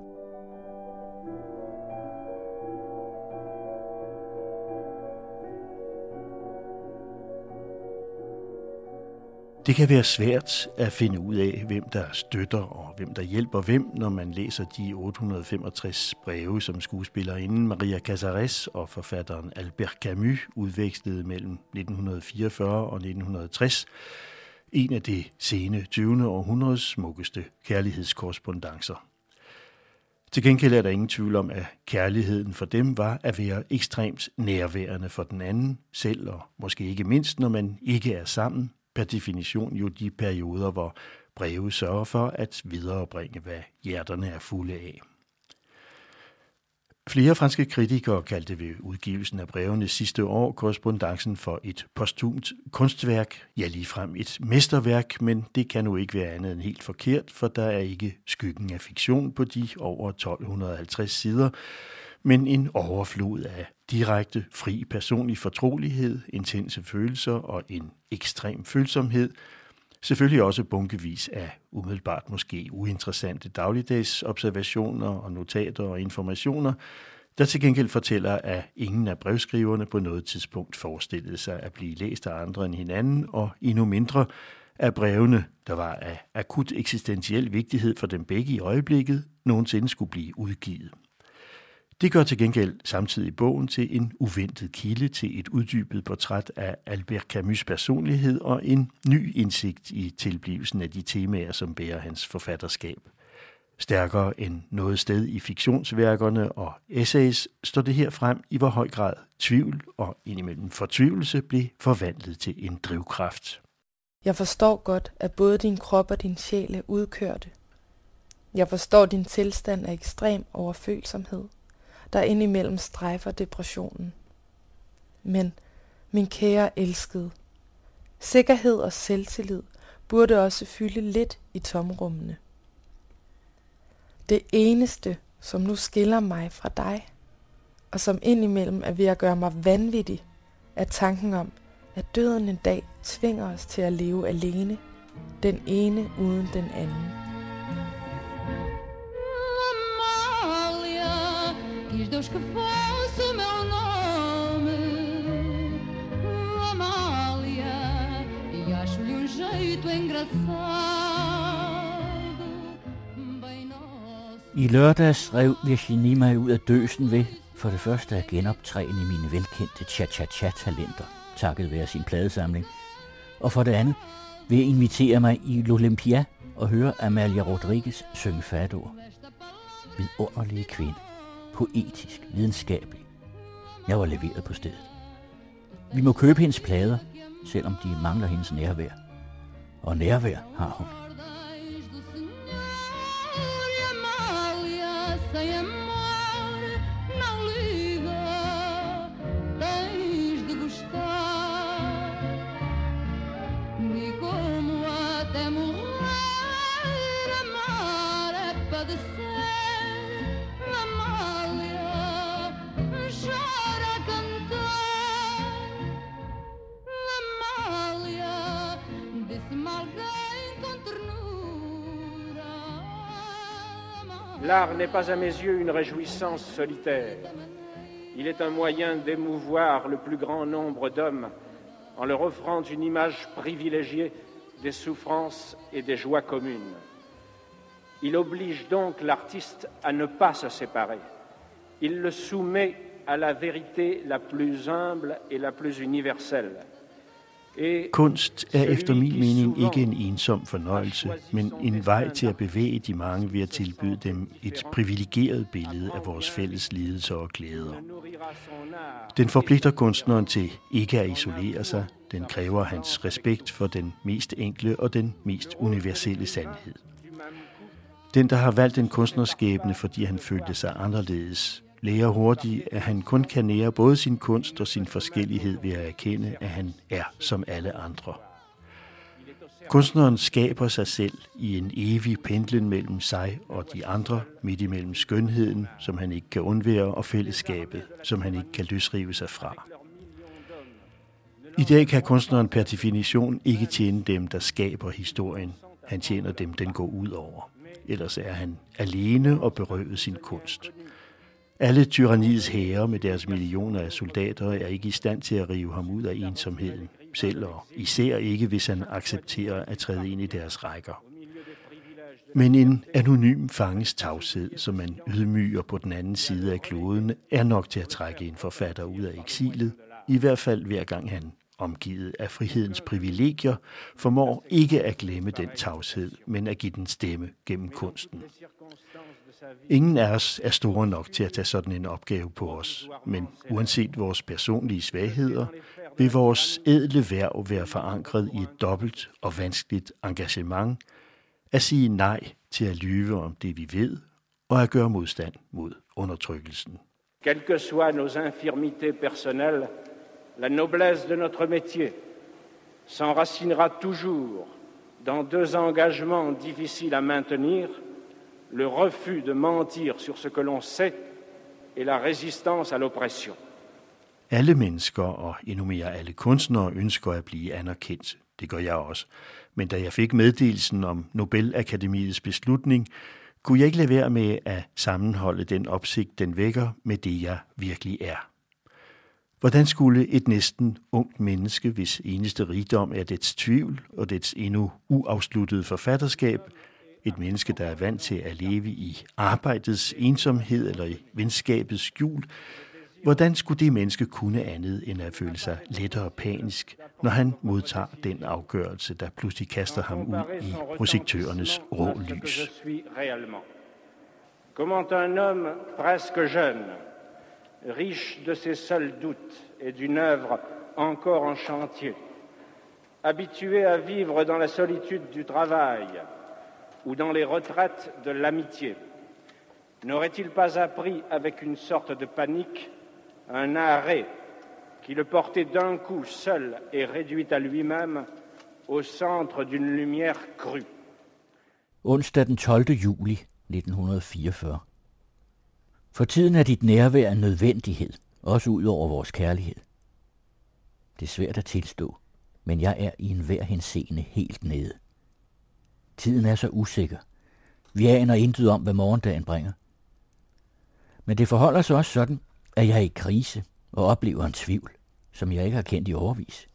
Det kan være svært at finde ud af, hvem der støtter og hvem der hjælper hvem, når man læser de 865 breve, som skuespillerinden Maria Casares og forfatteren Albert Camus udvekslede mellem 1944 og 1960. En af det sene 20. århundredes smukkeste kærlighedskorrespondancer. Til gengæld er der ingen tvivl om, at kærligheden for dem var at være ekstremt nærværende for den anden, selv og måske ikke mindst, når man ikke er sammen, per definition jo de perioder, hvor breve sørger for at viderebringe, hvad hjerterne er fulde af. Flere franske kritikere kaldte ved udgivelsen af brevene sidste år korrespondancen for et posthumt kunstværk, ja ligefrem et mesterværk, men det kan nu ikke være andet end helt forkert, for der er ikke skyggen af fiktion på de over 1250 sider, men en overflod af direkte, fri personlig fortrolighed, intense følelser og en ekstrem følsomhed. Selvfølgelig også bunkevis af umiddelbart måske uinteressante dagligdags observationer og notater og informationer, der til gengæld fortæller, at ingen af brevskriverne på noget tidspunkt forestillede sig at blive læst af andre end hinanden, og endnu mindre af brevene, der var af akut eksistentiel vigtighed for dem begge i øjeblikket, nogensinde skulle blive udgivet. Det gør til gengæld samtidig bogen til en uventet kilde til et uddybet portræt af Albert Camus' personlighed og en ny indsigt i tilblivelsen af de temaer, som bærer hans forfatterskab. Stærkere end noget sted i fiktionsværkerne og essays står det her frem i hvor høj grad tvivl og indimellem fortvivlelse blev forvandlet til en drivkraft. Jeg forstår godt, at både din krop og din sjæl er udkørte. Jeg forstår din tilstand af ekstrem overfølsomhed, der indimellem strejfer depressionen. Men, min kære elskede, sikkerhed og selvtillid burde også fylde lidt i tomrummene. Det eneste, som nu skiller mig fra dig, og som indimellem er ved at gøre mig vanvittig, er tanken om, at døden en dag tvinger os til at leve alene, den ene uden den anden. Quis Deus que fosse o meu nome, Amália, e acho-lhe jeito engraçado. I lørdags rev Virginie mig ud af døsen ved for det første at genoptræne mine velkendte cha-cha-cha-talenter, takket være sin pladesamling, og for det andet ved at invitere mig i l'Olympia og høre Amalia Rodriguez synge fatord. Vidunderlige kvinde, poetisk, videnskabelig. Jeg var leveret på stedet. Vi må købe hendes plader, selvom de mangler hendes nærvær. Og nærvær har hun. L'art n'est pas à mes yeux une réjouissance solitaire. Il est un moyen d'émouvoir le plus grand nombre d'hommes en leur offrant une image privilégiée des souffrances et des joies communes. Il oblige donc l'artiste à ne pas se séparer. Il le soumet à la vérité la plus humble et la plus universelle. Kunst er efter min mening ikke en ensom fornøjelse, men en vej til at bevæge de mange ved at tilbyde dem et privilegeret billede af vores fælles lidelser og glæder. Den forpligter kunstneren til ikke at isolere sig. Den kræver hans respekt for den mest enkle og den mest universelle sandhed. Den, der har valgt en kunstnerskæbne, fordi han følte sig anderledes, lærer hurtigt, at han kun kan nære både sin kunst og sin forskellighed ved at erkende, at han er som alle andre. Kunstneren skaber sig selv i en evig pendlen mellem sig og de andre, midt imellem skønheden, som han ikke kan undvære, og fællesskabet, som han ikke kan løsrive sig fra. I dag kan kunstneren per definition ikke tjene dem, der skaber historien. Han tjener dem, den går ud over. Ellers er han alene og berøvet sin kunst. Alle tyranniets hære med deres millioner af soldater er ikke i stand til at rive ham ud af ensomheden, selv og især ikke, hvis han accepterer at træde ind i deres rækker. Men en anonym fanges tavshed, som man ydmyger på den anden side af kloden, er nok til at trække en forfatter ud af eksilet, i hvert fald hver gang han, omgivet af frihedens privilegier, formår ikke at glemme den tavshed, men at give den stemme gennem kunsten. Ingen af os er store nok til at tage sådan en opgave på os, men uanset vores personlige svagheder, vil vores ædle hverv være forankret i et dobbelt og vanskeligt engagement, at sige nej til at lyve om det, vi ved, og at gøre modstand mod undertrykkelsen. Quelles que soient nos infirmités personnelles, la noblesse de notre métier s'enracinera toujours dans deux engagements difficiles à maintenir, le refus de mentir sur ce que l'on sait et la résistance à l'oppression. Alle mennesker, og endnu mere alle kunstnere, ønsker at blive anerkendt. Det gør jeg også. Men da jeg fik meddelelsen om Nobelakademiets beslutning, kunne jeg ikke lade være med at sammenholde den opsigt, den vækker, med det, jeg virkelig er. Hvordan skulle et næsten ungt menneske, hvis eneste rigdom er dets tvivl og dets endnu uafsluttede forfatterskab, et menneske, der er vant til at leve i arbejdets ensomhed eller i venskabets skjul, hvordan skulle det menneske kunne andet end at føle sig lettere panisk, når han modtager den afgørelse, der pludselig kaster ham ud i projektørernes rå lys? Comment un homme presque jeune, riche de ses seuls doutes et d'une œuvre encore en chantier, habitué à vivre dans la solitude du travail ou dans les retraites de l'amitié, n'aurait-il pas appris avec une sorte de panique un arrêt qui le portait d'un coup seul et réduit à lui-même au centre d'une lumière crue? Onsdag den 12. juli 1944. For tiden er dit nærvær en nødvendighed, også ud over vores kærlighed. Det er svært at tilstå, men jeg er i enhver henseende helt nede. Tiden er så usikker. Vi aner intet om, hvad morgendagen bringer. Men det forholder sig også sådan, at jeg er i krise og oplever en tvivl, som jeg ikke har kendt i årevis.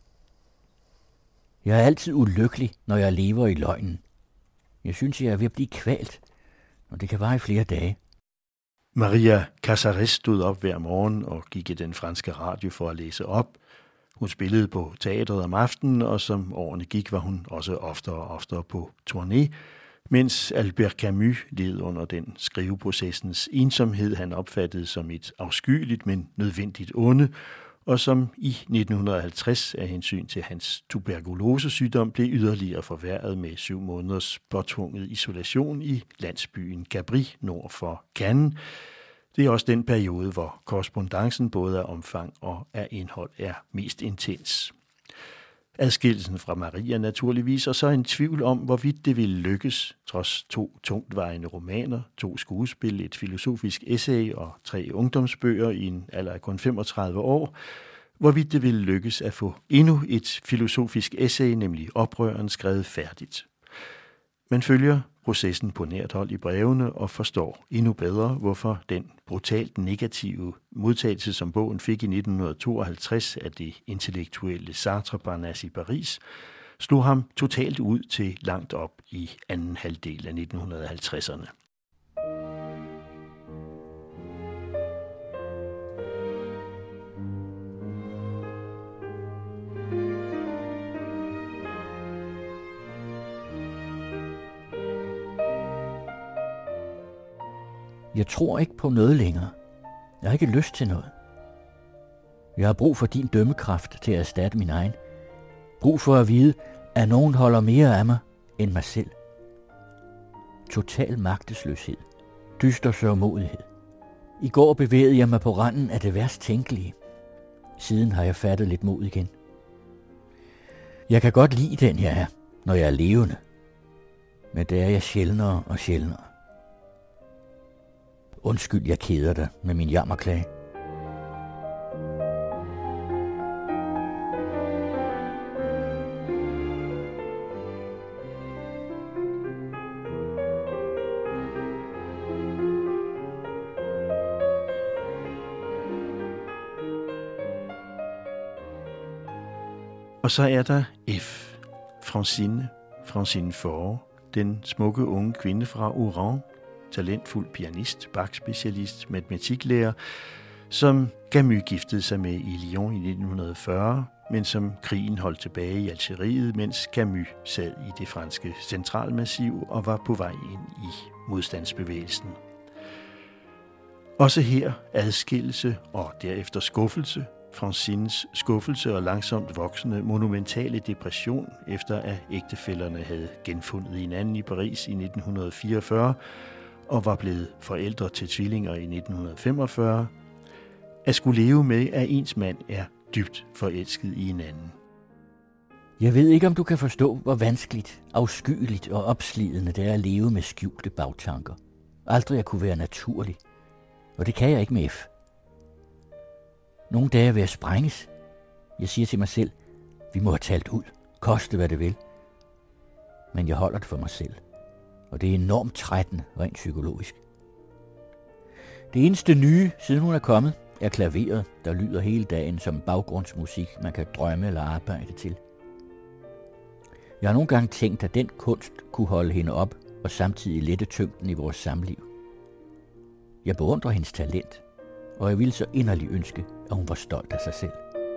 Jeg er altid ulykkelig, når jeg lever i løgnen. Jeg synes, jeg er ved at blive kvalt. og det kan vare i flere dage. Maria Casares stod op hver morgen og gik i den franske radio for at læse op. Hun spillede på teatret om aftenen, og som årene gik, var hun også oftere og oftere på turné, mens Albert Camus led under den skriveprocessens ensomhed, han opfattede som et afskyeligt, men nødvendigt onde, og som i 1950 af hensyn til hans tuberkulosesygdom blev yderligere forværret med 7 måneders påtvunget isolation i landsbyen Cabri nord for Cannes. Det er også den periode, hvor korrespondancen både af omfang og af indhold er mest intens. Adskillelsen fra Maria naturligvis, og så en tvivl om, hvorvidt det ville lykkes, trods 2 tungtvejende romaner, 2 skuespil, et filosofisk essay og 3 ungdomsbøger i en alder af kun 35 år, hvorvidt det ville lykkes at få endnu et filosofisk essay, nemlig Oprøren, skrevet færdigt. Man følger processen på nært hold i brevene og forstår endnu bedre, hvorfor den brutalt negative modtagelse, som bogen fik i 1952 af det intellektuelle Sartre Parnasse i Paris, slog ham totalt ud til langt op i anden halvdel af 1950'erne. Jeg tror ikke på noget længere. Jeg har ikke lyst til noget. Jeg har brug for din dømmekraft til at erstatte min egen. Brug for at vide, at nogen holder mere af mig end mig selv. Total magtesløshed. Dyster sørgmodighed. I går bevægede jeg mig på randen af det værst tænkelige. Siden har jeg fattet lidt mod igen. Jeg kan godt lide den, jeg er, når jeg er levende. Men det er jeg sjældnere og sjældnere. Undskyld, jeg keder dig med min jammerklage. Og så er der F. Francine Faure, den smukke unge kvinde fra Oran, talentfuld pianist, Bach-specialist, matematiklærer, som Camus giftede sig med i Lyon i 1940, men som krigen holdt tilbage i Algeriet, mens Camus sad i det franske centralmassiv og var på vej ind i modstandsbevægelsen. Også her adskillelse og derefter skuffelse, Francines skuffelse og langsomt voksende monumentale depression, efter at ægtefællerne havde genfundet hinanden i Paris i 1944, og var blevet forældre til tvillinger i 1945, at skulle leve med, at ens mand er dybt forelsket i en anden. Jeg ved ikke, om du kan forstå, hvor vanskeligt, afskyeligt og opslidende det er at leve med skjulte bagtanker. Aldrig at kunne være naturlig. Og det kan jeg ikke med F. Nogle dage vil jeg sprænges. Jeg siger til mig selv, vi må have talt ud, koste hvad det vil. Men jeg holder det for mig selv. Og det er enormt trættende, rent psykologisk. Det eneste nye, siden hun er kommet, er klaveret, der lyder hele dagen som baggrundsmusik, man kan drømme eller arbejde til. Jeg har nogle gange tænkt, at den kunst kunne holde hende op og samtidig lette tyngden i vores samliv. Jeg beundrer hendes talent, og jeg ville så inderligt ønske, at hun var stolt af sig selv.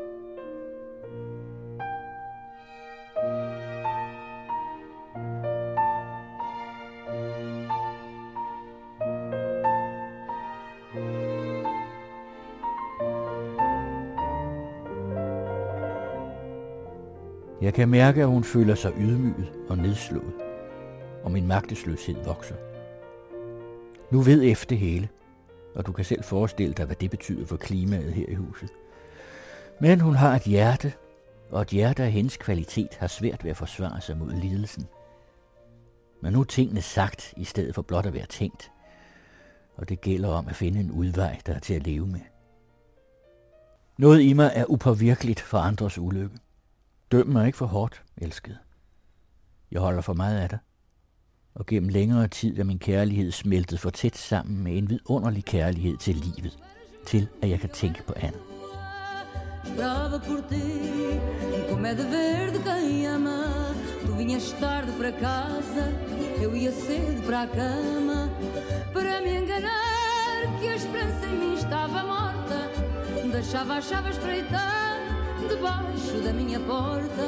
Jeg kan mærke, at hun føler sig ydmyget og nedslået, og min magtesløshed vokser. Nu ved F det hele, og du kan selv forestille dig, hvad det betyder for klimaet her i huset. Men hun har et hjerte, og et hjerte af hendes kvalitet har svært ved at forsvare sig mod lidelsen. Men nu er tingene sagt, i stedet for blot at være tænkt, og det gælder om at finde en udvej, der er til at leve med. Noget i mig er upåvirkeligt for andres ulykke. Døm mig ikke for hårdt, elskede. Jeg holder for meget af dig. Og gennem længere tid er min kærlighed smeltet for tæt sammen med en vidunderlig kærlighed til livet. Til at jeg kan tænke på andet. Brava por ti, como é de verde quem ama. Tu vinhas tarde para casa, eu ia cedo para a cama. para me enganar que a esperança em mim estava morta. Deixava a chave espreitar debaixo da minha porta.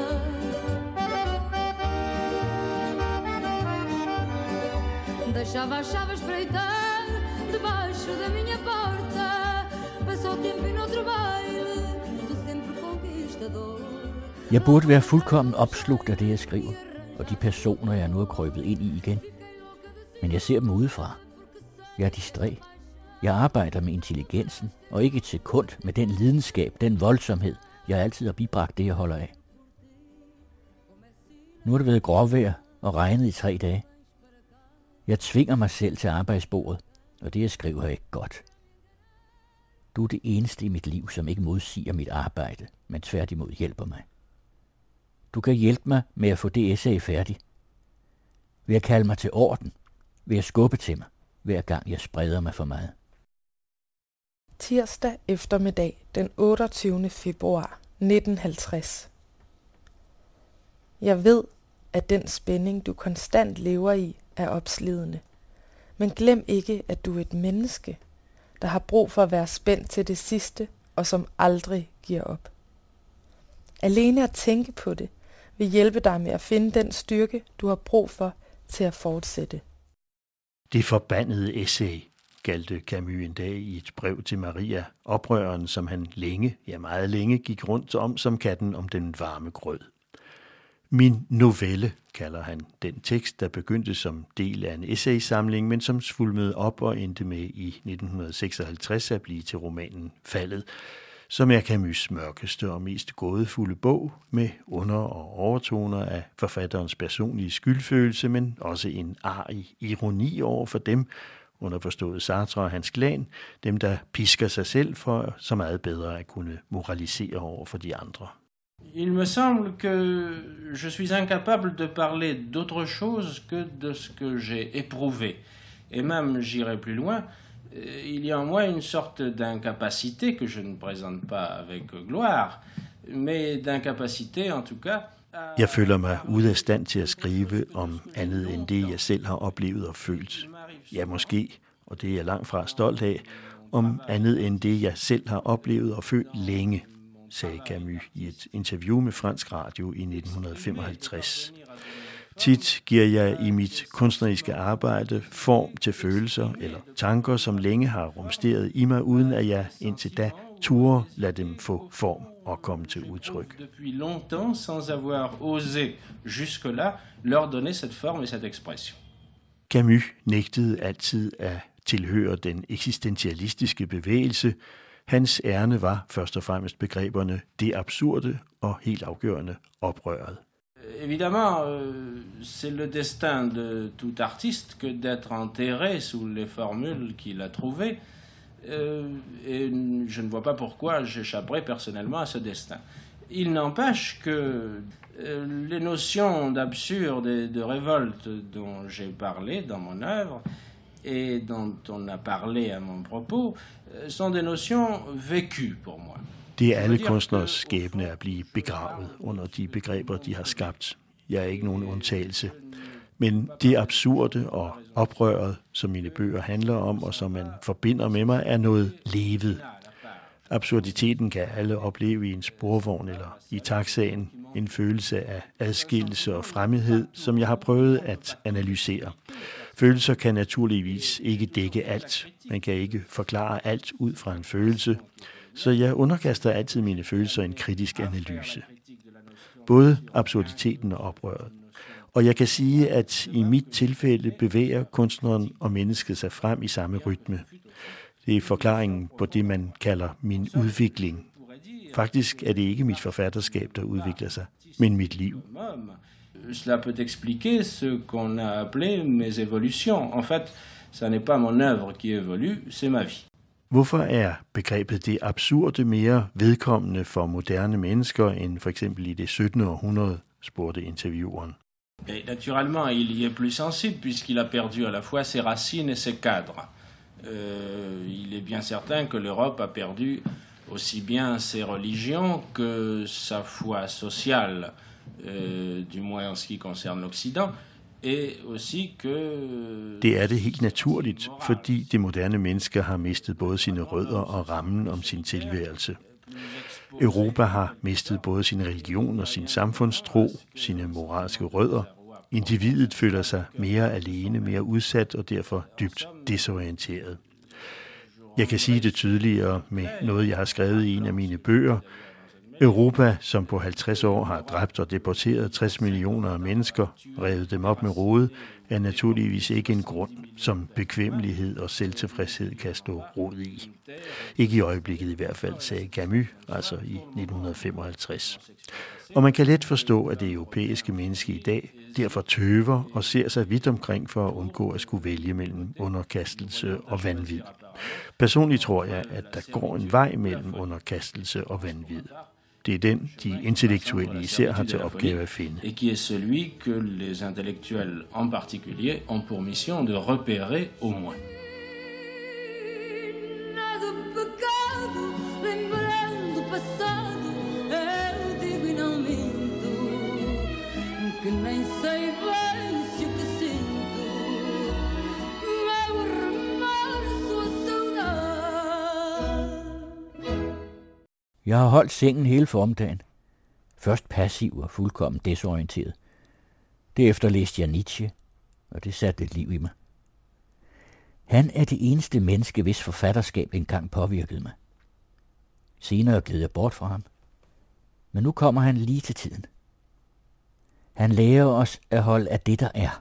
Deixava a chave espreitar debaixo da minha porta. Passou o tempo em outro baile do sempre conquistador. Jeg burde være fuldkommen opslugt af det, jeg skriver, og de personer, jeg nu er krøbet ind i igen. Men jeg ser dem udefra. Jeg er distræt. Jeg arbejder med intelligensen, og ikke et sekund med den lidenskab, den voldsomhed, jeg altid har bibragt det, jeg holder af. Nu har det været gråvejr og regnet i 3 dage. Jeg tvinger mig selv til arbejdsbordet, og det, jeg skriver, er ikke godt. Du er det eneste i mit liv, som ikke modsiger mit arbejde, men tværtimod hjælper mig. Du kan hjælpe mig med at få det essay færdigt. Ved at kalde mig til orden, ved at skubbe til mig, hver gang jeg spreder mig for meget. Tirsdag eftermiddag den 28. februar 1950. Jeg ved, at den spænding, du konstant lever i, er opslidende. Men glem ikke, at du er et menneske, der har brug for at være spændt til det sidste, og som aldrig giver op. Alene at tænke på det, vil hjælpe dig med at finde den styrke, du har brug for til at fortsætte. Det forbandede essay, kaldte Camus en dag i et brev til Maria, oprøreren, som han meget længe gik rundt om som katten om den varme grød. Min novelle, kalder han den tekst, der begyndte som del af en essaysamling, men som svulmede op og endte med i 1956 at blive til romanen Faldet, som er Camus' mørkeste og mest gådefulde bog, med under- og overtoner af forfatterens personlige skyldfølelse, men også en arg ironi over for dem, underforstået Sartre og hans klan, dem der pisker sig selv for så meget bedre at kunne moralisere over for de andre. Il me semble que je suis incapable de parler d'autre chose que de ce que j'ai éprouvé. Et même, j'irai plus loin, il y a en moi une sorte d'incapacité que je ne présente pas avec gloire, mais d'incapacité en tout cas. Jeg føler mig ude af stand til at skrive om andet end det, jeg selv har oplevet og følt. Ja, måske, og det er jeg langt fra stolt af, om andet end det, jeg selv har oplevet og følt længe, sagde Camus i et interview med Fransk Radio i 1955. Tit giver jeg i mit kunstneriske arbejde form til følelser eller tanker, som længe har rumsteret i mig, uden at jeg indtil da turde lade dem få form og komme til udtryk. Depuis longtemps, sans avoir osé jusque-là leur donner cette forme et cette expression. Camus nægtede altid at tilhøre den eksistentialistiske bevægelse. Hans ærne var først og fremmest begreberne det absurde og helt afgørende oprøret. Évidemment, c'est le destin de tout artiste que d'être enterré sous les formules qu'il a trouvées. Et je ne vois pas pourquoi j'échapperais personnellement à ce destin. Il n'empêche que les notions d'absurde et de révolte dont j'ai parlé dans mon œuvre et dont on a parlé à mon propos sont des notions vécues pour moi. Det er alle kunstneres skæbne at blive begravet under de begreber, de har skabt. Jeg er ikke nogen undtagelse. Men det absurde og oprøret, som mine bøger handler om, og som man forbinder med mig, er noget levet. Absurditeten kan alle opleve i en sporvogn eller i taxaen. En følelse af adskillelse og fremmedhed, som jeg har prøvet at analysere. Følelser kan naturligvis ikke dække alt. Man kan ikke forklare alt ud fra en følelse. Så jeg underkaster altid mine følelser en kritisk analyse. Både absurditeten og oprøret. Og jeg kan sige, at i mit tilfælde bevæger kunstneren og mennesket sig frem i samme rytme. Det er forklaringen på det, man kalder min udvikling. Faktisk er det ikke mit forfatterskab, der udvikler sig, men mit liv. Cela peut expliquer ce qu'on a appelé mes évolutions. En fait, ça n'est pas mon œuvre qui évolue, c'est ma vie. Hvorfor er begrebet det absurde mere vedkommende for moderne mennesker end for eksempel i det 17. århundrede, spurgte intervieweren. Et naturellement, il y est plus sensible puisqu'il a perdu à la fois ses racines et ses cadres. Il est bien certain que l'Europe a perdu aussi bien ses religions que sa foi sociale, du moins en ce qui concerne l'Occident. Det er det helt naturligt, fordi det moderne menneske har mistet både sine rødder og rammen om sin tilværelse. Europa har mistet både sin religion og sin samfundstro, sine moralske rødder. Individet føler sig mere alene, mere udsat og derfor dybt desorienteret. Jeg kan sige det tydeligere med noget, jeg har skrevet i en af mine bøger. Europa, som på 50 år har dræbt og deporteret 60 millioner af mennesker, revet dem op med rode, er naturligvis ikke en grund, som bekvemmelighed og selvtilfredshed kan slå rod i. Ikke i øjeblikket i hvert fald, sagde Camus, altså i 1955. Og man kan let forstå, at det europæiske menneske i dag derfor tøver og ser sig vidt omkring for at undgå at skulle vælge mellem underkastelse og vanvid. Personligt tror jeg, at der går en vej mellem underkastelse og vanvid. Det er den, de intellektuelle især har til opgave at finde. Et qui est celui que les intellectuels en particulier ont pour mission de repérer au moins. Jeg har holdt sengen hele formiddagen. Først passiv og fuldkommen desorienteret. Derefter læste jeg Nietzsche, og det satte lidt liv i mig. Han er det eneste menneske, hvis forfatterskab engang påvirkede mig. Senere gled jeg bort fra ham. Men nu kommer han lige til tiden. Han lærer os at holde af det, der er.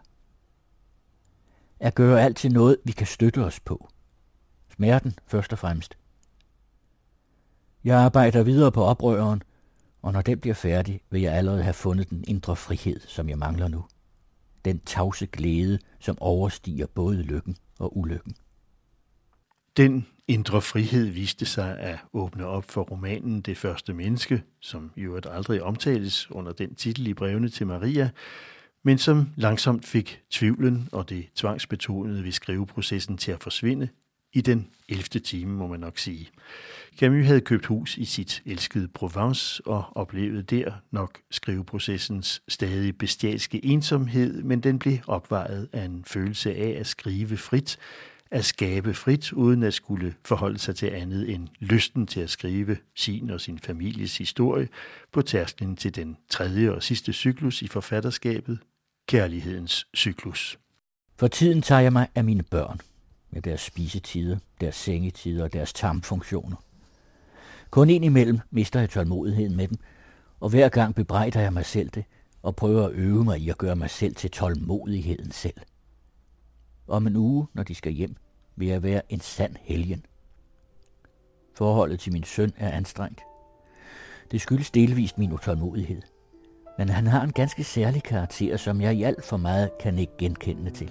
At gøre alt til noget, vi kan støtte os på. Smerten først og fremmest. Jeg arbejder videre på oprøreren, og når den bliver færdig, vil jeg allerede have fundet den indre frihed, som jeg mangler nu. Den tavse glæde, som overstiger både lykken og ulykken. Den indre frihed viste sig at åbne op for romanen Det første menneske, som i øvrigt aldrig omtales under den titel i brevene til Maria, men som langsomt fik tvivlen og det tvangsbetonede ved skriveprocessen til at forsvinde i den 11. time, må man nok sige. Camus havde købt hus i sit elskede Provence og oplevede der nok skriveprocessens stadig bestialske ensomhed, men den blev opvejet af en følelse af at skrive frit, at skabe frit, uden at skulle forholde sig til andet end lysten til at skrive sin og sin families historie på tærsklen til den 3. og sidste cyklus i forfatterskabet, kærlighedens cyklus. For tiden tager jeg mig af mine børn, med deres spisetider, deres sengetider og deres tarmfunktioner. Kun indimellem mister jeg tålmodigheden med dem, og hver gang bebrejder jeg mig selv det, og prøver at øve mig i at gøre mig selv til tålmodigheden selv. Om en uge, når de skal hjem, vil jeg være en sand helgen. Forholdet til min søn er anstrengt. Det skyldes delvist min utålmodighed, men han har en ganske særlig karakter, som jeg i alt for meget kan ikke genkende til.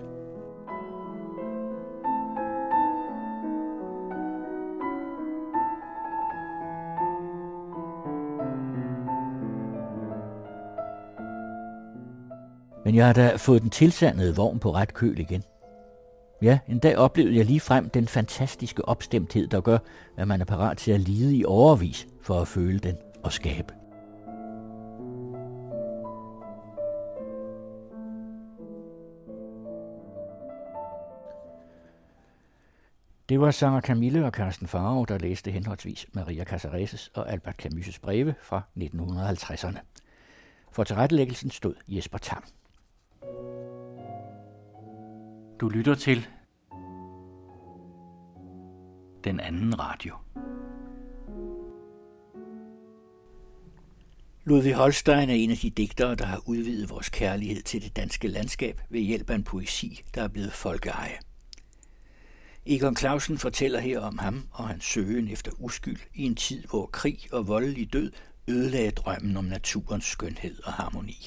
Men jeg har da fået den tilsandede vogn på ret køl igen. Ja, en dag oplevede jeg lige frem den fantastiske opstemthed, der gør, at man er parat til at lide i årevis for at føle den og skabe. Det var sanger Camille og Carsten Faro, der læste henholdsvis Maria Casares og Albert Camus' breve fra 1950'erne. For tilrettelæggelsen stod Jesper Tam. Du lytter til Den anden radio. Ludvig Holstein er en af de digtere, der har udvidet vores kærlighed til det danske landskab ved hjælp af en poesi, der er blevet folkeeje. Egon Clausen fortæller her om ham og hans søgen efter uskyld i en tid, hvor krig og voldelig død ødelagde drømmen om naturens skønhed og harmoni.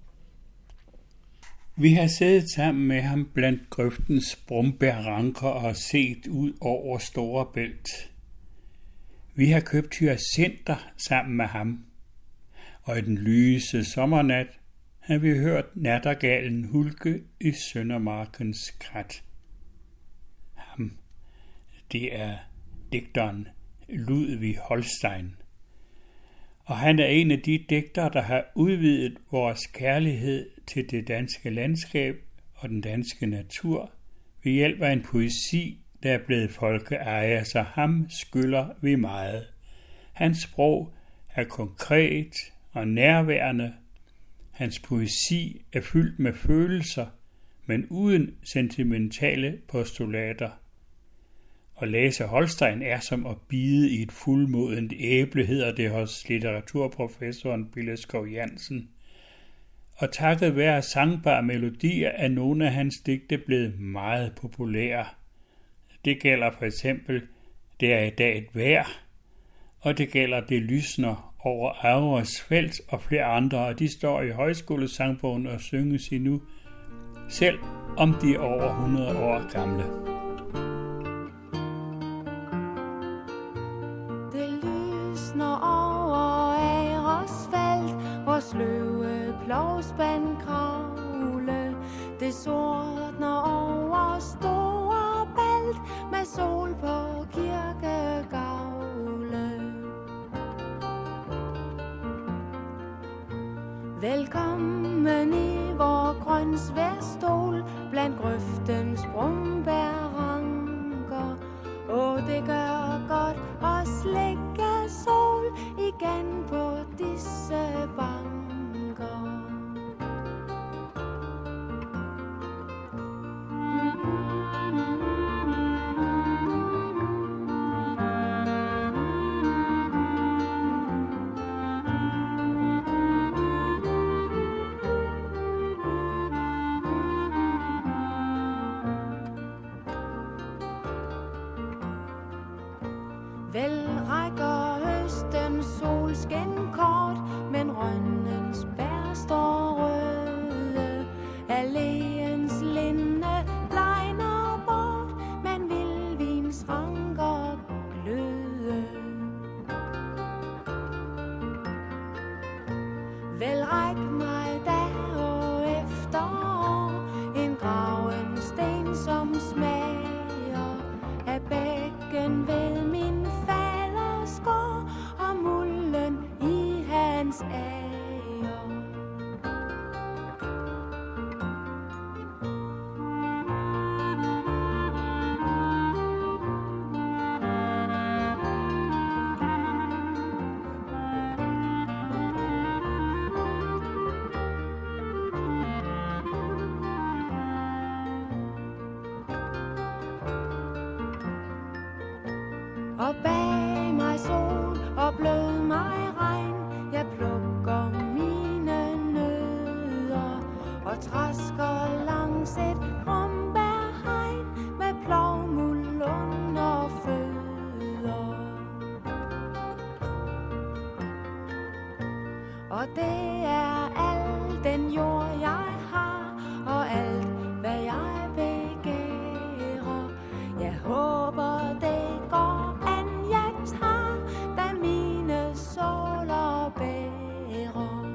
Vi har siddet sammen med ham blandt grøftens brumbærranker og set ud over Storebælt. Vi har købt hyacinter sammen med ham, og i den lyse sommernat har vi hørt nattergalen hulke i Søndermarkens krat. Ham, det er digteren Ludvig Holstein. Og han er en af de digtere, der har udvidet vores kærlighed til det danske landskab og den danske natur ved hjælp af en poesi, der er blevet folkeeje, så ham skylder vi meget. Hans sprog er konkret og nærværende. Hans poesi er fyldt med følelser, men uden sentimentale postulater. At læse Holstein er som at bide i et fuldmodent æble, hedder det hos litteraturprofessoren Bille Skov Jansen. Og takket være sangbare melodier er nogle af hans digte blevet meget populære. Det gælder for eksempel "Det er i dag et vejr", og det gælder "Det lysner over Aures felt" og flere andre, og de står i højskolesangbogen og synges endnu, selv om de er over 100 år gamle. Det lysner over Aures felt, hvor sløve plovspand kravle. Det sortner over Storebælt med sol på kirkegavle. Velkommen i vor grønsværstol blandt grøftens brumbærranker. Det gør godt at slikke sol igen på disse banker. Vel rækker høstens solskin kort, men rønnens bær står røde. Alléens linde blegner bort, men vildvins ranker gløde. Vel ræk mig da og efter en graven sten, som smager af bækken ved min faderskår og mulden i hans ære. Og bag mig sol og blød mig regn, jeg plukker mine nødder og trasker langs et brumbærhegn med plovmuld under fødder. Og det er al den jord jeg har, og alt hvad jeg begærer. Jeg håber det går an, jeg tager, da mine såler bærer.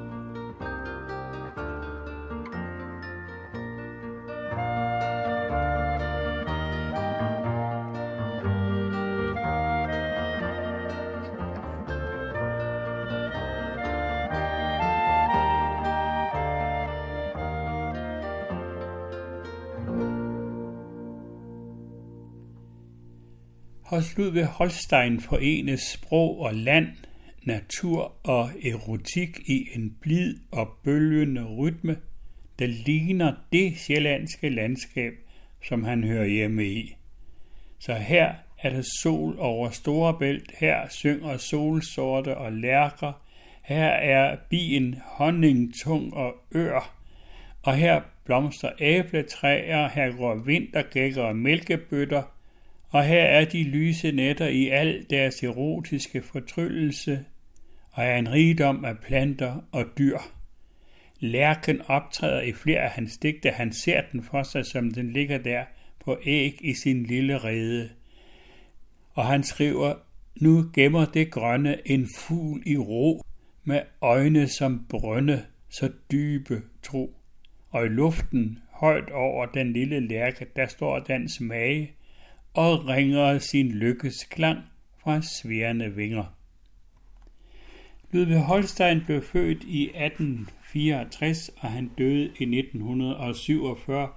Hos Ludvig Holstein forenes sprog og land, natur og erotik i en blid og bølgende rytme, der ligner det sjællandske landskab, som han hører hjemme i. Så her er der sol over Storebælt, her synger solsorte og lærker, her er bien honningtung og ør, og her blomster æbletræer, her går vintergækker og mælkebøtter, og her er de lyse nætter i al deres erotiske fortryllelse, og er en rigdom af planter og dyr. Lærken optræder i flere af hans digte, han ser den for sig, som den ligger der på æg i sin lille rede. Og han skriver, nu gemmer det grønne en fugl i ro, med øjne som brønde, så dybe tro. Og i luften, højt over den lille lærke, der står dens mage, og ringer sin lykkes klang fra svirrende vinger. Ludvig Holstein blev født i 1864, og han døde i 1947,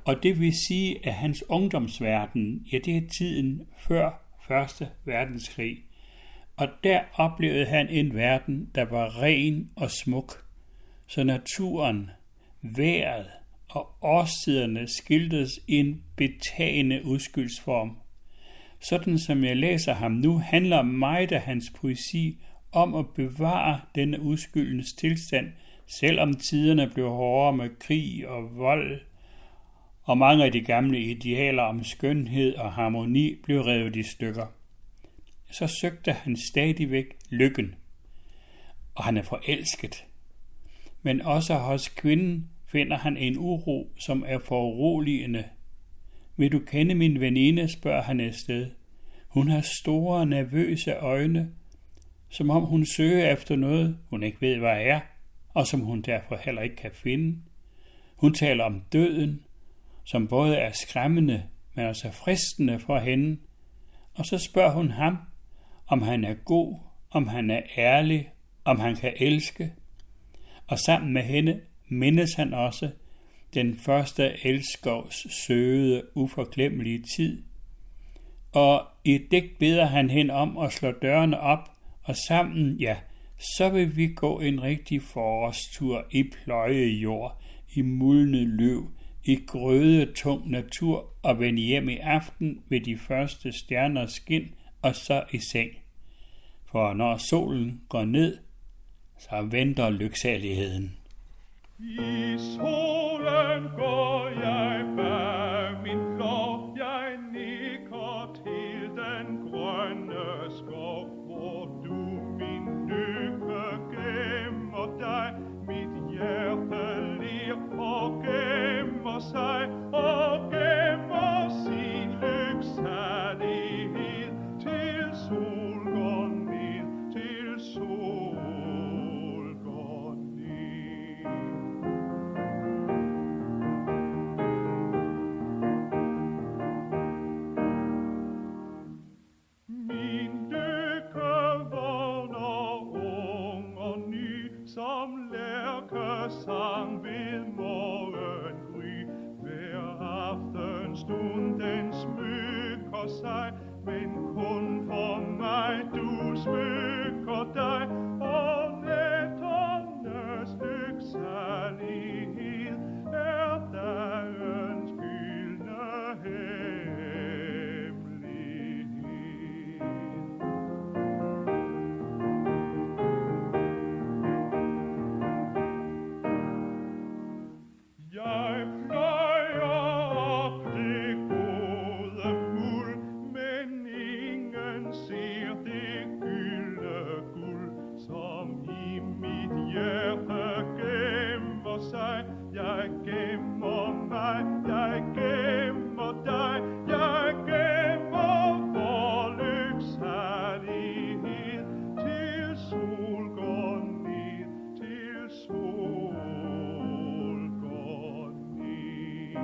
Og det vil sige, at hans ungdomsverden, ja, det er tiden før 1. verdenskrig. Og der oplevede han en verden, der var ren og smuk. Så naturen, vejret og årstiderne skildres i en betagende udskyldsform. Sådan som jeg læser ham nu, handler meget af hans poesi om at bevare denne uskyldens tilstand, selvom tiderne blev hårdere med krig og vold, og mange af de gamle idealer om skønhed og harmoni blev revet i stykker. Så søgte han stadigvæk lykken, og han er forelsket. Men også hos kvinden finder han en uro, som er foruroligende. Vil du kende min veninde, spørger han et sted. Hun har store, nervøse øjne, som om hun søger efter noget, hun ikke ved, hvad er, og som hun derfor heller ikke kan finde. Hun taler om døden, som både er skræmmende, men også fristende for hende. Og så spørger hun ham, om han er god, om han er ærlig, om han kan elske. Og sammen med hende mindes han også den første elskovs søde, uforglemmelige tid. Og i et digt beder han hende om at slå dørene op, og sammen, ja, så vil vi gå en rigtig forårstur i pløje jord, i mulne løv, i grøde tung natur og vende hjem i aften ved de første stjerners skin og så i seng. For når solen går ned, så venter lyksaligheden. I solen går jeg bag min flok, jeg nikker til den grønne skov, hvor du min lykke gemmer dig, mit hjerte lir og gemmer sig, og gemmer sin lyksalighed, til sol går ned, til sol går ned. Min lykke vågner ung og ny, som lærkesang ved morgengry. Hver aftenstund den smykker sig, men kun for mig du smykker dig, og nætternes lyksalighed er dagens gyldne hemmelighed. Jeg pløjer op det gode muld, men ingen ser det gyldne guld, som i mit hjerte gemmer sig. Jeg gemmer mig, jeg gemmer dig, jeg gemmer vor lyksalighed, til sol går ned, til sol går ned.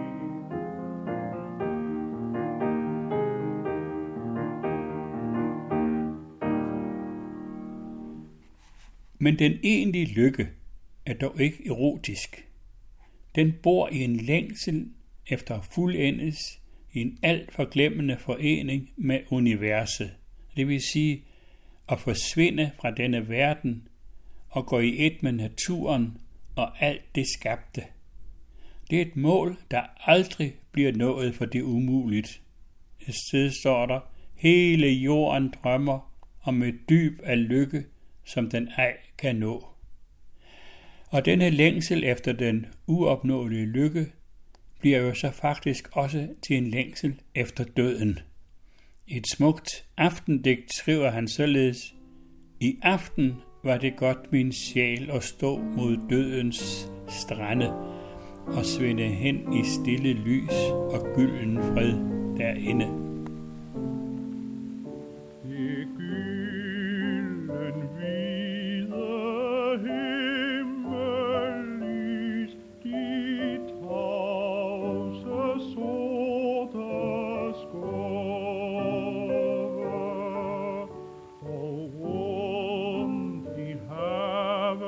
Men den egentlige lykke er dog ikke erotisk. Den bor i en længsel efter at fuldendes i en alt forglemmende forening med universet. Det vil sige at forsvinde fra denne verden og gå i et med naturen og alt det skabte. Det er et mål, der aldrig bliver nået, for det umuligt. Et sted står der, hele jorden drømmer om et dyb af lykke, som den ej kan nå. Og denne længsel efter den uopnåelige lykke bliver jo så faktisk også til en længsel efter døden. I et smukt aftendigt skriver han således: I aften var det godt min sjæl at stå mod dødens strande og svinde hen i stille lys og gylden fred derinde.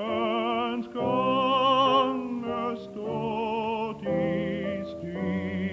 Stå de stille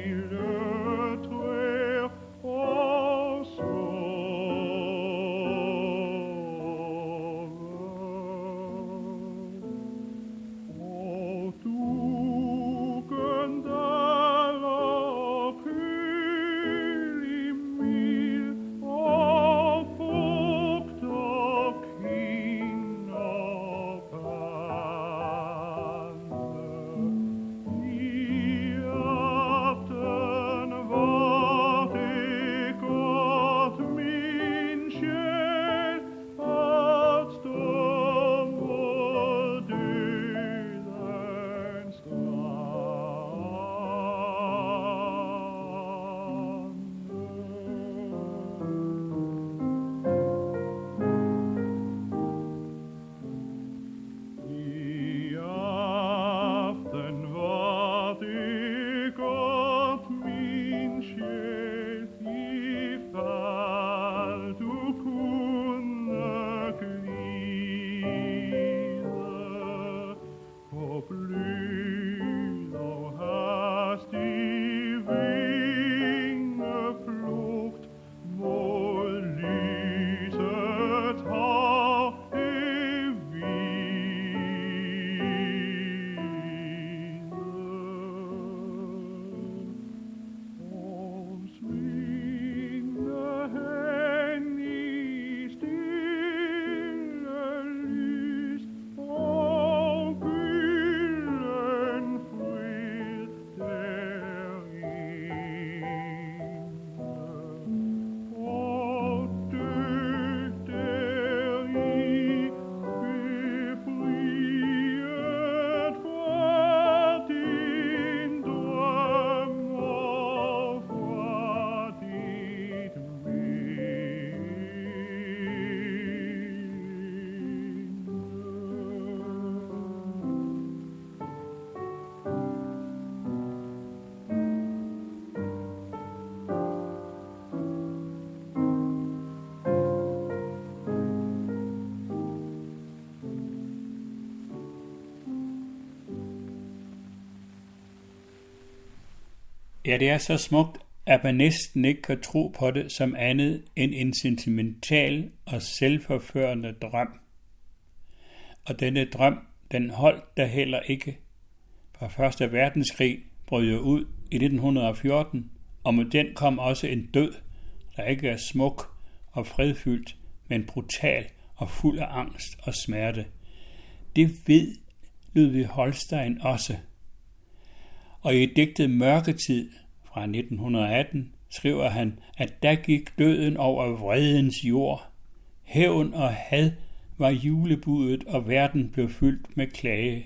Ja, det er så smukt, at man næsten ikke kan tro på det som andet end en sentimental og selvforførende drøm. Og denne drøm, den holdt da heller ikke. For 1. verdenskrig brød jo ud i 1914, og med den kom også en død, der ikke er smuk og fredfyldt, men brutal og fuld af angst og smerte. Det ved Ludvig Holstein også. Og i digtet Mørketid fra 1918 skriver han, at der gik døden over vredens jord. Hævn og had var julebudet, og verden blev fyldt med klage.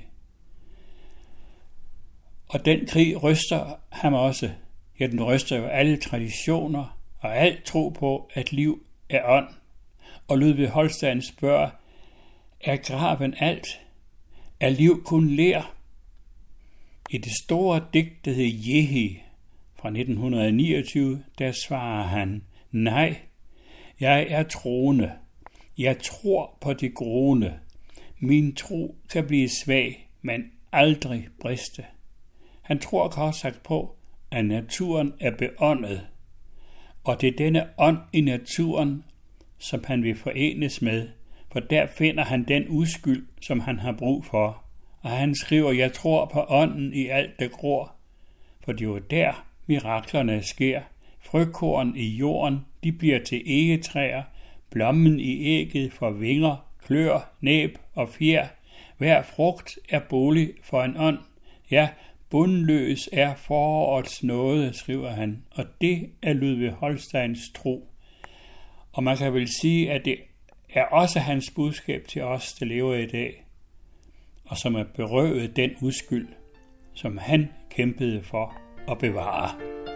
Og den krig ryster ham også. Ja, den ryster jo alle traditioner og alt tro på, at liv er ånd. Og Ludvig Holstein spørger, er graven alt? Er liv kun ler? I det store digt, der hedder Jehi fra 1929, der svarer han, nej, jeg er troende. Jeg tror på det groende. Min tro kan blive svag, men aldrig briste. Han tror kort sagt på, at naturen er beåndet, og det er denne ånd i naturen, som han vil forenes med, for der finder han den uskyld, som han har brug for. Og han skriver, jeg tror på ånden i alt, der gror, for det er jo der, miraklerne sker. Frøkorn i jorden, de bliver til egetræer, blommen i ægget får vinger, klør, næb og fjer. Hver frugt er bolig for en ånd. Ja, bundløs er forårets nåde, skriver han, og det er Ludvig Holsteins tro. Og man kan vel sige, at det er også hans budskab til os, der lever i dag, og som er berøvet den uskyld, som han kæmpede for at bevare.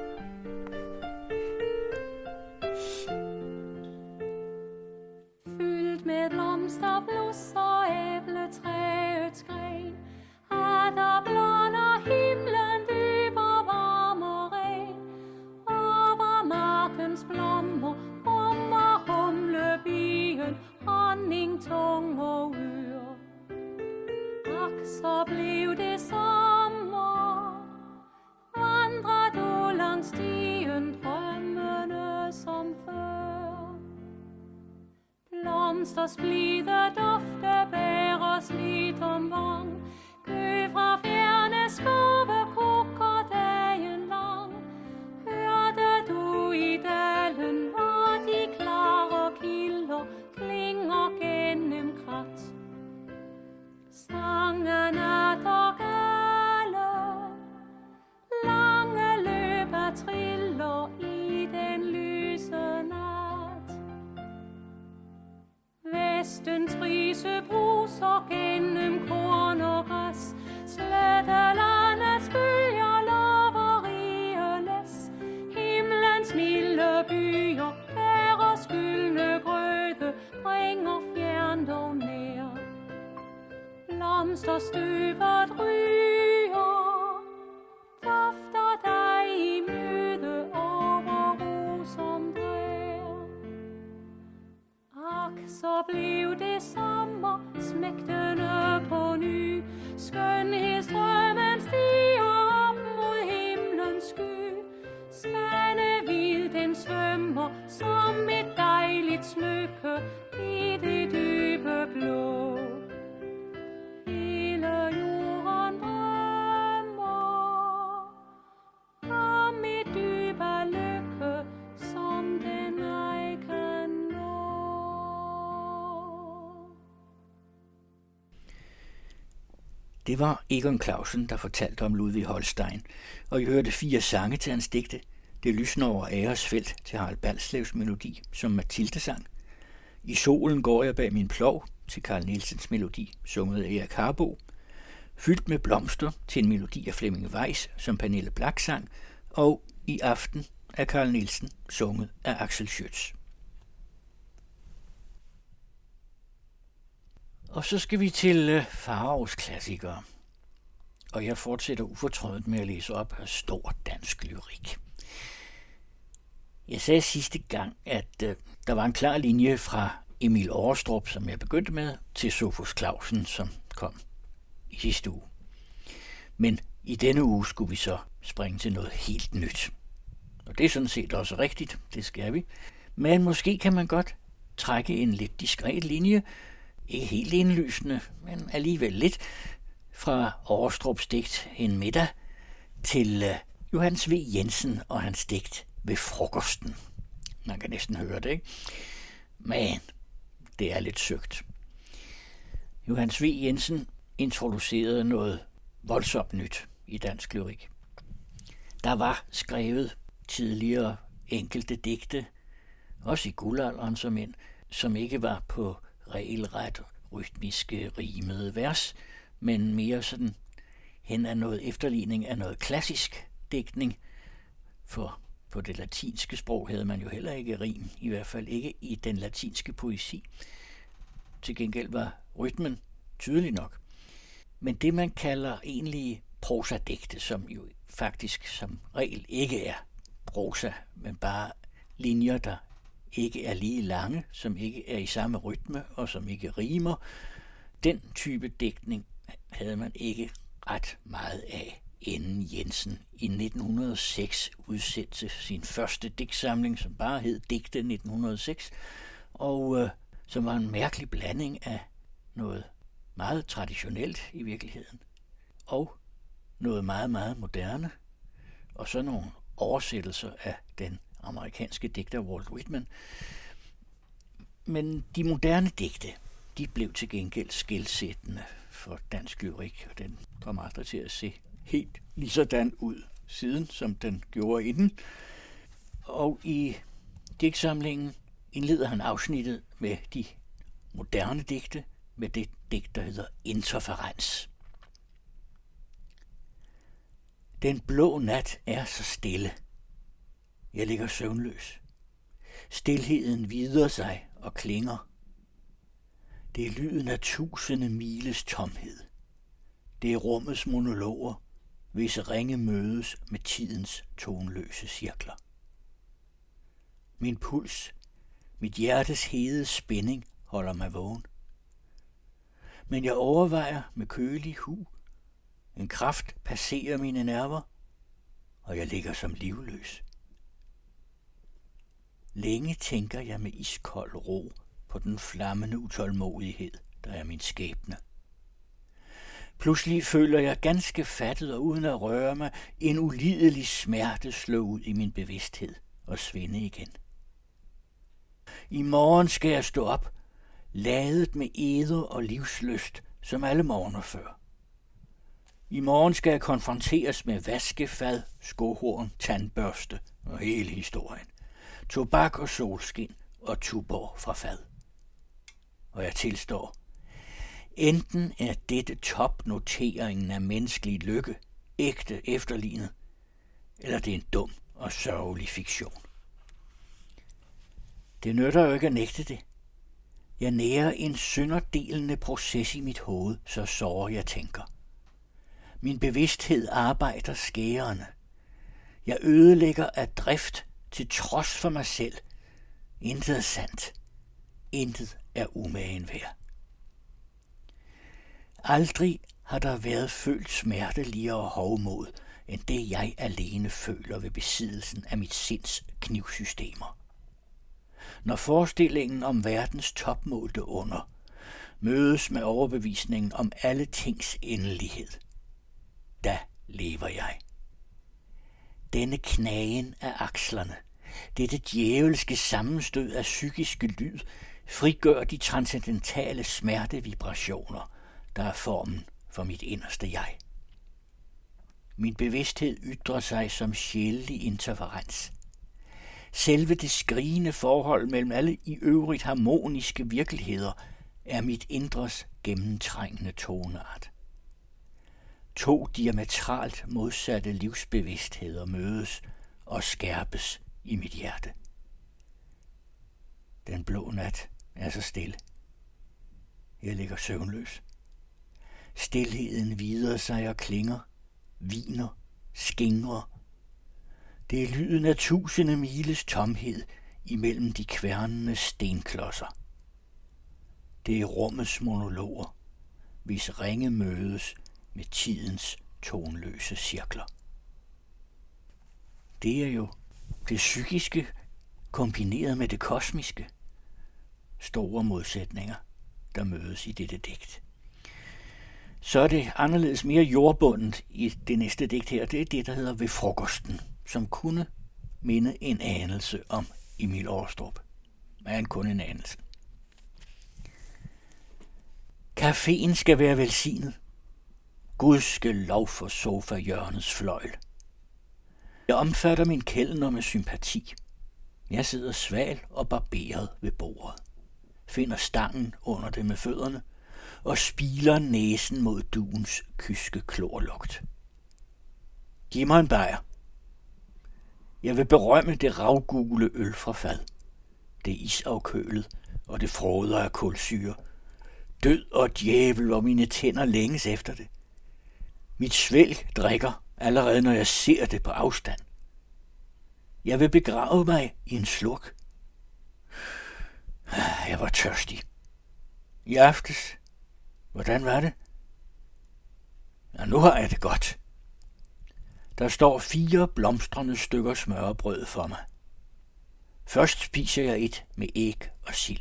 Fyldt med blomster, blus og æbletræets gren, der blonder himlen dyb og varm og ren. Over markens blommer rummer humlebien honning, tung og ør. Ak, så blev det sommer. Vandrer du langs stien, drømmende som før. Blomsters blide dufte bærer slidt om vang. Gø fra fjerne skove koker dagen lang. Hørte du i dalen, hvor de klare kilder klinger gennem krat. Sangen er dog alle, lange løber triller i den lyse nat. Vestens brise bruser gennem korn og græs, slettelandets bølger lover rige læs. Himlens milde byer, deres gyldne grøde, bringer fjern dog nær. Blomster støvet ryger, dufter dig i møde over ro som drær. Ak, så blev det sommer, smægtende på ny. Skønhedsdrømmen stiger op mod himlens sky. Svanehvid den svømmer som et dejligt smykke i det dybe blå. Hele jorden drømmer om et dybe lykke, som den ej kan nå. Det var Egon Clausen, der fortalte om Ludvig Holstein, og I hørte 4 sange til hans digte. Det lysner over Æresfelt til Harald Balslevs melodi, som Mathilde sang. I solen går jeg bag min plov til Carl Nielsens melodi, sunget af Erik Harbo. Fyldt med blomster til en melodi af Flemming Weiss, som Pernille Black sang, og I aften af Carl Nielsen, sunget af Axel Schütz. Og så skal vi til Faraos klassikere. Og jeg fortsætter ufortrødent med at læse op af stor dansk lyrik. Jeg sagde sidste gang, at der var en klar linje fra Emil Aarestrup, som jeg begyndte med, til Sophus Clausen, som kom i sidste uge. Men I denne uge skulle vi så springe til noget helt nyt. Og det er sådan set også rigtigt, det skal vi. Men måske kan man godt trække en lidt diskret linje, ikke helt indlysende, men alligevel lidt, fra Aarestrups digt En middag til Johannes V. Jensen og hans digt Ved frokosten. Man kan næsten høre det, ikke? Men det er lidt søgt. Johannes V. Jensen introducerede noget voldsomt nyt i dansk lyrik. Der var skrevet tidligere enkelte digte, også i guldalderen som en, som ikke var på regelret rytmiske rimede vers, men mere sådan hen af noget efterligning af noget klassisk digtning. For på det latinske sprog havde man jo heller ikke rim, i hvert fald ikke i den latinske poesi. Til gengæld var rytmen tydelig nok. Men det man kalder egentlige prosadigte, som jo faktisk som regel ikke er prosa, men bare linjer, der ikke er lige lange, som ikke er i samme rytme og som ikke rimer, den type digtning havde man ikke ret meget af, inden Jensen i 1906 udsendte sin første digtsamling, som bare hed Digte 1906, og som var en mærkelig blanding af noget meget traditionelt i virkeligheden, og noget meget, meget moderne, og så nogle oversættelser af den amerikanske digter Walt Whitman. Men de moderne digte, de blev til gengæld skelsættende for dansk lyrik, og den kom aldrig til at se helt lige sådan ud siden, som den gjorde i den. Og i digtsamlingen indleder han afsnittet med de moderne digte, med det digt, der hedder Interferens. Den blå nat er så stille. Jeg ligger søvnløs. Stilheden vider sig og klinger. Det er lyden af tusinde miles tomhed. Det er rummets monologer, hvis ringe mødes med tidens tonløse cirkler. Min puls, mit hjertes hede spænding holder mig vågen. Men jeg overvejer med kølig hu. En kraft passerer mine nerver, og jeg ligger som livløs. Længe tænker jeg med iskold ro på den flammende utålmodighed, der er min skæbne. Pludselig føler jeg ganske fattet og uden at røre mig en ulidelig smerte slå ud i min bevidsthed og svinde igen. I morgen skal jeg stå op, ladet med eder og livslyst, som alle morgener før. I morgen skal jeg konfronteres med vaskefad, skohorn, tandbørste og hele historien. Tobak og solskin og Tuborg fra fad. Og jeg tilstår, enten er dette topnoteringen af menneskelig lykke ægte efterlignet, eller det er en dum og sørgelig fiktion. Det nytter jo ikke at nægte det. Jeg nærer en synderdelende proces i mit hoved, så såre jeg tænker. Min bevidsthed arbejder skærende. Jeg ødelægger af drift til trods for mig selv. Intet er sandt. Intet er umagen værd. Aldrig har der været følt smerteligere hovmod, end det jeg alene føler ved besiddelsen af mit sinds knivsystemer. Når forestillingen om verdens topmålte under mødes med overbevisningen om alle tings endelighed, da lever jeg. Denne knagen af akslerne, dette djævelske sammenstød af psykiske lyd, frigør de transcendentale smertevibrationer, der er formen for mit inderste jeg. Min bevidsthed ytrer sig som sjælelig interferens. Selve det skrigende forhold mellem alle i øvrigt harmoniske virkeligheder er mit indres gennemtrængende toneart. To diametralt modsatte livsbevidstheder mødes og skærpes i mit hjerte. Den blå nat er så stille. Jeg ligger søvnløs. Stilheden vider sig og klinger, viner, skingrer. Det er lyden af tusinde miles tomhed imellem de kværnende stenklodser. Det er rummets monologer, hvis ringe mødes med tidens tonløse cirkler. Det er jo det psykiske kombineret med det kosmiske. Store modsætninger, der mødes i dette digt. Så er det anderledes mere jordbundet i det næste digt her. Det er det, der hedder Ved frokosten, som kunne minde en anelse om Emil Aarestrup. Men kun en anelse. Caféen skal være velsignet. Gudske lov for sofa-hjørnets fløjl. Jeg omfatter min kelner med sympati. Jeg sidder sval og barberet ved bordet. Finder stangen under det med fødderne og spiler næsen mod duens kyske klorlugt. Giv mig en bajer. Jeg vil berømme det ravgule øl fra fad. Det er isafkølet, og det fråder af kulsyre. Død og djævel, og mine tænder længes efter det. Mit svælg drikker, allerede når jeg ser det på afstand. Jeg vil begrave mig i en slurk. Jeg var tørstig. I aftes. Hvordan var det? Ja, nu har jeg det godt. Der står 4 blomstrende stykker smørrebrød for mig. Først spiser jeg et med æg og sild.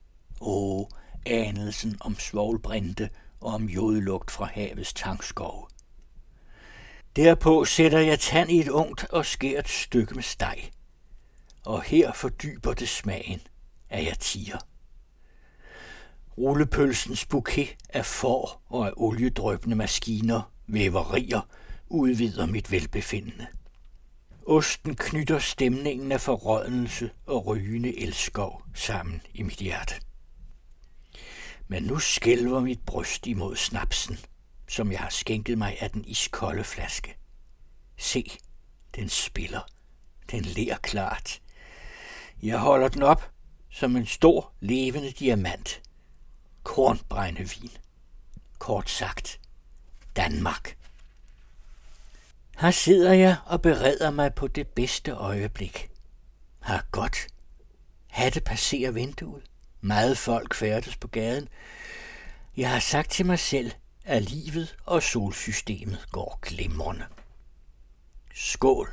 Anelsen om svovlbrinte og om jodlugt fra havets tangskove. Derpå sætter jeg tand i et ungt og skært stykke med steg. Og her fordyber det smagen, at jeg tiger. Rullepølsens bouquet af får og af oliedrøbende maskiner, væverier, udvider mit velbefindende. Osten knytter stemningen af forrådnelse og rygende elskov sammen i mit hjerte. Men nu skælver mit bryst imod snapsen, som jeg har skænket mig af den iskolde flaske. Se, den spiller. Den ler klart. Jeg holder den op som en stor, levende diamant. Kornbrændevin. Kort sagt, Danmark. Her sidder jeg og bereder mig på det bedste øjeblik. Har godt. Hatte passerer vinduet. Meget folk færdes på gaden. Jeg har sagt til mig selv, at livet og solsystemet går glimrende. Skål!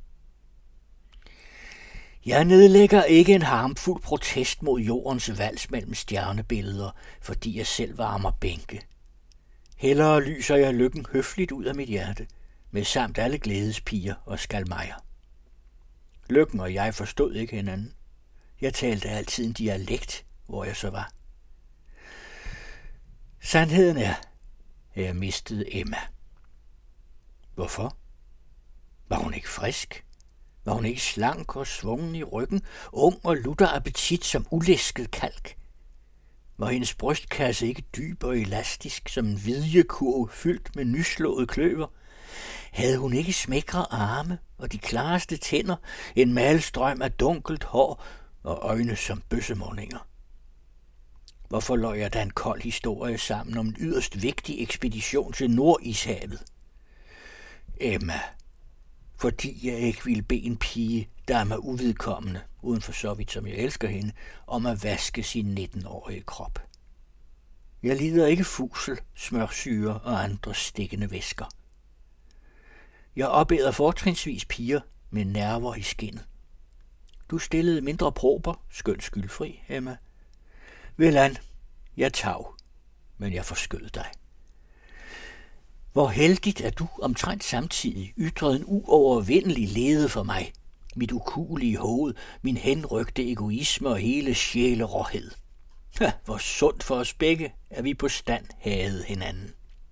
Jeg nedlægger ikke en harmfuld protest mod jordens vals mellem stjernebilleder, fordi jeg selv varmer bænke. Hellere lyser jeg lykken høfligt ud af mit hjerte, med samt alle glædespiger og skalmejer. Lykken og jeg forstod ikke hinanden. Jeg talte altid en dialekt, hvor jeg så var. Sandheden er, at jeg mistede Emma. Hvorfor? Var hun ikke frisk? Var hun ikke slank og svungen i ryggen, ung og lutter appetit som ulæsket kalk? Var hendes brystkasse ikke dyb og elastisk som en vidjekurv fyldt med nyslået kløver? Havde hun ikke smækre arme og de klareste tænder, en malstrøm af dunkelt hår og øjne som bøssemåninger? Hvorfor løj jeg da en kold historie sammen om en yderst vigtig ekspedition til Nordishavet? Emma, fordi jeg ikke ville bede en pige, der er mig uvedkommende, uden for så vidt som jeg elsker hende, om at vaske sin 19-årige krop. Jeg lider ikke fusel, smørsyre og andre stikkende væsker. Jeg opæder fortrinsvis piger med nerver i skindet. Du stillede mindre prober, skønt skyldfri, Emma. Velan, jeg tav, men jeg forskød dig. Hvor heldigt, at du omtrent samtidig ytrede en uovervindelig lede for mig. Mit ukuelige hoved, min henrygte egoisme og hele sjæleråhed. Hvor sundt for os begge, at vi på stand havde hinanden.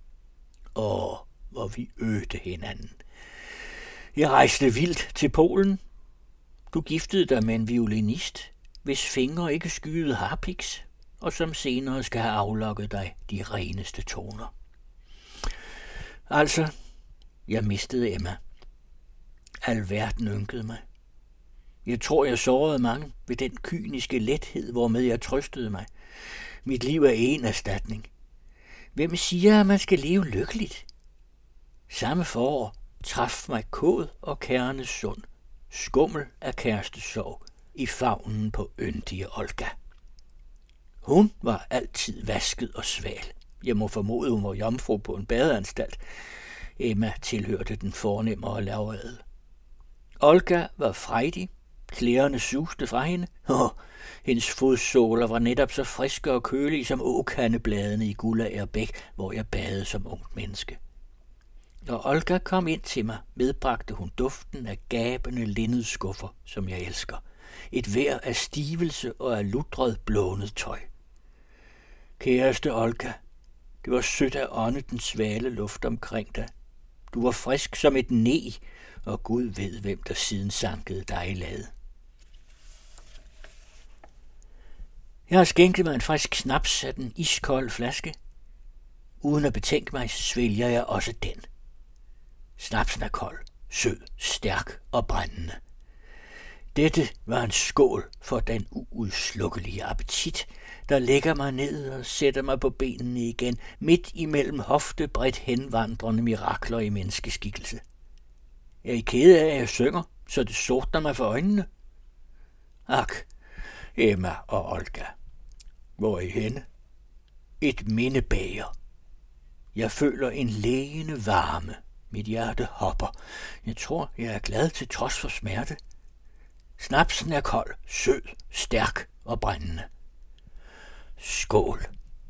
Hvor vi øgte hinanden. Jeg rejste vildt til Polen. Du giftede dig med en violinist, hvis fingre ikke skyede harpiks, og som senere skal have aflokket dig de reneste toner. Altså, jeg mistede Emma. Alverden ynkede mig. Jeg tror, jeg sårede mange ved den kyniske lethed, hvormed jeg trøstede mig. Mit liv er en erstatning. Hvem siger, at man skal leve lykkeligt? Samme forår traf mig kåd og kærnes sund, skummel af kærestesorg i favnen på yndige Olga. Hun var altid vasket og sval. Jeg må formode, hun var jomfru på en badeanstalt. Emma tilhørte den fornemmere lavadel. Olga var frejdig, klæderne suste fra hende. Hendes fodsåler var netop så friske og kølige som åkandebladene i Guldager Bæk, hvor jeg badede som ungt menneske. Når Olga kom ind til mig, medbragte hun duften af gabende linnedskuffer, som jeg elsker. Et vejr af stivelse og af lutret blånet tøj. Kæreste Olga, det var sødt at ånde den svale luft omkring dig. Du var frisk som et ne, og Gud ved, hvem der siden sankede dig i lade. Jeg har skænket mig en frisk snaps af den iskold flaske. Uden at betænke mig, svælger jeg også den. Snapsen er kold, sød, stærk og brændende. Dette var en skål for den uudslukkelige appetit, der lægger mig ned og sætter mig på benene igen, midt imellem hoftebredt henvandrende mirakler i menneskeskikkelse. Jeg er ked af, at jeg synger, så det sortner mig for øjnene. Ak, Emma og Olga, hvor er I henne? Et mindebager. Jeg føler en lægende varme. Mit hjerte hopper. Jeg tror, jeg er glad til trods for smerte. Snapsen er kold, sød, stærk og brændende. Skål.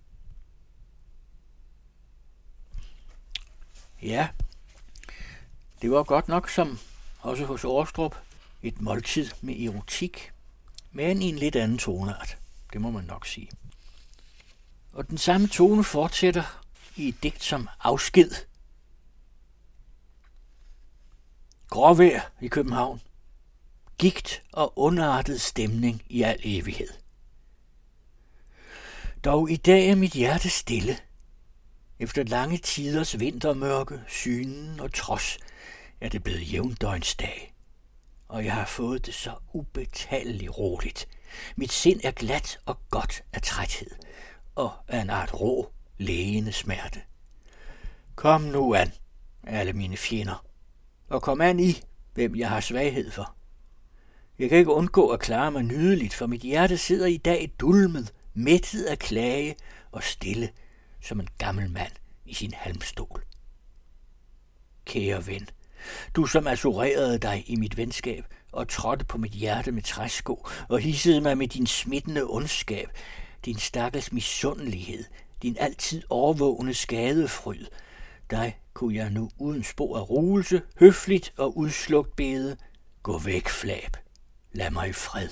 Ja, det var godt nok som også hos Årstrup et måltid med erotik, men i en lidt anden toneart, det må man nok sige. Og den samme tone fortsætter i et digt som Afsked. Gråvejr i København. Gigt og underartet stemning i al evighed. Dog i dag er mit hjerte stille. Efter lange tiders vintermørke, synen og trods, er det blevet jævndøgnsdag. Og jeg har fået det så ubetaleligt roligt. Mit sind er glat og godt af træthed, og af en art rå, lægende smerte. Kom nu an, alle mine fjender, og kom an i, hvem jeg har svaghed for. Jeg kan ikke undgå at klare mig nydeligt, for mit hjerte sidder i dag dulmet, mættet af klage og stille, som en gammel mand i sin halmstol. Kære ven, du som assurerede dig i mit venskab og trådte på mit hjerte med træsko og hissede mig med din smittende ondskab, din stakkels misundelighed, din altid overvågende skadefryd, dig kunne jeg nu uden spor af ruelse, høfligt og udslugt bede, gå væk, flab, lad mig i fred.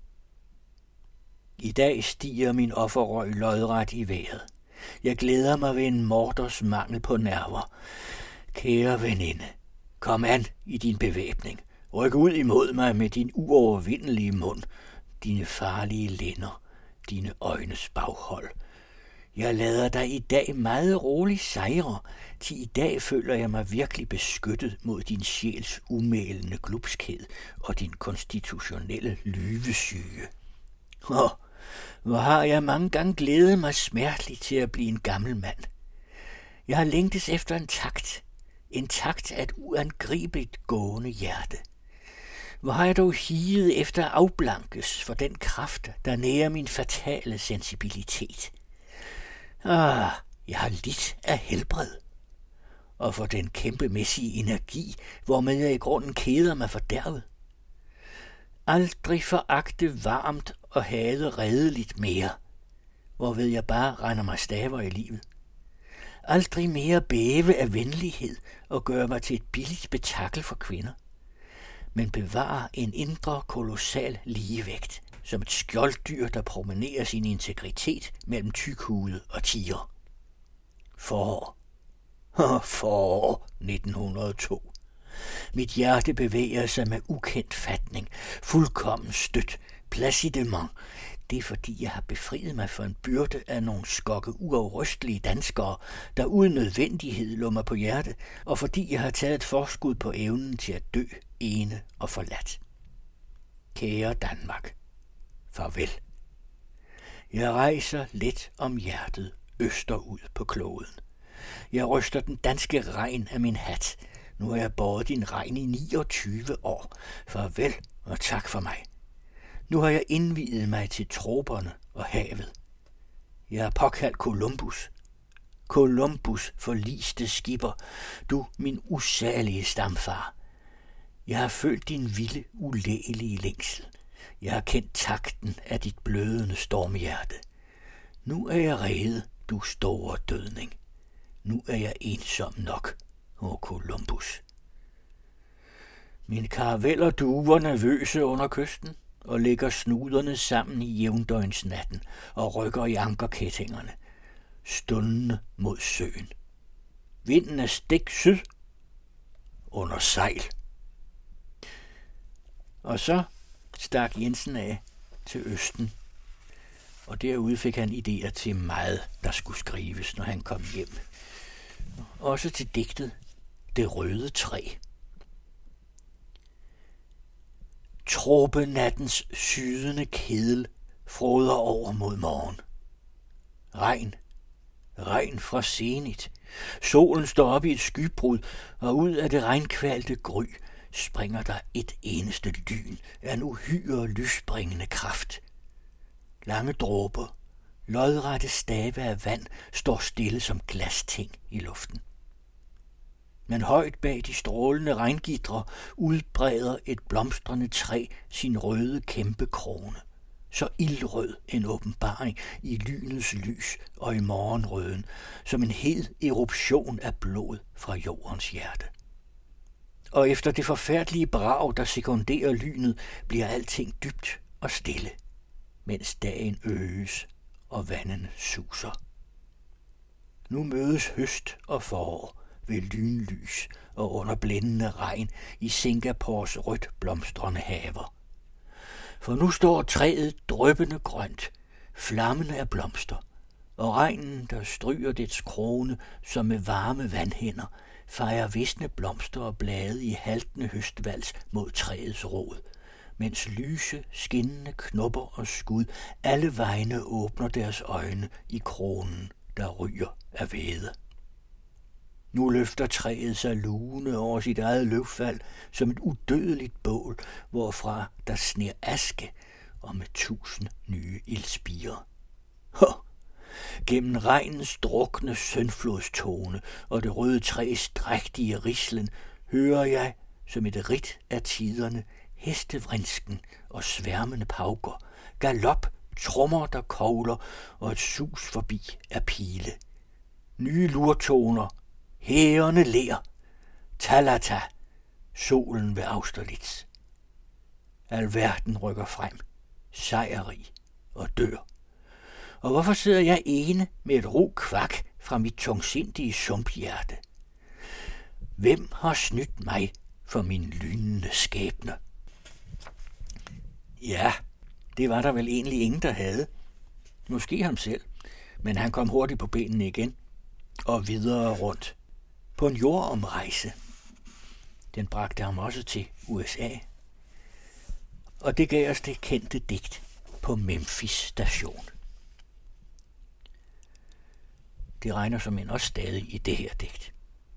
I dag stiger min offerrøg lodret i vejret. Jeg glæder mig ved en morders mangel på nerver. Kære veninde, kom an i din bevæbning. Ryk ud imod mig med din uovervindelige mund, dine farlige lænder, dine øjnes baghold. Jeg lader dig i dag meget roligt sejre, til i dag føler jeg mig virkelig beskyttet mod din sjæls umælende glupskhed og din konstitutionelle lyvesyge. Hvor har jeg mange gange glædet mig smerteligt til at blive en gammel mand. Jeg har længtes efter en takt af et uangribeligt gående hjerte. Hvor har jeg dog higet efter afblankes for den kraft, der nærer min fatale sensibilitet. Jeg har lidt af helbred, og for den kæmpemæssige energi, hvormed jeg i grunden keder mig fordærvet. Aldrig foragte varmt og hade redeligt mere, hvorved jeg bare regner mig staver i livet. Aldrig mere bæve af venlighed og gøre mig til et billigt spektakel for kvinder, men bevare en indre kolossal ligevægt, som et skjolddyr, der promenerer sin integritet mellem tykhude og tiger. Forår 1902. Mit hjerte bevæger sig med ukendt fatning, fuldkommen stødt, placidement. Det er fordi, jeg har befriet mig for en byrde af nogle skokke uafrystelige danskere, der uden nødvendighed lå mig på hjerte, og fordi jeg har taget et forskud på evnen til at dø ene og forladt. Kære Danmark, farvel. Jeg rejser let om hjertet østerud på kloden. Jeg ryster den danske regn af min hat. Nu har jeg båret din regn i 29 år. Farvel og tak for mig. Nu har jeg indviet mig til troperne og havet. Jeg har påkaldt Columbus. Columbus forliste skipper, du min usagelige stamfar. Jeg har følt din vilde, ulægelige længsel. Jeg har kendt takten af dit blødende stormhjerte. Nu er jeg rede, du store dødning. Nu er jeg ensom nok, o Columbus. Mine karaveller duver nervøse under kysten og lægger snuderne sammen i jævndøgnsnatten og rykker i ankerkættingerne, stundende mod søen. Vinden er stik syd under sejl. Og så stak Jensen af til østen, og derude fik han idéer til meget, der skulle skrives, når han kom hjem. Også til digtet Det røde træ. Tropenattens sydende kedel froder over mod morgen. Regn fra zenit. Solen står op i et skybrud, og ud af det regnkvalte gry springer der et eneste lyn af en uhyre lysbringende kraft. Lange dråber, lodrette stave af vand, står stille som glasting i luften. Men højt bag de strålende regngitre udbreder et blomstrende træ sin røde kæmpe krone. Så ildrød en åbenbaring i lynets lys og i morgenrøden, som en hed eruption af blod fra jordens hjerte. Og efter det forfærdelige brag, der sekunderer lynet, bliver alting dybt og stille, mens dagen øges og vandene suser. Nu mødes høst og forår ved lynlys og under blændende regn i Singapores rødt blomstrende haver. For nu står træet dryppende grønt, flammende af blomster, og regnen, der stryger dets krone som med varme vandhænder, fejrer visne blomster og blade i haltende høstvals mod træets rod, mens lyse, skinnende knopper og skud alle vegne åbner deres øjne i kronen, der ryger af hvede. Nu løfter træet sig lune over sit eget løvfald som et udødeligt bål, hvorfra der sner aske og med 1000 nye ildspirer. Gennem regnens drukne søndflodstone og det røde træs drægtige rislen hører jeg som et ridt af tiderne hestevrinsken og sværmende pauker, galop, trommer der kogler og et sus forbi af pile. Nye lurtoner, hærene ler, Talata, solen ved Austerlitz. Alverden rykker frem, sejrrig og dør. Og hvorfor sidder jeg ene med et ro kvak fra mit tungsindige sumphjerte? Hvem har snydt mig for min lynende skæbne? Ja, det var der vel egentlig ingen, der havde. Måske ham selv, men han kom hurtigt på benene igen og videre rundt på en jordomrejse. Den bragte ham også til USA, og det gav os det kendte digt på Memphis station. Det regner som en også stadig i det her digt.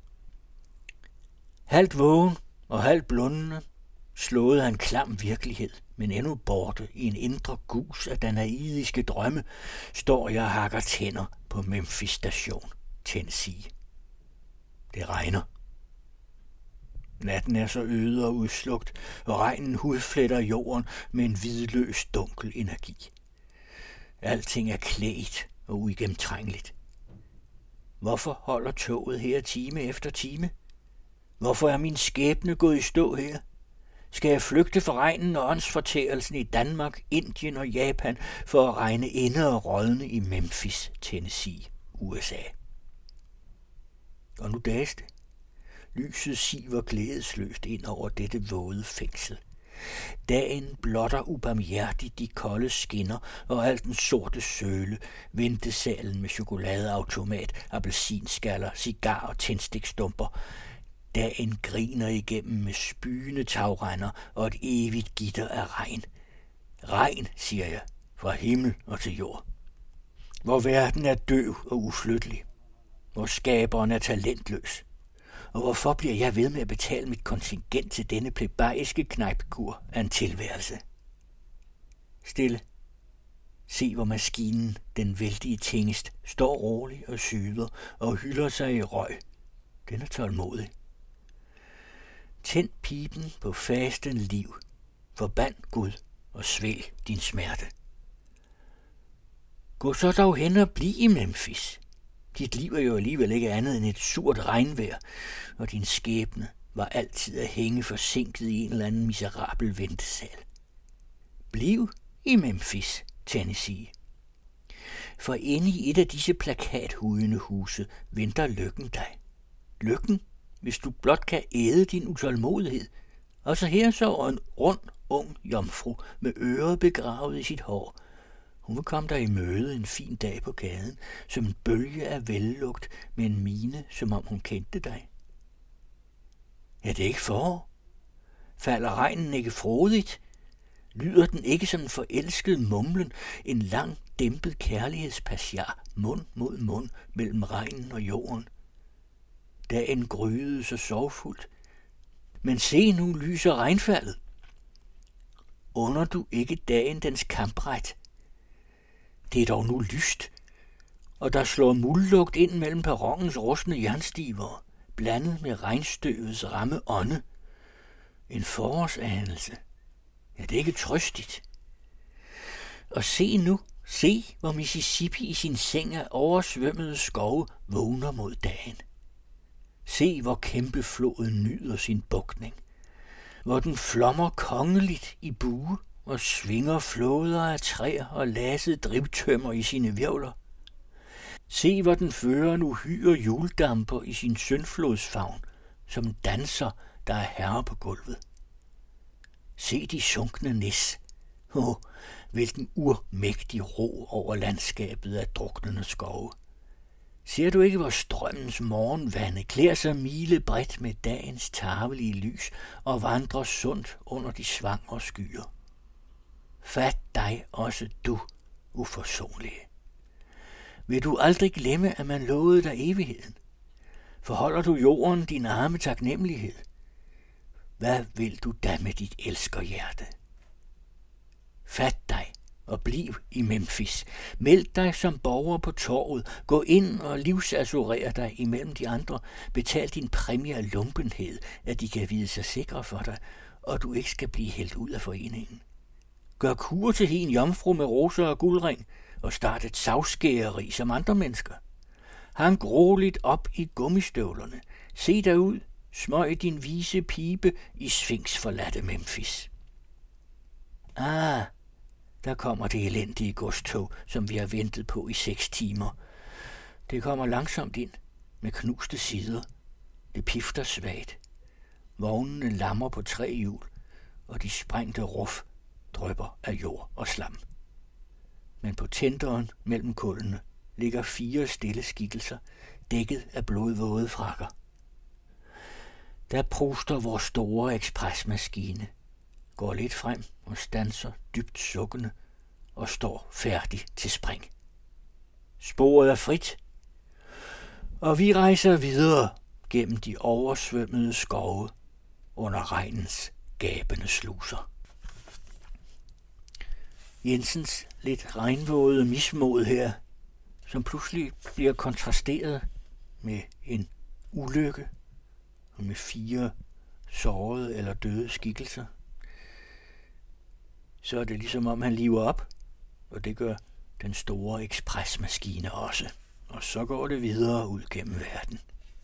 Halvt vågen og halvt blundende slåede han klam virkelighed, men endnu borte i en indre gus af danaidiske drømme, står jeg og hakker tænder på Memphis station, Tennessee. Det regner. Natten er så øde og udslugt, og regnen hudfletter jorden med en hvidløs dunkel energi. Alting er klædt og uigennemtrængeligt. Hvorfor holder toget her time efter time? Hvorfor er min skæbne gået i stå her? Skal jeg flygte fra regnen og åndsfortærelsen i Danmark, Indien og Japan for at regne inde og rådne i Memphis, Tennessee, USA? Og nu dages det. Lyset siver glædesløst ind over dette våde fængsel. Dagen blotter ubarmhjertigt de kolde skinner og al den sorte søle, ventesalen med chokoladeautomat, appelsinskaller, cigar og tændstikstumper. Dagen griner igennem med spyende tagrender og et evigt gitter af regn. Regn, siger jeg, fra himmel og til jord. Hvor verden er døv og uflyttelig. Hvor skaberen er talentløs. Og hvorfor bliver jeg ved med at betale mit kontingent til denne plebeiske knejpekur af en tilværelse? Stille. Se, hvor maskinen, den vældige tingest, står rolig og syder og hylder sig i røg. Den er tålmodig. Tænd piben på fasten liv. Forband Gud og svælg din smerte. Gå så dog hen og bliv i Memphis. Dit liv er jo alligevel ikke andet end et surt regnvejr, og din skæbne var altid at hænge forsinket i en eller anden miserabel ventesal. Bliv i Memphis, Tennessee. For inde i et af disse plakathudende huse venter lykken dig. Lykken, hvis du blot kan æde din utålmodighed. Og så her så en rund, ung jomfru med øret begravet i sit hår. Hun vil komme dig i møde en fin dag på gaden, som en bølge af vellugt med en mine, som om hun kendte dig. Ja, det er ikke forår. Falder regnen ikke frodigt? Lyder den ikke som en forelsket mumlen, en lang, dæmpet kærlighedspasjar, mund mod mund mellem regnen og jorden? Dagen gryede så sorgfuldt, men se nu lyser regnfaldet. Under du ikke dagen dens kampret? Det er dog nu lyst, og der slår muldlugt ind mellem perronens rustne jernstiver, blandet med regnstøvets ramme ånde. En forårsanelse. Ja, det er ikke trøstigt. Og se nu, se, hvor Mississippi i sin seng af oversvømmede skove vågner mod dagen. Se, hvor kæmpe floden nyder sin bugtning, hvor den flommer kongeligt i bue og svinger flåder af træer og lasset drivtømmer i sine hvirvler. Se, hvor den fører en uhyre juldamper i sin syndflodsfavn, som danser, der er herre på gulvet. Se de sunkne næs. Hvilken urmægtig ro over landskabet af druknende skove. Ser du ikke, hvor strømmens morgenvande klæder sig milebredt med dagens tarvelige lys og vandrer sundt under de svangre skyer? Fat dig også du, uforsonlige. Vil du aldrig glemme, at man lovede dig evigheden? Forholder du jorden din arme taknemmelighed? Hvad vil du da med dit elskerhjerte? Fat dig og bliv i Memphis. Meld dig som borger på torvet. Gå ind og livsassurer dig imellem de andre. Betal din præmie af lumpenhed, at de kan vide sig sikre for dig, og du ikke skal blive hældt ud af foreningen. Gør kur til en jomfru med roser og guldring, og start et savskæreri som andre mennesker. Hang roligt op i gummistøvlerne. Se dig ud. Smøg din vise pibe i sfinksforladte Memphis. Der kommer det elendige godstog, som vi har ventet på i 6 timer. Det kommer langsomt ind, med knuste sider. Det pifter svagt. Vognene lammer på 3 hjul, og de sprængte ruf drypper af jord og slam. Men på tænderen mellem kullene ligger 4 stille skikkelser, dækket af blodvåde frakker. Der pruster vores store ekspresmaskine, går lidt frem og standser dybt sukkende og står færdig til spring. Sporet er frit, og vi rejser videre gennem de oversvømmede skove under regnens gabende sluser. Jensens lidt regnvåde mismod her, som pludselig bliver kontrasteret med en ulykke og med 4 sårede eller døde skikkelser. Så er det ligesom om han liver op, og det gør den store ekspresmaskine også. Og så går det videre ud gennem verden.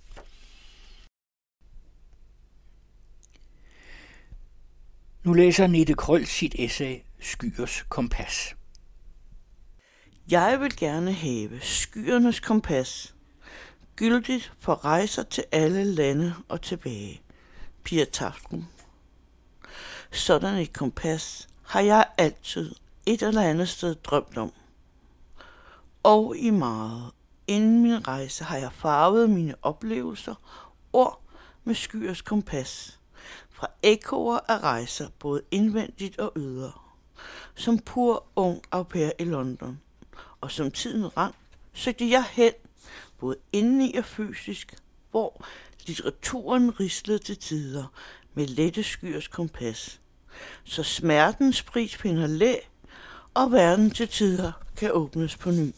Nu læser Nette Krøll sit essay Skyers kompas. Jeg vil gerne have skyernes kompas, gyldigt for rejser til alle lande og tilbage. Pia Taften. Sådan et kompas har jeg altid et eller andet sted drømt om. Og i meget inden min rejse har jeg farvet mine oplevelser, ord med Skyers kompas, fra ekkoer af rejser både indvendigt og ydre, som pur ung au pair i London, og som tiden rang, søgte jeg hen, både indeni og fysisk, hvor litteraturen rislede til tider med lette Skyers kompas, så smertens prispinder læ, og verden til tider kan åbnes på ny.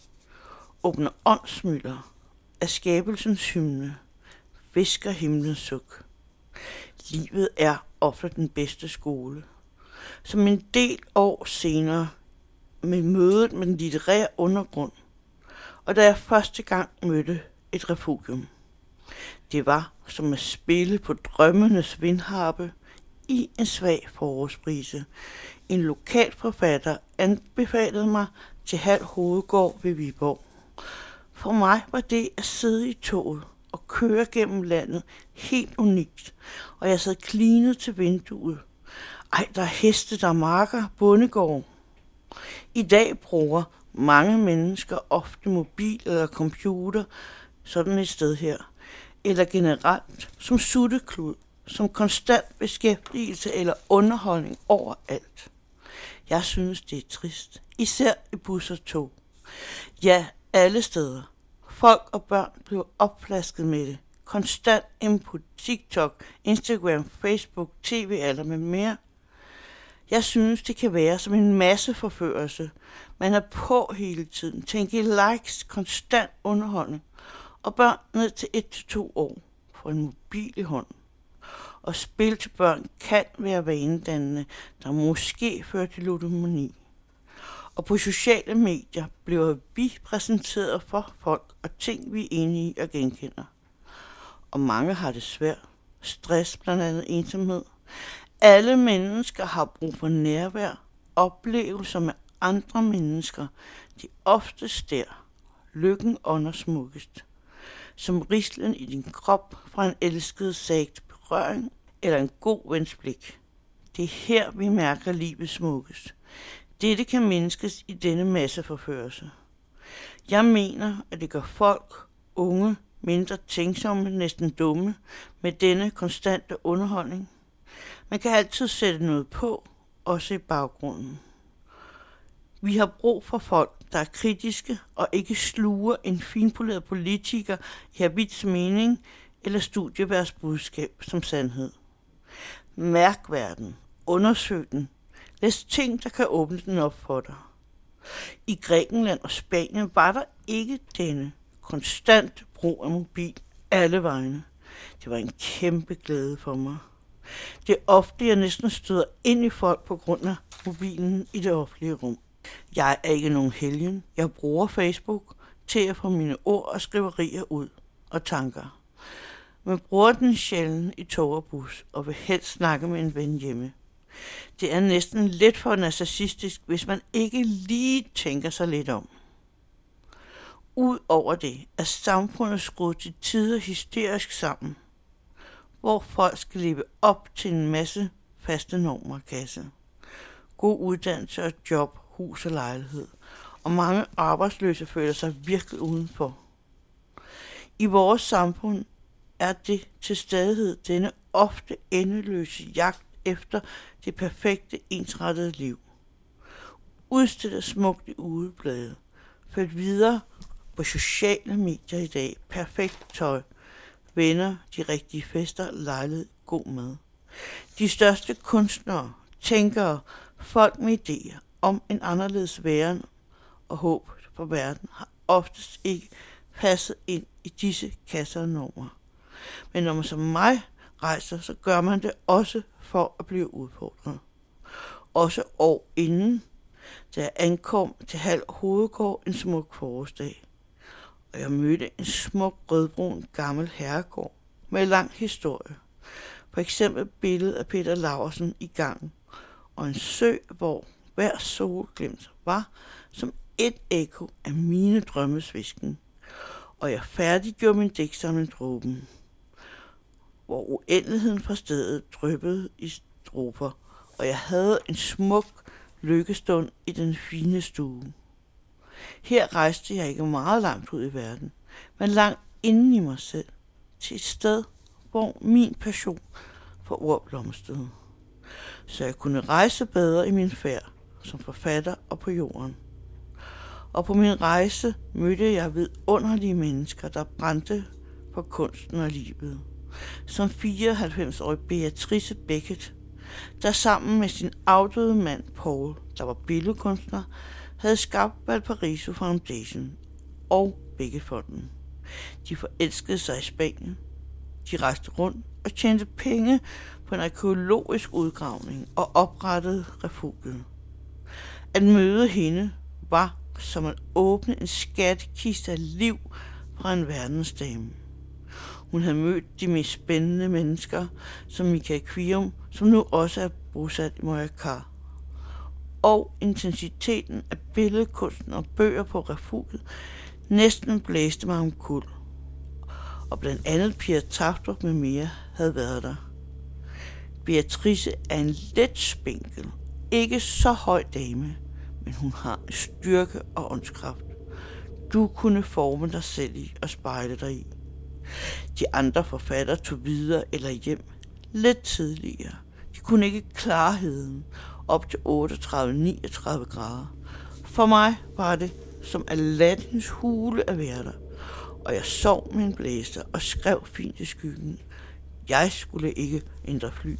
Åbner åndsmylder af skabelsens hymne, visker himlens suk. Livet er ofte den bedste skole. Som en del år senere med mødet med den litterære undergrund, og da jeg første gang mødte et refugium. Det var som at spille på drømmenes vindharpe i en svag forårsbrise. En lokal forfatter anbefalede mig til Hald Hovedgård ved Viborg. For mig var det at sidde i toget og køre gennem landet helt unikt, og jeg sad klinet til vinduet. Ej, der er heste, der marker bondegård. I dag bruger mange mennesker ofte mobil eller computer, sådan et sted her, eller generelt som sutteklud, som konstant beskæftigelse eller underholdning overalt. Jeg synes, det er trist, især i bus og tog. Ja, alle steder. Folk og børn bliver opflasket med det. Konstant input, TikTok, Instagram, Facebook, TV eller med mere. Jeg synes, det kan være som en masse forførelse. Man er på hele tiden, tænker likes, konstant underholdning. Og børn ned til 1-2 år får en mobil i hånden. Og spil til børn kan være vanedannende, der måske fører til ludomani. Og på sociale medier bliver vi præsenteret for folk og ting, vi er enige i og genkender. Og mange har det svært. Stress, blandt andet ensomhed. Alle mennesker har brug for nærvær, oplevelser med andre mennesker. De oftest der. Lykken ånder smukkest. Som rislen i din krop fra en elsket sagt berøring eller en god vens blik. Det er her, vi mærker livet smukkest. Dette kan mindskes i denne masseforførelse. Jeg mener, at det gør folk, unge, mindre tænksomme, næsten dumme, med denne konstante underholdning. Man kan altid sætte noget på, også i baggrunden. Vi har brug for folk, der er kritiske og ikke sluger en finpoleret politiker i habits mening eller studieværsbudskab som sandhed. Mærk verden, undersøg den, læs ting, der kan åbne den op for dig. I Grækenland og Spanien var der ikke denne konstant brug af mobil alle vegne. Det var en kæmpe glæde for mig. Det er ofte, jeg næsten støder ind i folk på grund af mobilen i det offentlige rum. Jeg er ikke nogen helgen. Jeg bruger Facebook til at få mine ord og skriverier ud og tanker. Man bruger den sjældent i tog og bus og vil helst snakke med en ven hjemme. Det er næsten lidt for narcissistisk, hvis man ikke lige tænker sig lidt om. Udover det er samfundet skruet til tider hysterisk sammen, hvor folk skal leve op til en masse faste normer og kasse. God uddannelse og job, hus og lejlighed, og mange arbejdsløse føler sig virkelig udenfor. I vores samfund er det til stadighed denne ofte endeløse jagt efter det perfekte ensrettede liv. Udstillet smukt i ugebladet, ført videre på sociale medier i dag, perfekt tøj, venner, de rigtige fester, lejlighed, god mad. De største kunstnere, tænkere, folk med idéer om en anderledes væren og håb for verden har oftest ikke passet ind i disse kasser og normer. Men når man som mig rejser, så gør man det også for at blive udfordret. Også år inden, da jeg ankom til Hald Hovedgård en smuk forårsdag, og jeg mødte en smuk rødbrun gammel herregård med lang historie. For eksempel billedet af Peter Laursen i gangen, og en sø, hvor hver solglimt var som et ekko af mine drømmesvisken, og jeg færdiggjorde min digtsamling Dråben, hvor uendeligheden fra stedet dryppede i strofer, og jeg havde en smuk lykkestund i den fine stue. Her rejste jeg ikke meget langt ud i verden, men langt inden i mig selv, til et sted, hvor min passion for ord blomstrede, så jeg kunne rejse bedre i min færd som forfatter og på jorden. Og på min rejse mødte jeg vidunderlige mennesker, der brændte for kunsten og livet. Som 94-årig Beatrice Beckett, der sammen med sin afdøde mand Paul, der var billedkunstner, havde skabt Valparaiso Foundation og Beggefonden. De forelskede sig i Spanien. De rejste rundt og tjente penge på en arkæologisk udgravning og oprettede refugiet. At møde hende var som at åbne en skattekiste af liv fra en verdensdame. Hun havde mødt de mest spændende mennesker, som Michael Quirum, som nu også er bosat i Mallorca. Og intensiteten af billedkunsten og bøger på refugiet næsten blæste mig omkuld. Og blandt andet Pia Tafdrup med mere havde været der. Beatrice er en let spinkel, ikke så høj dame, men hun har en styrke og åndskraft. Du kunne forme dig selv i og spejle dig i. De andre forfattere tog videre eller hjem lidt tidligere. De kunne ikke klarheden op til 38-39 grader. For mig var det som Aladdins hule at være der, og jeg sov med en blæser og skrev fint i skyggen. Jeg skulle ikke ændre fly.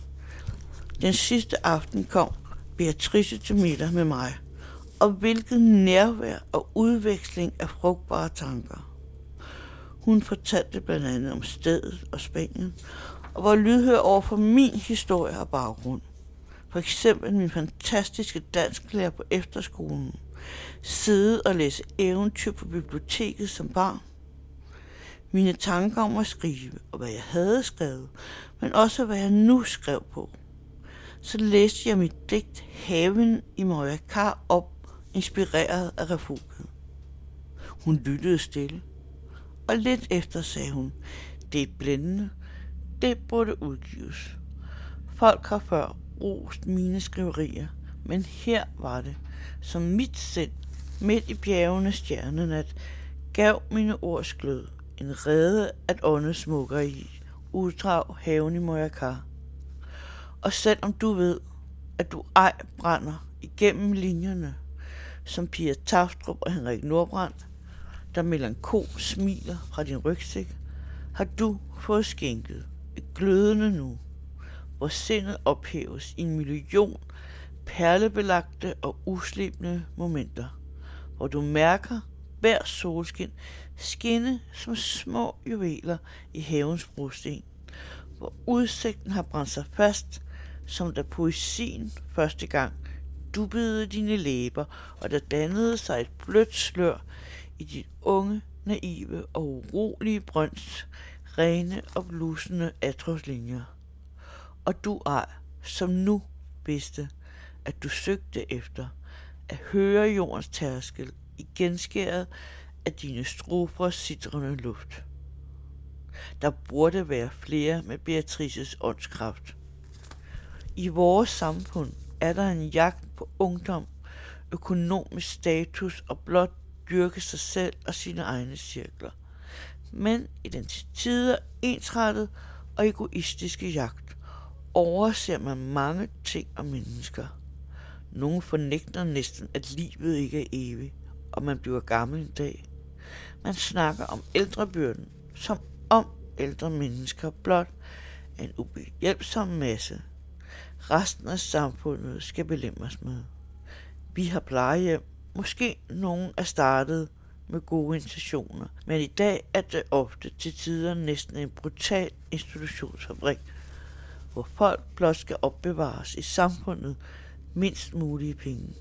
Den sidste aften kom Beatrice til middag med mig, og hvilket nærvær og udveksling af frugtbare tanker. Hun fortalte blandt andet om stedet og Spanien, og var lydhør over for min historie og baggrund. For eksempel min fantastiske dansklærer på efterskolen, sidde og læse eventyr på biblioteket som barn. Mine tanker om at skrive, og hvad jeg havde skrevet, men også hvad jeg nu skrev på. Så læste jeg mit digt Haven i Mallorca op, inspireret af refugiet. Hun lyttede stille, og lidt efter sagde hun, det er blændende, det burde udgives. Folk har før rost mine skriverier, men her var det, som mit sind midt i bjergene stjernenat, gav mine ords glød en rede at ånde smukker i, uddrag Haven i Mallorca. Og selvom du ved, at du ej brænder igennem linjerne, som Pia Tafdrup og Henrik Nordbrandt, der melankol smiler fra din rygsæk, har du fået skænket et glødende nu, hvor sindet ophæves i en million perlebelagte og uslebne momenter, hvor du mærker hver solskin skinne som små juveler i havens brosten, hvor udsigten har brændt sig fast, som da poesien første gang dubbede dine læber, og der dannede sig et blødt slør i dit unge, naive og urolige brønds rene og blusende atroslinjer. Og du ej, som nu vidste, at du søgte efter at høre jordens tærskel i genskæret af dine strofers sitrende luft. Der burde være flere med Beatrices åndskraft. I vores samfund er der en jagt på ungdom, økonomisk status og blot dyrke sig selv og sine egne cirkler. Men i den til tider ensrettet og egoistiske jagt overser man mange ting og mennesker. Nogle fornægter næsten, at livet ikke er evigt, og man bliver gammel en dag. Man snakker om ældrebyrden, som om ældre mennesker blot er en ubehjælpsom masse. Resten af samfundet skal belemres med. Vi har plejehjem, måske nogen er startet med gode intentioner, men i dag er det ofte til tider næsten en brutal institutionsfabrik, hvor folk blot skal opbevares i samfundet mindst mulige penge.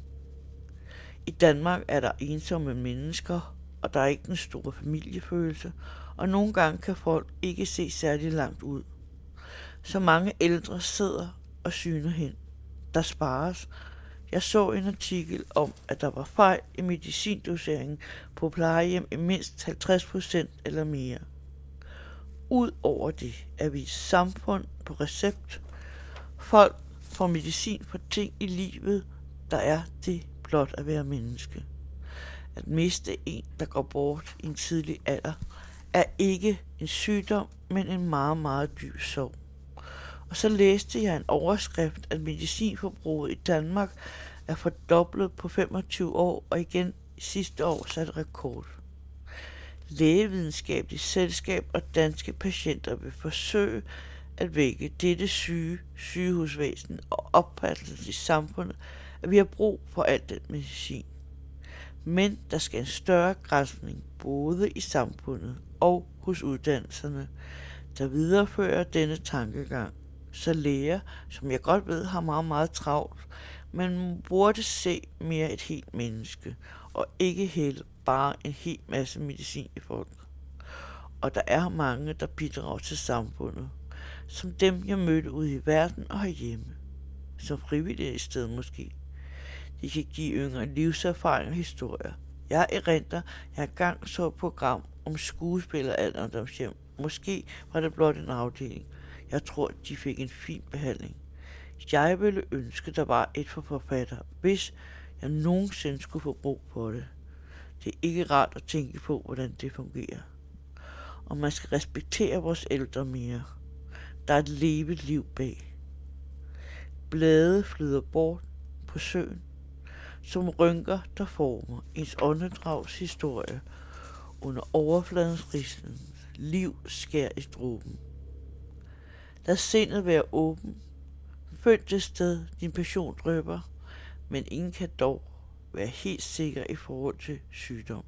I Danmark er der ensomme mennesker, og der er ikke den store familiefølelse, og nogle gange kan folk ikke se særlig langt ud. Så mange ældre sidder og syner hen. Der spares. Jeg så en artikel om, at der var fejl i medicindoseringen på plejehjem i mindst 50% eller mere. Udover det er vi et samfund på recept. Folk får medicin for ting i livet, der er det blot at være menneske. At miste en, der går bort i en tidlig alder, er ikke en sygdom, men en meget, meget dyb sorg. Og så læste jeg en overskrift, at medicinforbruget i Danmark er fordoblet på 25 år, og igen sidste år satte rekord. Lægevidenskabeligt Selskab og Danske Patienter vil forsøge at vække dette sygehusvæsen og opfattelse i samfundet, at vi har brug for al den medicin. Men der skal en større grænsning både i samfundet og hos uddannelserne, der viderefører denne tankegang, så læger, som jeg godt ved har meget, meget travlt, men burde se mere et helt menneske, og ikke hælde bare en hel masse medicin i folk. Og der er mange, der bidrager til samfundet, som dem, jeg mødte ude i verden og herhjemme, som frivillige i stedet måske. De kan give yngre livserfaring og historier. Jeg erindrer, jeg engang så et program om skuespillere og alderdomshjem. Måske var det blot en afdeling. Jeg tror, de fik en fin behandling. Jeg ville ønske, der var et for forfatter, hvis jeg nogensinde skulle få brug for det. Det er ikke rart at tænke på, hvordan det fungerer. Og man skal respektere vores ældre mere. Der er et levet liv bag. Blade flyder bort på søen, som rynker, der former ens åndedrags historie under overfladens rislen. Liv skær i struben. Lad sindet være åben. Følg det sted, din passion drøber, men ingen kan dog være helt sikker i forhold til sygdom.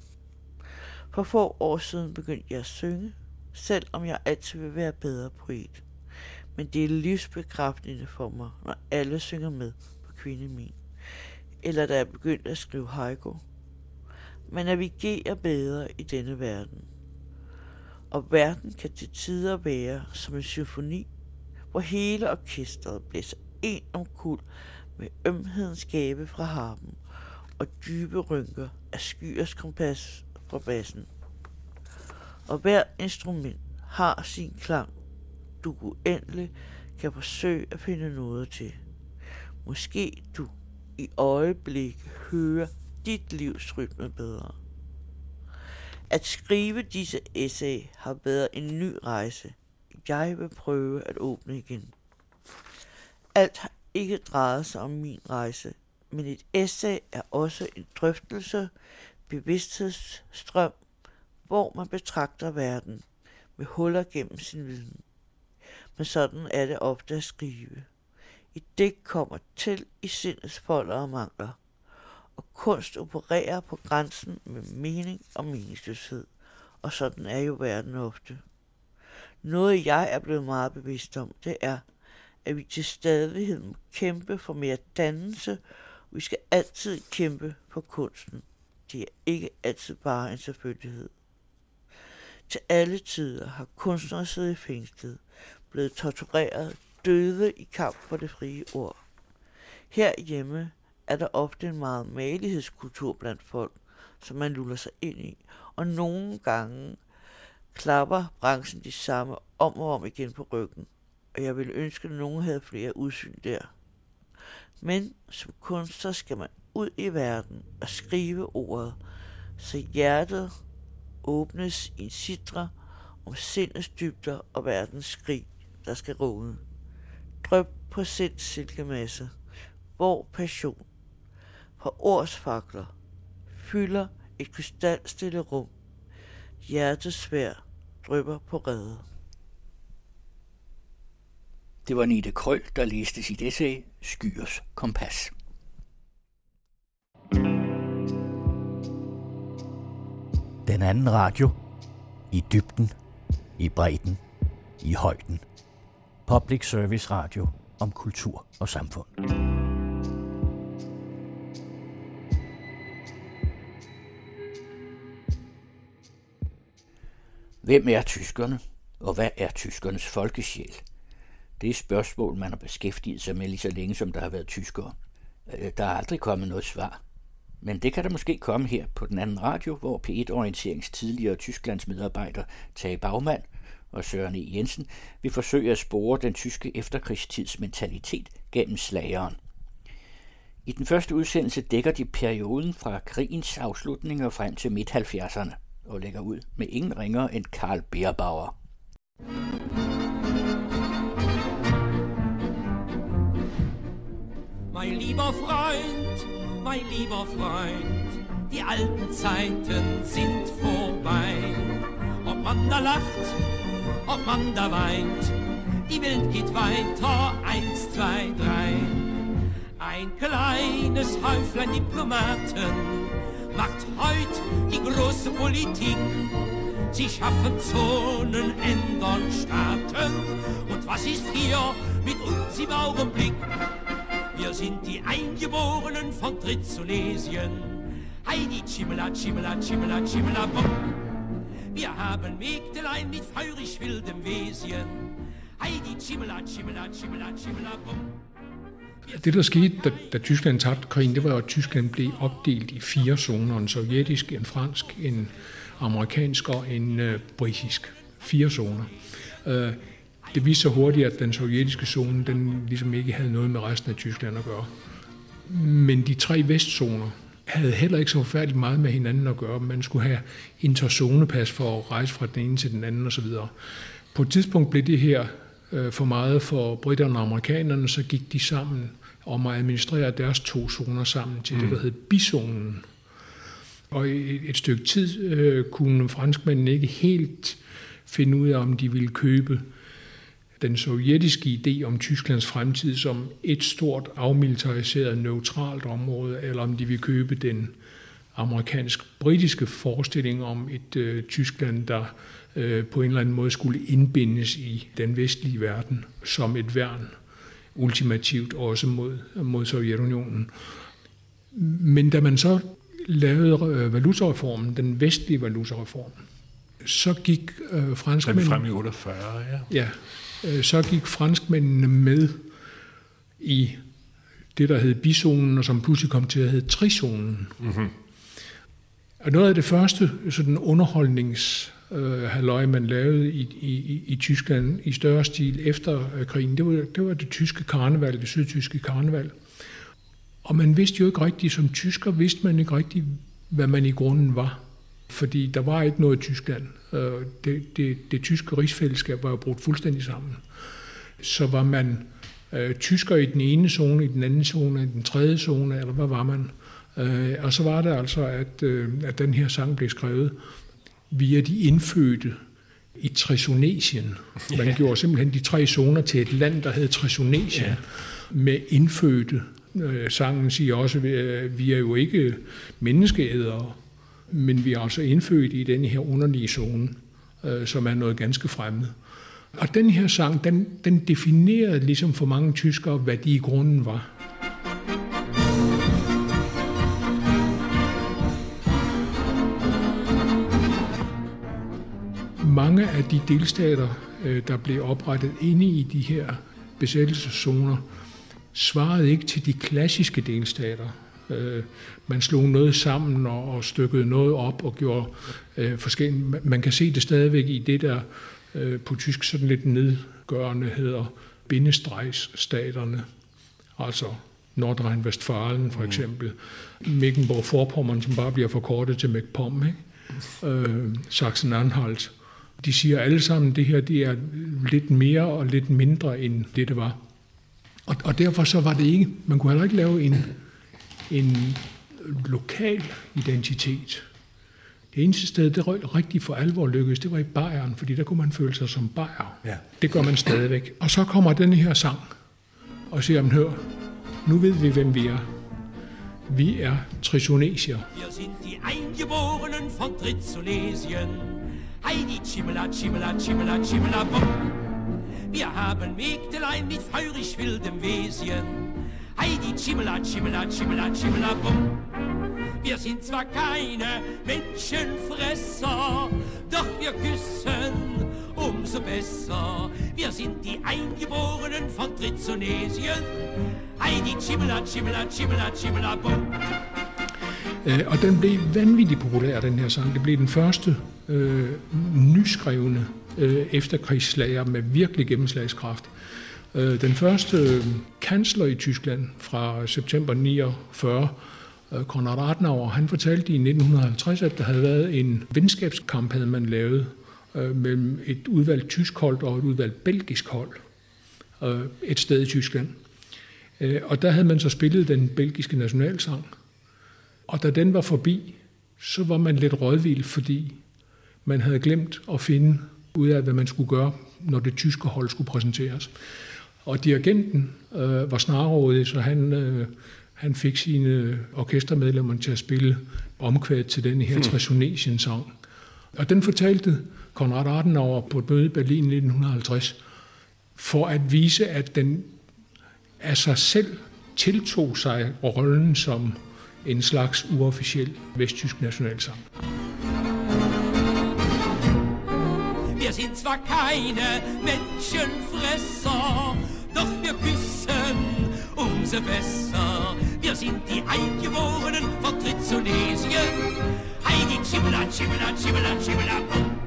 For få år siden begyndte jeg at synge, selvom jeg altid vil være bedre poet. Men det er livsbekræftende for mig, når alle synger med på Kvindemin. Eller da jeg begyndte at skrive haiku. Man navigerer bedre i denne verden. Og verden kan til tider være som en symfoni, hvor hele orkestret blæser en omkuld med ømhedens gabe fra harpen og dybe rynker af skyers kompas fra bassen. Og hver instrument har sin klang, du uendelig kan forsøge at finde noget til. Måske du i øjeblik hører dit livs rytme bedre. At skrive disse essay har været en ny rejse. Jeg vil prøve at åbne igen. Alt har ikke drejet sig om min rejse, men et essay er også en drøftelse, bevidsthedsstrøm, hvor man betragter verden med huller gennem sin viden. Men sådan er det ofte at skrive. Et digt kommer til i sindets folder og mangler, og kunst opererer på grænsen med mening og meningsløshed, og sådan er jo verden ofte. Noget jeg er blevet meget bevidst om, det er, at vi til stadighed må kæmpe for mere dannelse. Vi skal altid kæmpe for kunsten. Det er ikke altid bare en selvfølgelighed. Til alle tider har kunstnere siddet i fængslet, blevet tortureret, døde i kamp for det frie ord. Herhjemme er der ofte en meget malighedskultur blandt folk, som man luller sig ind i, og nogle gange klapper branchen de samme om og om igen på ryggen, og jeg ville ønske, at nogen havde flere udsyn der. Men som kunstner skal man ud i verden og skrive ordet, så hjertet åbnes i en sidre om sindets dybder og verdens skrig, der skal råde. Drøb på sinds silkemasse, hvor passion fra ordsfakler fylder et krystalstille rum. Hjertets svær drypper på rede. Det var Nite Krøll, der læste sit essay Skyers kompas. Den anden radio. I dybden, i bredden, i højden. Public Service Radio om kultur og samfund. Hvem er tyskerne, og hvad er tyskernes folkesjæl? Det er spørgsmål, man har beskæftiget sig med lige så længe, som der har været tyskere. Der er aldrig kommet noget svar. Men det kan der måske komme her på den anden radio, hvor P1-orienterings tidligere Tysklands medarbejder Tage Bagmand og Søren E. Jensen vil forsøge at spore den tyske efterkrigstids mentalitet gennem slageren. I den første udsendelse dækker de perioden fra krigens afslutning og frem til midt-70'erne og lægger ud med ingen ringere end Karl Beerbauer. Mein lieber Freund, die alten Zeiten sind vorbei. Ob man da lacht, ob man da weint, Die Welt geht weiter, 1, 2, 3. Ein kleines Häuflein Diplomaten macht heut die große Politik. Sie schaffen Zonen, ändern Staaten. Und was ist hier mit uns im Augenblick? Wir sind die Eingeborenen von Trizonesien. Heidi, Chimela, Chimela, Chimela, Chimela, bum. Wir haben Mägdelein mit feurig wildem Wesen. Heidi, Chimela, Chimela, Chimela, Chimela, bum. Det, der skete, da Tyskland tabte krigen, det var, at Tyskland blev opdelt i 4 zoner. En sovjetisk, en fransk, en amerikansk og en britisk. 4 zoner. Det viste sig hurtigt, at den sovjetiske zone, den ligesom ikke havde noget med resten af Tyskland at gøre. Men de 3 vestzoner havde heller ikke så forfærdeligt meget med hinanden at gøre. Man skulle have interzonepas for at rejse fra den ene til den anden osv. På et tidspunkt blev det her for meget for britterne og amerikanerne, så gik de sammen om at administrere deres 2 zoner sammen til det, der hed bizonen. Og et stykke tid kunne franskmændene ikke helt finde ud af, om de ville købe den sovjetiske idé om Tysklands fremtid som et stort afmilitariseret neutralt område, eller om de ville købe den amerikansk-britiske forestilling om et Tyskland, der på en eller anden måde skulle indbindes i den vestlige verden som et værn, ultimativt også mod Sovjetunionen. Men da man så lavede valutareformen, den vestlige valutareform, så gik franskmændene... Den frem i 48, ja. Ja, så gik franskmændene med i det, der hed bizonen, og som pludselig kom til at hedde trizonen. Mm-hmm. Og noget af det første sådan underholdningshalløj, man lavede i Tyskland i større stil efter krigen, det var det tyske karneval, det sydtyske karneval. Og man vidste jo ikke rigtigt, som tysker vidste man ikke rigtigt, hvad man i grunden var. Fordi der var ikke noget i Tyskland. Det tyske rigsfællesskab var jo brudt fuldstændig sammen. Så var man tysker i den ene zone, i den anden zone, i den tredje zone, eller hvad var man? Og så var det altså, at den her sang blev skrevet via de indfødte i Trizonesien. Man gjorde simpelthen de 3 zoner til et land, der hed Trizonesien, med indfødte. Sangen siger også, at vi er jo ikke menneskeædere, men vi er altså indfødt i den her underlige zone, som er noget ganske fremmed. Og den her sang, den definerede ligesom for mange tyskere, hvad de i grunden var. Mange af de delstater, der blev oprettet inde i de her besættelseszoner, svarede ikke til de klassiske delstater. Man slog noget sammen og stykkede noget op og gjorde forskellige. Man kan se det stadigvæk i det, der på tysk sådan lidt nedgørende hedder bindestregsstaterne. Altså Nordrhein-Westfalen for eksempel. Mecklenburg-Vorpommern, som bare bliver forkortet til MacPom, Sachsen-Anhalt. De siger alle sammen, at det her det er lidt mere og lidt mindre end det var. Og derfor så var det ikke, man kunne heller ikke lave en lokal identitet. Det eneste sted, det rigtig for alvor lykkedes, det var i Bayern, fordi der kunne man føle sig som bayer. Ja. Det gør man stadigvæk. Og så kommer denne her sang og siger, hør, nu ved vi, hvem vi er. Vi er Trizonesier. Wir sind die Eingeborenen von Trizonesien. Heidi, Chimela, Chimela, Chimela, Chimela, bum. Wir haben Mägdelein mit feurig wildem Wesen. Heidi, Chimela, Chimela, Chimela, Chimela, bum. Wir sind zwar keine Menschenfresser, doch wir küssen umso besser. Wir sind die Eingeborenen von Trizonesien. Heidi, Chimela, Chimela, Chimela, Chimela, bum. Og den blev vanvittigt populær, den her sang. Det blev den første nyskrevne efterkrigsslager med virkelig gennemslagskraft. Den første kansler i Tyskland fra september 49, Konrad Adenauer, han fortalte i 1950, at der havde været en venskabskamp, havde man lavet mellem et udvalgt tysk hold og et udvalgt belgisk hold et sted i Tyskland. Og der havde man så spillet den belgiske nationalsang. Og da den var forbi, så var man lidt rådvild, fordi man havde glemt at finde ud af, hvad man skulle gøre, når det tyske hold skulle præsenteres. Og dirigenten var snarrådig, så han fik sine orkestermedlemmer til at spille omkvædet til den her Tresonetien-sang. Og den fortalte Konrad Adenauer på et møde i Berlin i 1950, for at vise, at den af sig selv tiltog sig rollen som en slags uofficiel vesttysk nationalsang. Wir sind zwar keine Menschenfresser, doch wir küssen umso besser. Wir sind die Eingeborenen von Trizonesien. Heidi Chibbelan, Chibbelan, Chibbelan, Chibbelan.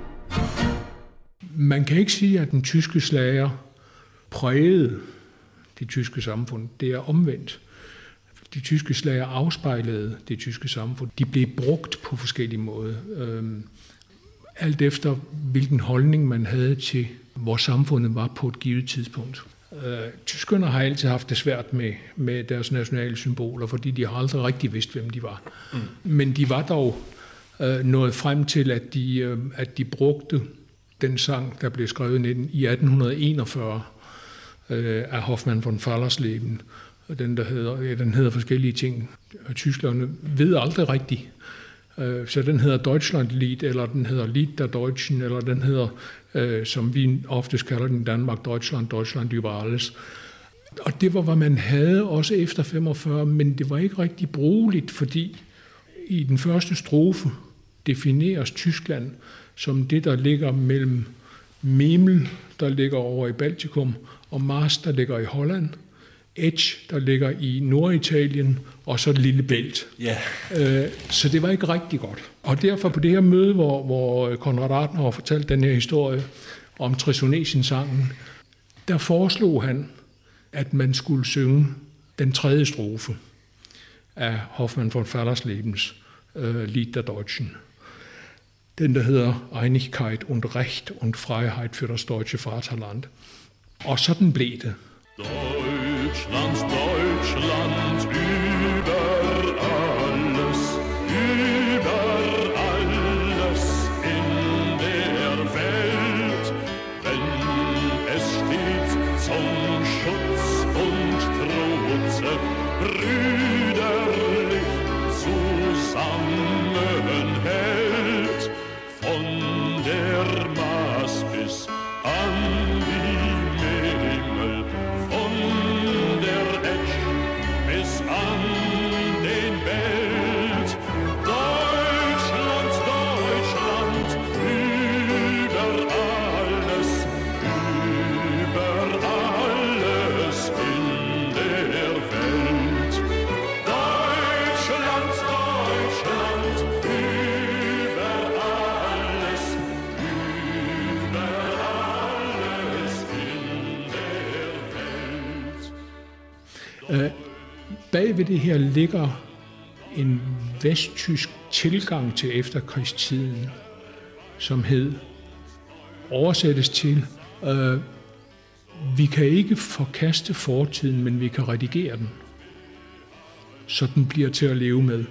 Man kan ikke sige, at den tyske slager prægede det tyske samfund. Det er omvendt. De tyske slager afspejlede det tyske samfund. De blev brugt på forskellige måder. Alt efter, hvilken holdning man havde til, hvor samfundet var på et givet tidspunkt. Tyskerne har altid haft det svært med deres nationale symboler, fordi de har aldrig rigtig vidst, hvem de var. Men de var dog nået frem til, at de brugte den sang, der blev skrevet i 1841 af Hoffmann von Fallersleben. Den hedder forskellige ting. Tyskerne ved aldrig rigtigt. Så den hedder Deutschlandlied, eller den hedder Lied der Deutschen, eller den hedder, som vi oftest kalder den i Danmark, Deutschland über alles. Og det var, hvad man havde også efter 45, men det var ikke rigtig brugeligt, fordi i den første strofe defineres Tyskland som det, der ligger mellem Memel, der ligger over i Baltikum, og Mars, der ligger i Holland, Edge, der ligger i Norditalien, og så et lille bælt. Yeah. Så det var ikke rigtig godt. Og derfor på det her møde, hvor Konrad Adenauer fortalte den her historie om Tresonetien-sangen, der foreslog han, at man skulle synge den tredje strofe af Hoffmann von Fallerslebens Lied der Deutschen. Den, der hedder Einigkeit und Recht und Freiheit für das deutsche Vaterland. Og sådan blev det. Deutschland, Deutschland, über alles in der Welt, wenn es steht zum Schutz und Trotze, brüderlich zusammenhält, von der Maas bis an die Memel, von der Etsch bis an den Belt. Deutschland, Deutschland, über alles in der Welt. Deutschland, Deutschland, über alles in der Welt. Bag ved det her ligger en vesttysk tilgang til efterkrigstiden, som oversættes til, vi kan ikke forkaste fortiden, men vi kan redigere den, så den bliver til at leve med.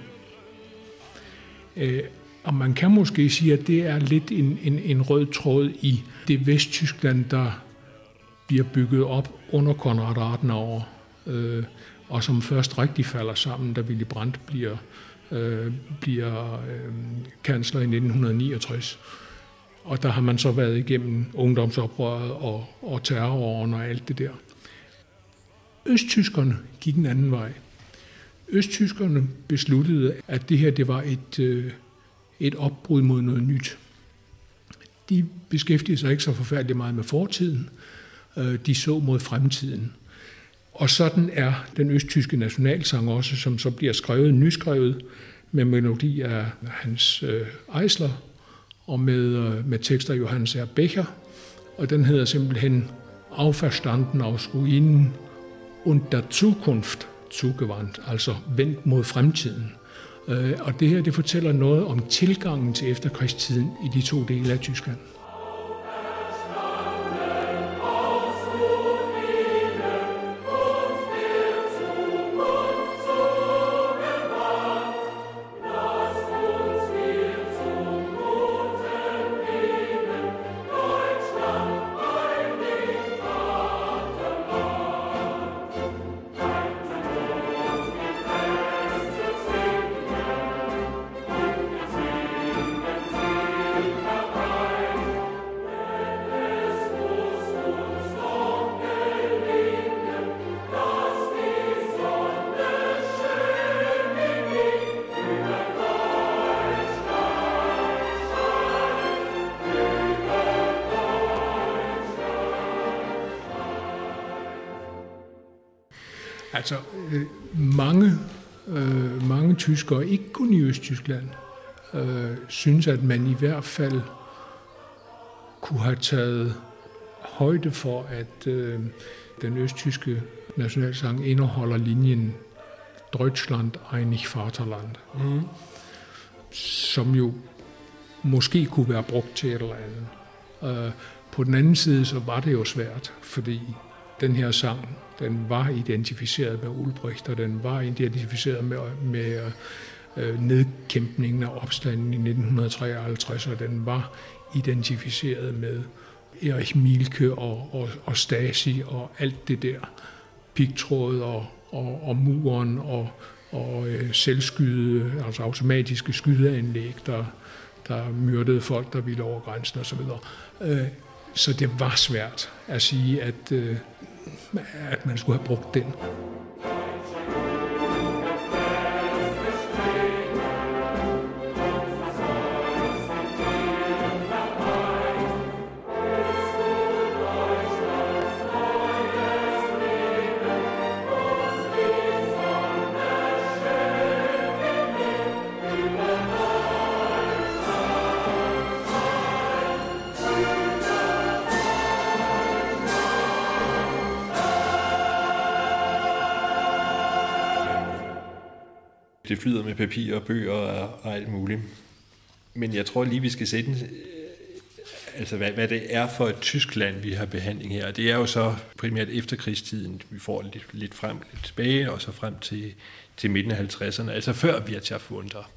Og man kan måske sige, at det er lidt en rød tråd i det Vesttyskland, der bliver bygget op under Konrad Adenauer, og som først rigtig falder sammen, da Willy Brandt bliver kansler i 1969. Og der har man så været igennem ungdomsoprøret og terrorårene og alt det der. Østtyskerne gik en anden vej. Østtyskerne besluttede, at det her det var et opbrud mod noget nyt. De beskæftigede sig ikke så forfærdeligt meget med fortiden. De så mod fremtiden. Og sådan er den østtyske nationalsang også, som så bliver nyskrevet med melodi af Hans Eisler og med tekster af Johannes R. Becher. Og den hedder simpelthen Auferstanden aus Ruinen und der Zukunft zugewandt, altså vendt mod fremtiden. Og det her det fortæller noget om tilgangen til efterkrigstiden i de to dele af Tyskland. Deutschland, Altså, mange tyskere, ikke kun i Østtyskland, synes, at man i hvert fald kunne have taget højde for, at den østtyske nationalsang indeholder linjen Deutschland, einig Vaterland, som jo måske kunne være brugt til et eller andet. På den anden side, så var det jo svært, fordi den her sang, den var identificeret med Ulbricht, og den var identificeret med nedkæmpningen af opstanden i 1953, og den var identificeret med Erich Mielke og Stasi og alt det der, pigtråd og muren og selvskyde, altså automatiske skydeanlæg, der myrdede folk, der ville over grænsen osv. Så det var svært at sige, at man skulle have brugt den. Det flyder med papir og bøger og alt muligt. Men jeg tror lige, vi skal sætte altså hvad det er for et Tyskland, vi har behandling her. Det er jo så primært efterkrigstiden, vi får lidt frem, lidt tilbage, og så frem til midten af 50'erne, altså før Wirtschaftswunder.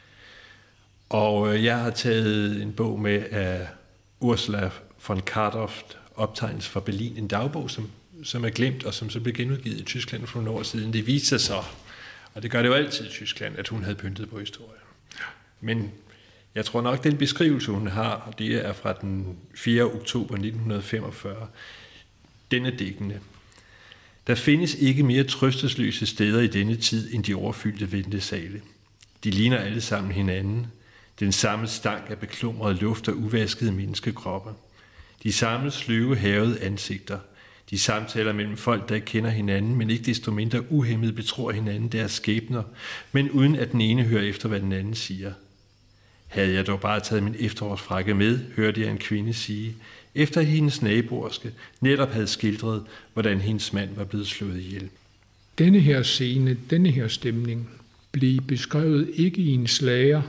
Og jeg har taget en bog med af Ursula von Kardorff, Optegnelse fra Berlin, en dagbog, som er glemt, og som så blev genudgivet i Tyskland for nogle år siden. Det viste sig så, og det gør det jo altid i Tyskland, at hun havde pyntet på historien. Men jeg tror nok, den beskrivelse, hun har, og det er fra den 4. oktober 1945, den er dækkende. Der findes ikke mere trøstesløse steder i denne tid, end de overfyldte ventesale. De ligner alle sammen hinanden. Den samme stank af beklumret luft og uvaskede menneskekroppe. De samme sløve, havede ansigter. De samtaler mellem folk, der ikke kender hinanden, men ikke desto mindre uhæmmet betror hinanden deres skæbner, men uden at den ene hører efter, hvad den anden siger. Havde jeg dog bare taget min efterårsfrakke med, hørte jeg en kvinde sige, efter at hendes naboerske netop havde skildret, hvordan hendes mand var blevet slået ihjel. Denne her scene, denne her stemning, blev beskrevet ikke i en slager,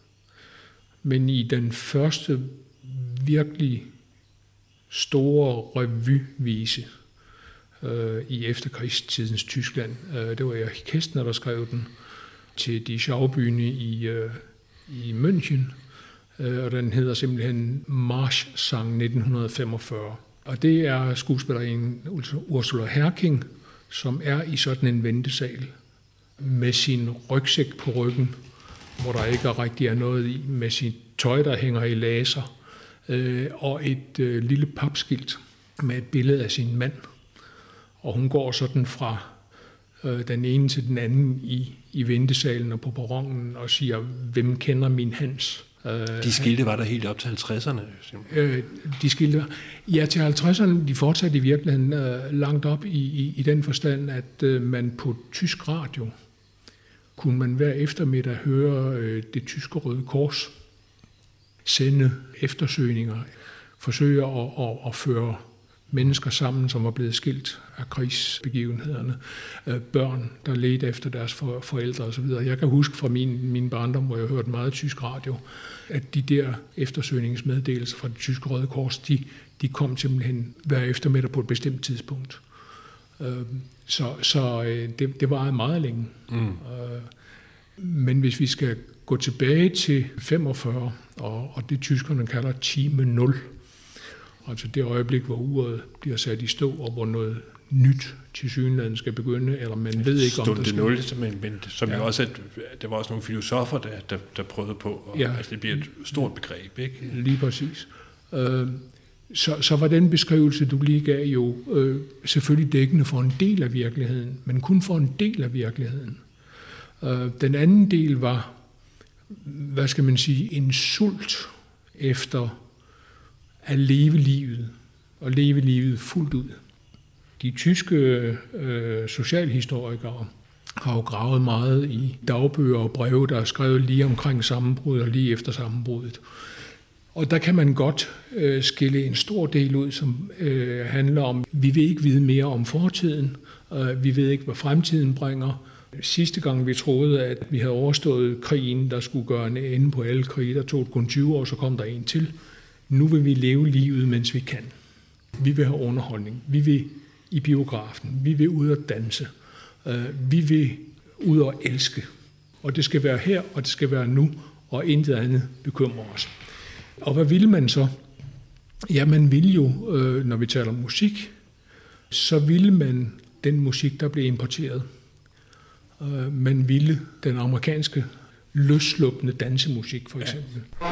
men i den første virkelig store revyvise i efterkrigstidens Tyskland. Det var Erich Kästner, der skrev den til Die Schaubühne i München, og den hedder simpelthen Marschsang 1945. Og det er skuespilleren Ursula Herking, som er i sådan en ventesal med sin rygsæk på ryggen, hvor der ikke rigtig er noget i, med sit tøj, der hænger i laser, og et lille papskilt med et billede af sin mand. Og hun går sådan fra den ene til den anden i ventesalen og på perronen og siger, hvem kender min Hans? De skilte var der helt op til 50'erne? De skilte, ja, til 50'erne, de fortsatte i virkeligheden langt op i den forstand, at man på tysk radio kunne man hver eftermiddag høre det tyske Røde Kors sende eftersøgninger, forsøge at føre mennesker sammen, som var blevet skilt af krigsbegivenhederne, børn, der ledte efter deres forældre osv. Jeg kan huske fra min barndom, hvor jeg hørte meget tysk radio, at de der eftersøgningsmeddelelser fra det tyske Røde Kors, de kom simpelthen hver eftermiddag på et bestemt tidspunkt. Så det varede meget længe. Men hvis vi skal gå tilbage til 45, og det tyskerne kalder time 0, altså det øjeblik, hvor uret bliver sat i stå, og hvor noget nyt tilsyneladende skal begynde, eller man ved ikke, om det skal. 0, men som jo også, der var også nogle filosofer, der prøvede på, og altså det bliver et stort begreb, ikke? Lige præcis. Så var den beskrivelse, du lige gav, jo selvfølgelig dækkende for en del af virkeligheden, men kun for en del af virkeligheden. Den anden del var, hvad skal man sige, en sult efter at leve livet, og leve livet fuldt ud. De tyske socialhistorikere har jo gravet meget i dagbøger og breve, der er skrevet lige omkring sammenbruddet og lige efter sammenbruddet. Og der kan man godt skille en stor del ud, som handler om, vi vil ikke vide mere om fortiden, vi ved ikke, hvad fremtiden bringer. Sidste gang vi troede, at vi havde overstået krigen, der skulle gøre en ende på alle krige, der tog kun 20 år, så kom der en til. Nu vil vi leve livet, mens vi kan. Vi vil have underholdning. Vi vil i biografen. Vi vil ud og danse. Vi vil ud og elske. Og det skal være her, og det skal være nu, og intet andet bekymrer os. Og hvad vil man så? Ja, man vil jo, når vi taler om musik, så ville man den musik, der blev importeret. Man ville den amerikanske løsslupne dansemusik, for eksempel. Ja.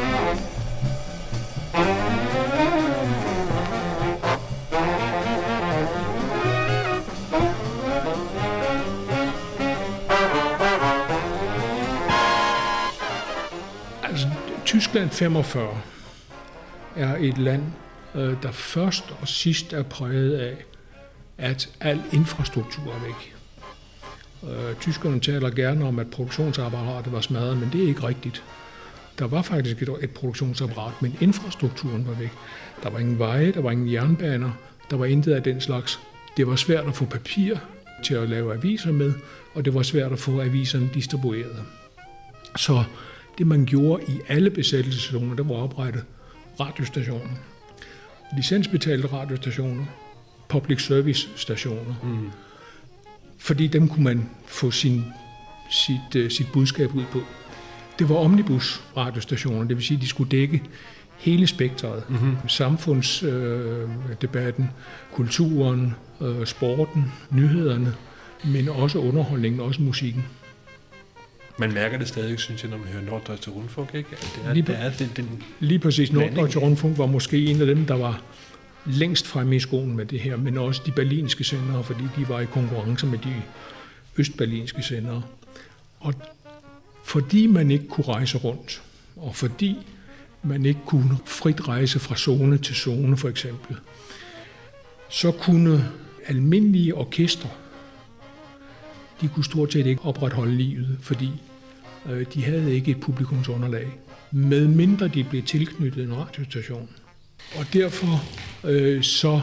Tyskland 45 er et land, der først og sidst er præget af, at al infrastruktur er væk. Tyskerne taler gerne om, at produktionsapparatet var smadret, men det er ikke rigtigt. Der var faktisk et produktionsapparat, men infrastrukturen var væk. Der var ingen veje, der var ingen jernbaner, der var intet af den slags. Det var svært at få papir til at lave aviser med, og det var svært at få aviserne distribueret. Så det man gjorde i alle besættelseszoner, der var oprettet radiostationer. Licensbetalte radiostationer, public service stationer. Mm. Fordi dem kunne man få sit budskab ud på. Det var omnibus radiostationer, det vil sige, at de skulle dække hele spektret. Mm-hmm. Samfundsdebatten, kulturen, sporten, nyhederne, men også underholdningen, også musikken. Man mærker det stadig, synes jeg, når man hører Norddeutsche Rundfunk, ikke? Lige præcis. Norddeutsche Rundfunk var måske en af dem, der var længst fremme i skoen med det her, men også de berlinske sendere, fordi de var i konkurrence med de østberlinske sendere. Og fordi man ikke kunne rejse rundt, og fordi man ikke kunne frit rejse fra zone til zone, for eksempel, så kunne almindelige orkestre, de kunne stort set ikke opretholde livet, fordi de havde ikke et publikumsunderlag, medmindre de blev tilknyttet en radiostation. Og derfor så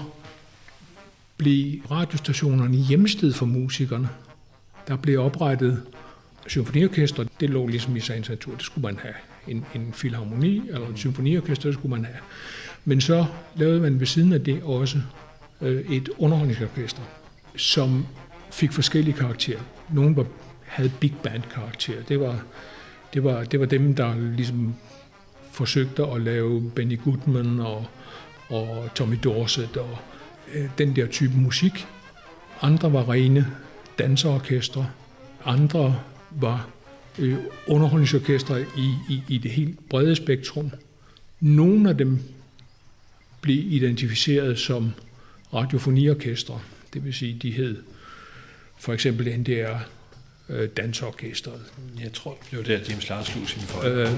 blev radiostationerne hjemsted for musikerne. Der blev oprettet symfoniorkester, det lå ligesom i sagens natur, det skulle man have. En filharmoni eller en symfoniorkester, det skulle man have. Men så lavede man ved siden af det også et underholdningsorkester, som fik forskellige karakterer. Nogle havde big band karakter. Det var dem, der ligesom forsøgte at lave Benny Goodman og Tommy Dorsett og den der type musik. Andre var rene danseorkestre. Andre var underholdningsorkestre i det helt brede spektrum. Nogle af dem blev identificeret som radiofoniorkestre. Det vil sige, de hed for eksempel NDR dansorkestret. Jeg tror, det var der, James Lars slog sine folk.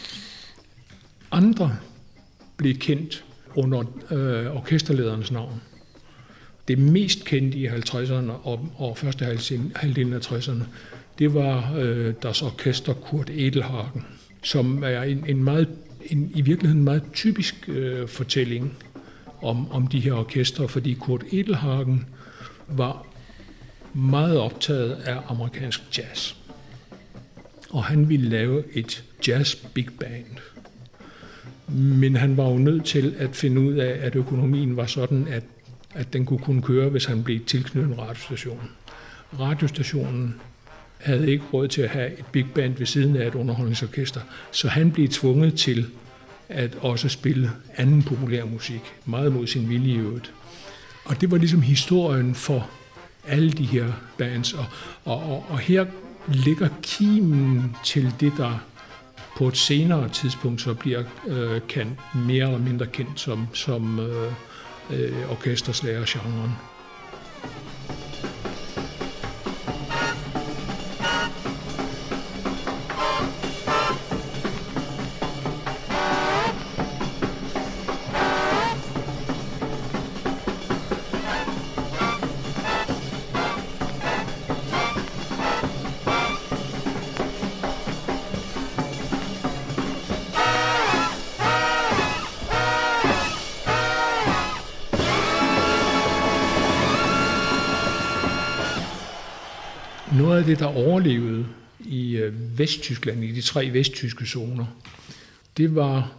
Andre blev kendt under orkesterlederens navn. Det mest kendte i 50'erne og første halvdelen af 60'erne, det var deres orkester Kurt Edelhagen, som er i virkeligheden en meget typisk fortælling om de her orkestre, fordi Kurt Edelhagen var meget optaget af amerikansk jazz. Og han ville lave et jazz big band. Men han var jo nødt til at finde ud af, at økonomien var sådan, at den kunne kun køre, hvis han blev tilknyttet en radiostation. Radiostationen havde ikke råd til at have et big band ved siden af et underholdningsorkester, så han blev tvunget til at også spille anden populær musik, meget mod sin vilje i øvrigt. Og det var ligesom historien for alle de her bands, og her ligger kimen til det, der på et senere tidspunkt så bliver kendt, mere eller mindre kendt som orkesterslagergenren. noget af det, der overlevede i Vesttyskland, i de 3 vesttyske zoner, det var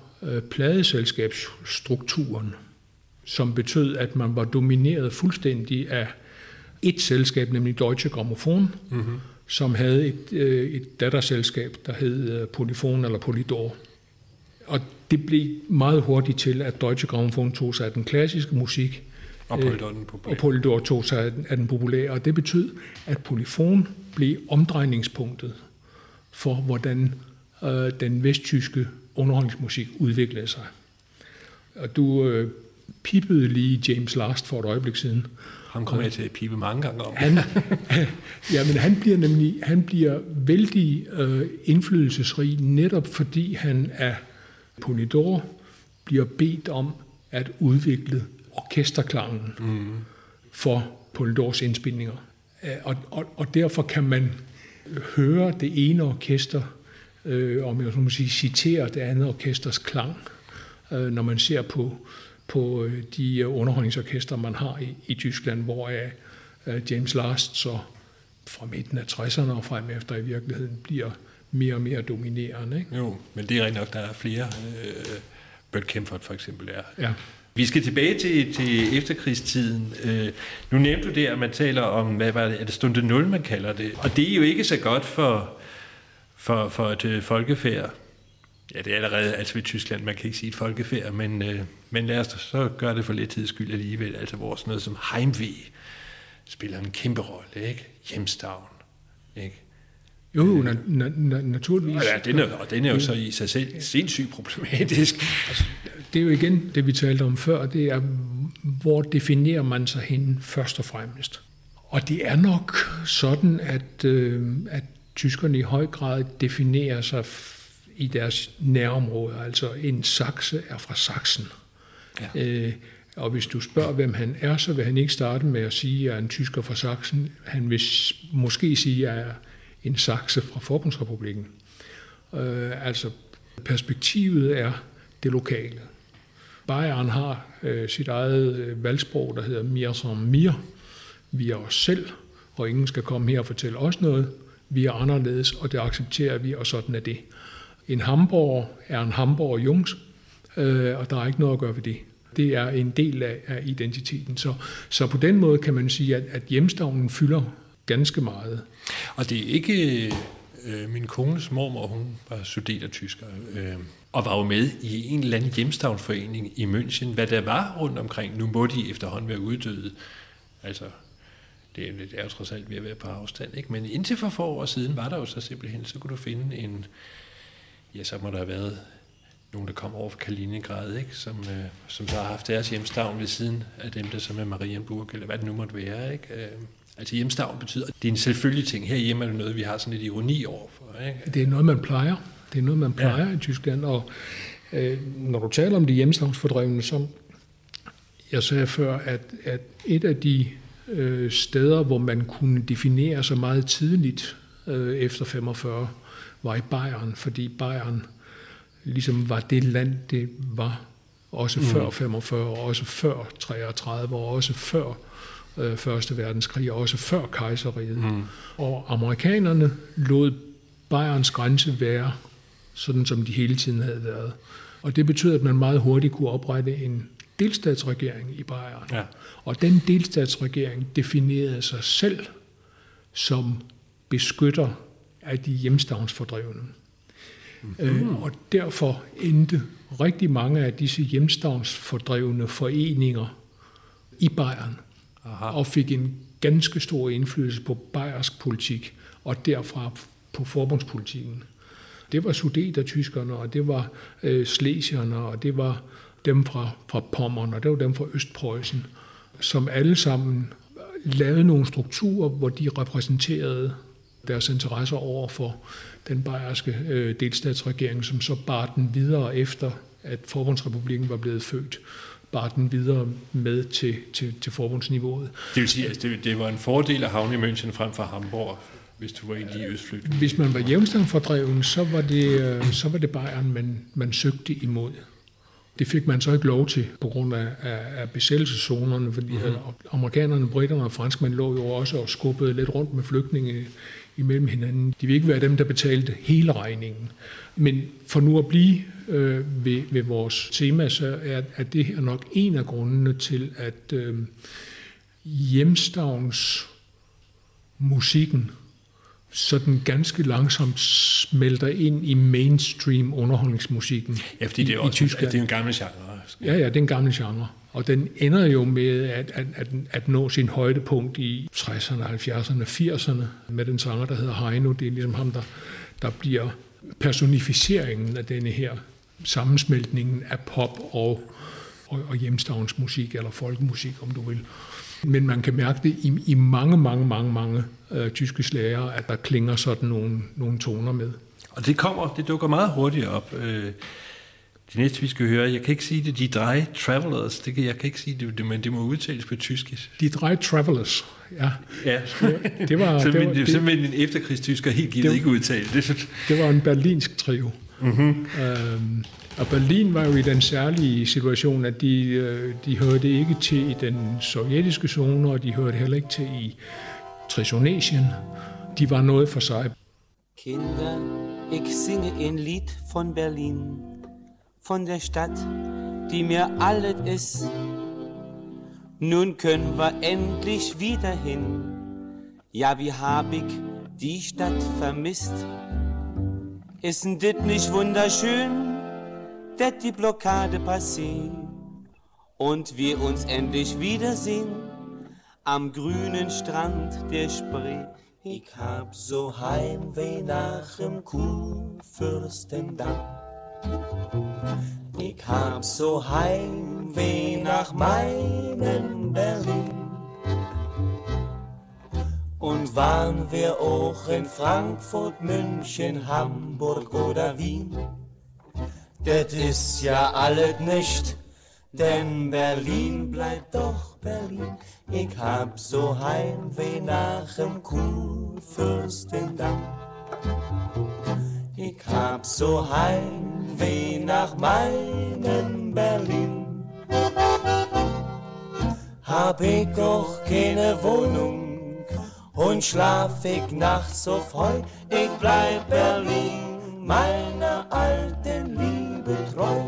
pladeselskabsstrukturen, som betød, at man var domineret fuldstændig af et selskab, nemlig Deutsche Grammophon, som havde et datterselskab, der hed Polyphon eller Polydor. Og det blev meget hurtigt til, at Deutsche Grammophon tog sig af den klassiske musik, og Polydor tog sig af den populære. Og det betød, at Polyphon blev omdrejningspunktet for, hvordan den vesttyske underholdningsmusik udviklede sig. Og du pippede lige James Last for et øjeblik siden. Han kommer til at pipe mange gange om. Men han bliver vældig indflydelsesrig, netop fordi han af Polydor bliver bedt om at udvikle orkesterklangen for Polydors indspilninger. Og derfor kan man høre det ene orkester, om jeg så må sige, citere det andet orkesters klang, når man ser på de underholdningsorkester, man har i Tyskland, hvor James Last så fra midten af 60'erne og frem efter i virkeligheden bliver mere og mere dominerende. Ikke? Jo, men det er rent nok, der er flere. Bert Kaempfert for eksempel er. Ja. Vi skal tilbage til efterkrigstiden. Nu nævnte du det, at man taler om, hvad var det? Er det stunde 0, man kalder det? Og det er jo ikke så godt for et folkefærd. Ja, det er allerede altså ved Tyskland, man kan ikke sige et folkefærd, men lad os så gøre det for lidt tids skyld alligevel. Altså hvor sådan noget som Heimweh spiller en kæmpe rolle, ikke? Hjemstavn, ikke? Jo, naturligvis. Og den er jo så i sig selv sindssygt problematisk. Altså, det er jo igen det, vi talte om før, det er, hvor definerer man sig hen først og fremmest. Og det er nok sådan, at tyskerne i høj grad definerer sig i deres nærområde. Altså en sakse er fra Sachsen. Ja. Og hvis du spørger, hvem han er, så vil han ikke starte med at sige, at jeg er en tysker fra Sachsen. Han vil måske sige, at jeg er en sakse fra Forbundsrepublikken. Altså perspektivet er det lokale. Bayern har sit eget valgsprog, der hedder mir som mir. Vi er os selv, og ingen skal komme her og fortælle os noget. Vi er anderledes, og det accepterer vi, og sådan er det. En Hamburger er en Hamburger Jungs, og der er ikke noget at gøre ved det. Det er en del af identiteten. Så på den måde kan man sige, at hjemstavnen fylder ganske meget. Og det er ikke min kones mormor, hun var studentertysker, og var jo med i en eller anden hjemstavnsforening i München. Hvad der var rundt omkring, nu må de efterhånden være uddøde. Altså, det er jo trods alt ved at være på afstand, ikke? Men indtil for få år siden var der jo så simpelthen, så kunne du finde en, ja, så må der have været nogen, der kom over fra Kaliningrad, ikke? Som så har haft deres hjemstavn ved siden af dem, der som er Marienburg, eller hvad det nu måtte være, ikke? Altså hjemstavn betyder, at det er en selvfølgelig ting. Herhjemme er det noget, vi har sådan lidt ironi overfor, ikke? Det er noget, man plejer. Det er noget, man plejer i Tyskland, og når du taler om de hjemstavnsfordrevne, som jeg sagde før, at et af de steder, hvor man kunne definere sig meget tidligt efter 45, var i Bayern, fordi Bayern ligesom var det land, det var også før 45, og også før 33, og også før Første Verdenskrig, og også før kejserriget. Og amerikanerne lod Bayerns grænse være sådan, som de hele tiden havde været. Og det betød, at man meget hurtigt kunne oprette en delstatsregering i Bayern. Ja. Og den delstatsregering definerede sig selv som beskytter af de hjemstavnsfordrevne. Og derfor endte rigtig mange af disse hjemstavnsfordrevne foreninger i Bayern. Aha. Og fik en ganske stor indflydelse på bayersk politik, og derfra på forbundspolitikken. Det var sudetertyskerne, og det var slesierne, og det var dem fra Pommern, og det var dem fra Østpreussen, som alle sammen lavede nogle strukturer, hvor de repræsenterede deres interesser over for den bayerske delstatsregering, som så bar den videre efter, at Forbundsrepublikken var blevet født, bar den videre med til forbundsniveauet. Det vil sige, at det var en fordel at havne i München frem for Hamburg, hvis du var egentlig østflyttet. Hvis man var hjemstavnsfordreven, så var det Bayern, man søgte imod. Det fik man så ikke lov til på grund af besættelseszonerne, fordi amerikanerne, britterne og franskmænd lå jo også og skubbede lidt rundt med flygtninge imellem hinanden. De ville ikke være dem, der betalte hele regningen. Men for nu at blive ved vores tema, så er det her nok en af grundene til, at hjemstavnsmusikken sådan ganske langsomt smelter ind i mainstream underholdningsmusikken. Ja, fordi det er også det er en gammel genre. Ja, det er en gammel genre. Og den ender jo med at nå sin højdepunkt i 60'erne, 70'erne, 80'erne med den sanger, der hedder Heino. Det er ligesom ham, der bliver personificeringen af denne her sammensmeltningen af pop og hjemstavnsmusik, eller folkemusik, om du vil. Men man kan mærke det i mange tyske slagere, at der klinger sådan nogle toner med. Og det dukker meget hurtigt op. Det næste, vi skal høre, jeg kan ikke sige det, Die Drei Travelers, jeg kan ikke sige det, men det må udtales på tysk. Die Drei Travelers, ja. Det var simpelthen en efterkrigstysker helt givet ikke udtale. Det var en berlinsk trio. Mm-hmm. Og Berlin var jo i den særlige situation, at de hørte ikke til i den sovjetiske zone, og de hørte heller ikke til i Trichonesien. De var noget for sig. Kinder, ich singe ein Lied von Berlin, von der Stadt, die mir alles ist. Nun können wir endlich wieder hin. Ja, wie hab ich die Stadt vermisst? Ist denn dit nicht wunderschön, dass die Blockade passiert und wir uns endlich wiedersehen am grünen Strand der Spree? Ich hab so Heimweh nach dem Kurfürstendamm. Ich hab so Heimweh nach meinem Berlin. Und waren wir auch in Frankfurt, München, Hamburg oder Wien, das ist ja alles nicht, denn Berlin bleibt doch Berlin. Ich hab so Heimweh nach dem Kurfürstendamm. Ich hab so Heimweh nach meinem Berlin. Hab ich auch keine Wohnung und schlaf ich nachts so freu. Ich bleib Berlin, meiner alten Liebe treu.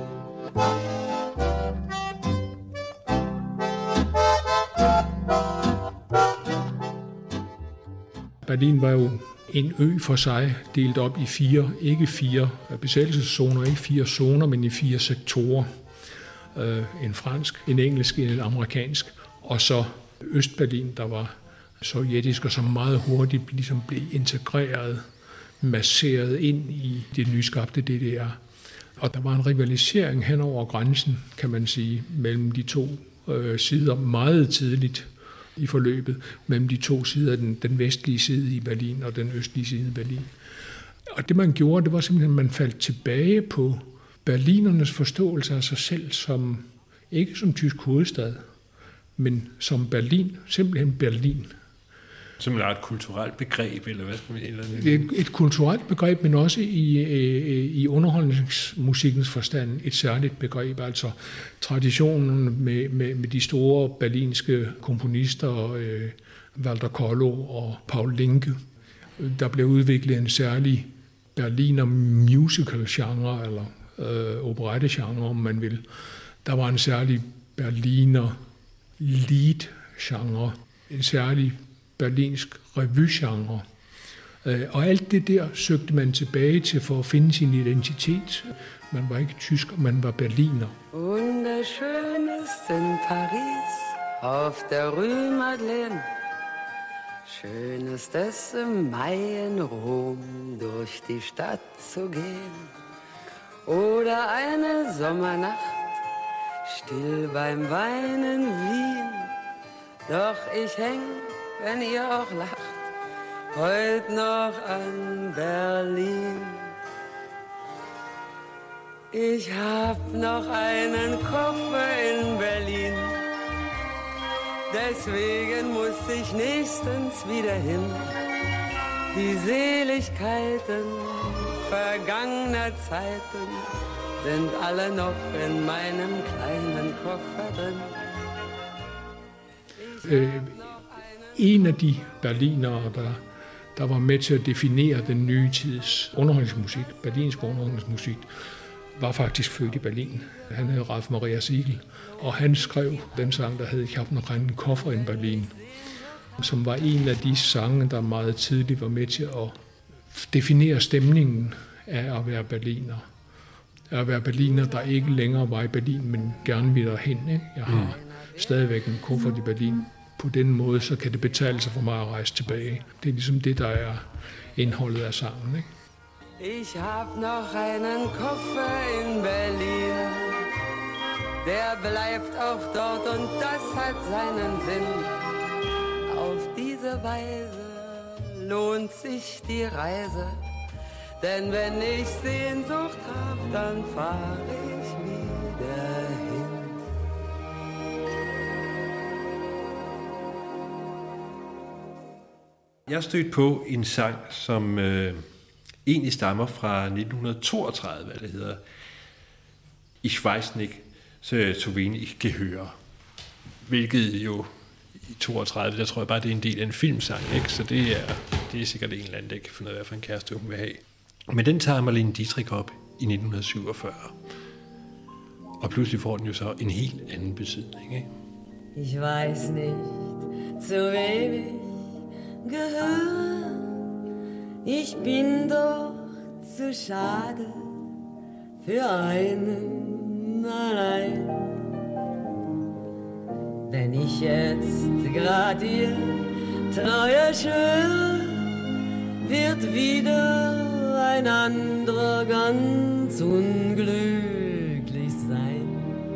Berlin var jo en ø for sig, delt op i ikke fire besættelseszoner, ikke 4 zoner, men i 4 sektorer. En fransk, en engelsk, en amerikansk, og så Østberlin, der var sovjetisk, og som meget hurtigt ligesom blev integreret, masseret ind i det nyskabte DDR. Og der var en rivalisering hen over grænsen, kan man sige, mellem de to sider meget tidligt i forløbet, mellem de to sider, den vestlige side i Berlin og den østlige side i Berlin. Og det man gjorde, det var simpelthen, at man faldt tilbage på berlinernes forståelse af sig selv som, ikke som tysk hovedstad, men som Berlin, simpelthen Berlin. Som er et kulturelt begreb, eller hvad skal man... Et kulturelt begreb, men også i underholdningsmusikkens forstand et særligt begreb, altså traditionen med de store berlinske komponister, Walter Kollo og Paul Linke. Der blev udviklet en særlig Berliner musical-genre, eller operette-genre, om man vil. Der var en særlig Berliner lead-genre, en særlig berlinsk revue-genre. Og alt det der søgte man tilbage til for at finde sin identitet. Man var ikke tysk, man var berliner. Wunderschön ist in Paris auf der Rue Madeleine. Schön ist es im Mai in Rom durch die Stadt zu gehen. Oder eine Sommernacht still beim Wein in Wien. Doch ich häng, wenn ihr auch lacht, heut noch an Berlin. Ich hab noch einen Koffer in Berlin, deswegen muss ich nächstens wieder hin. Die Seligkeiten vergangener Zeiten sind alle noch in meinem kleinen Koffer drin. En af de berlinere, der var med til at definere den nye tids underholdningsmusik, berlinsk underholdningsmusik, var faktisk født i Berlin. Han hed Ralf Maria Siegel, og han skrev den sang, der hed Ich hab noch einen Koffer in Berlin, som var en af de sange, der meget tidligt var med til at definere stemningen af at være berliner. At være berliner, der ikke længere var i Berlin, men gerne ville derhen. Ikke? Jeg har stadigvæk en kuffert i Berlin. På den måde, så kan det betale sig for mig at rejse tilbage. Det er ligesom det, der er indholdet af sangen. Ikke? Ich hab noch einen Koffer in Berlin. Der bleibt auch dort und das hat seinen Sinn. Auf diese Weise lohnt sich die Reise. Denn wenn ich Sehnsucht hab, dann fahr ich wieder hin. Jeg stødte på en sang, som egentlig stammer fra 1932, hvad det hedder. Ich weiß nicht, zu wen ich gehöre. Hvilket jo i 32, der tror jeg bare, det er en del af en filmsang, ikke? Så det er sikkert en eller anden, der kan finde ud af, hvad for en kæreste hun vil have. Men den tager Marlene Dietrich op i 1947. Og pludselig får den jo så en helt anden betydning, ikke? Ich weiß nicht, zu wem ich gehöre. Ich bin doch zu schade für einen allein. Wenn ich jetzt grad ihr Treue schwöre, wird wieder ein anderer ganz unglücklich sein.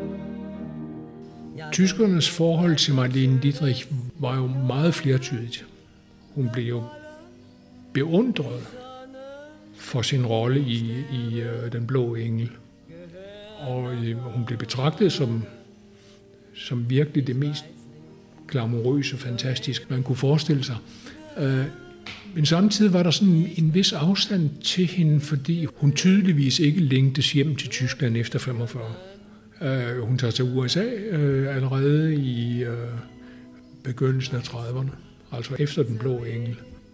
Tyskernes forhold til Marlene Dietrich var jo meget flertydigt. Hun blev jo beundret for sin rolle i Den Blå Engel. Og hun blev betragtet som virkelig det mest glamourøse, fantastiske, man kunne forestille sig. Men samtidig var der sådan en vis afstand til hende, fordi hun tydeligvis ikke længtes hjem til Tyskland efter 45. Hun tager til USA allerede i begyndelsen af 30'erne, altså efter Den Blå Engel.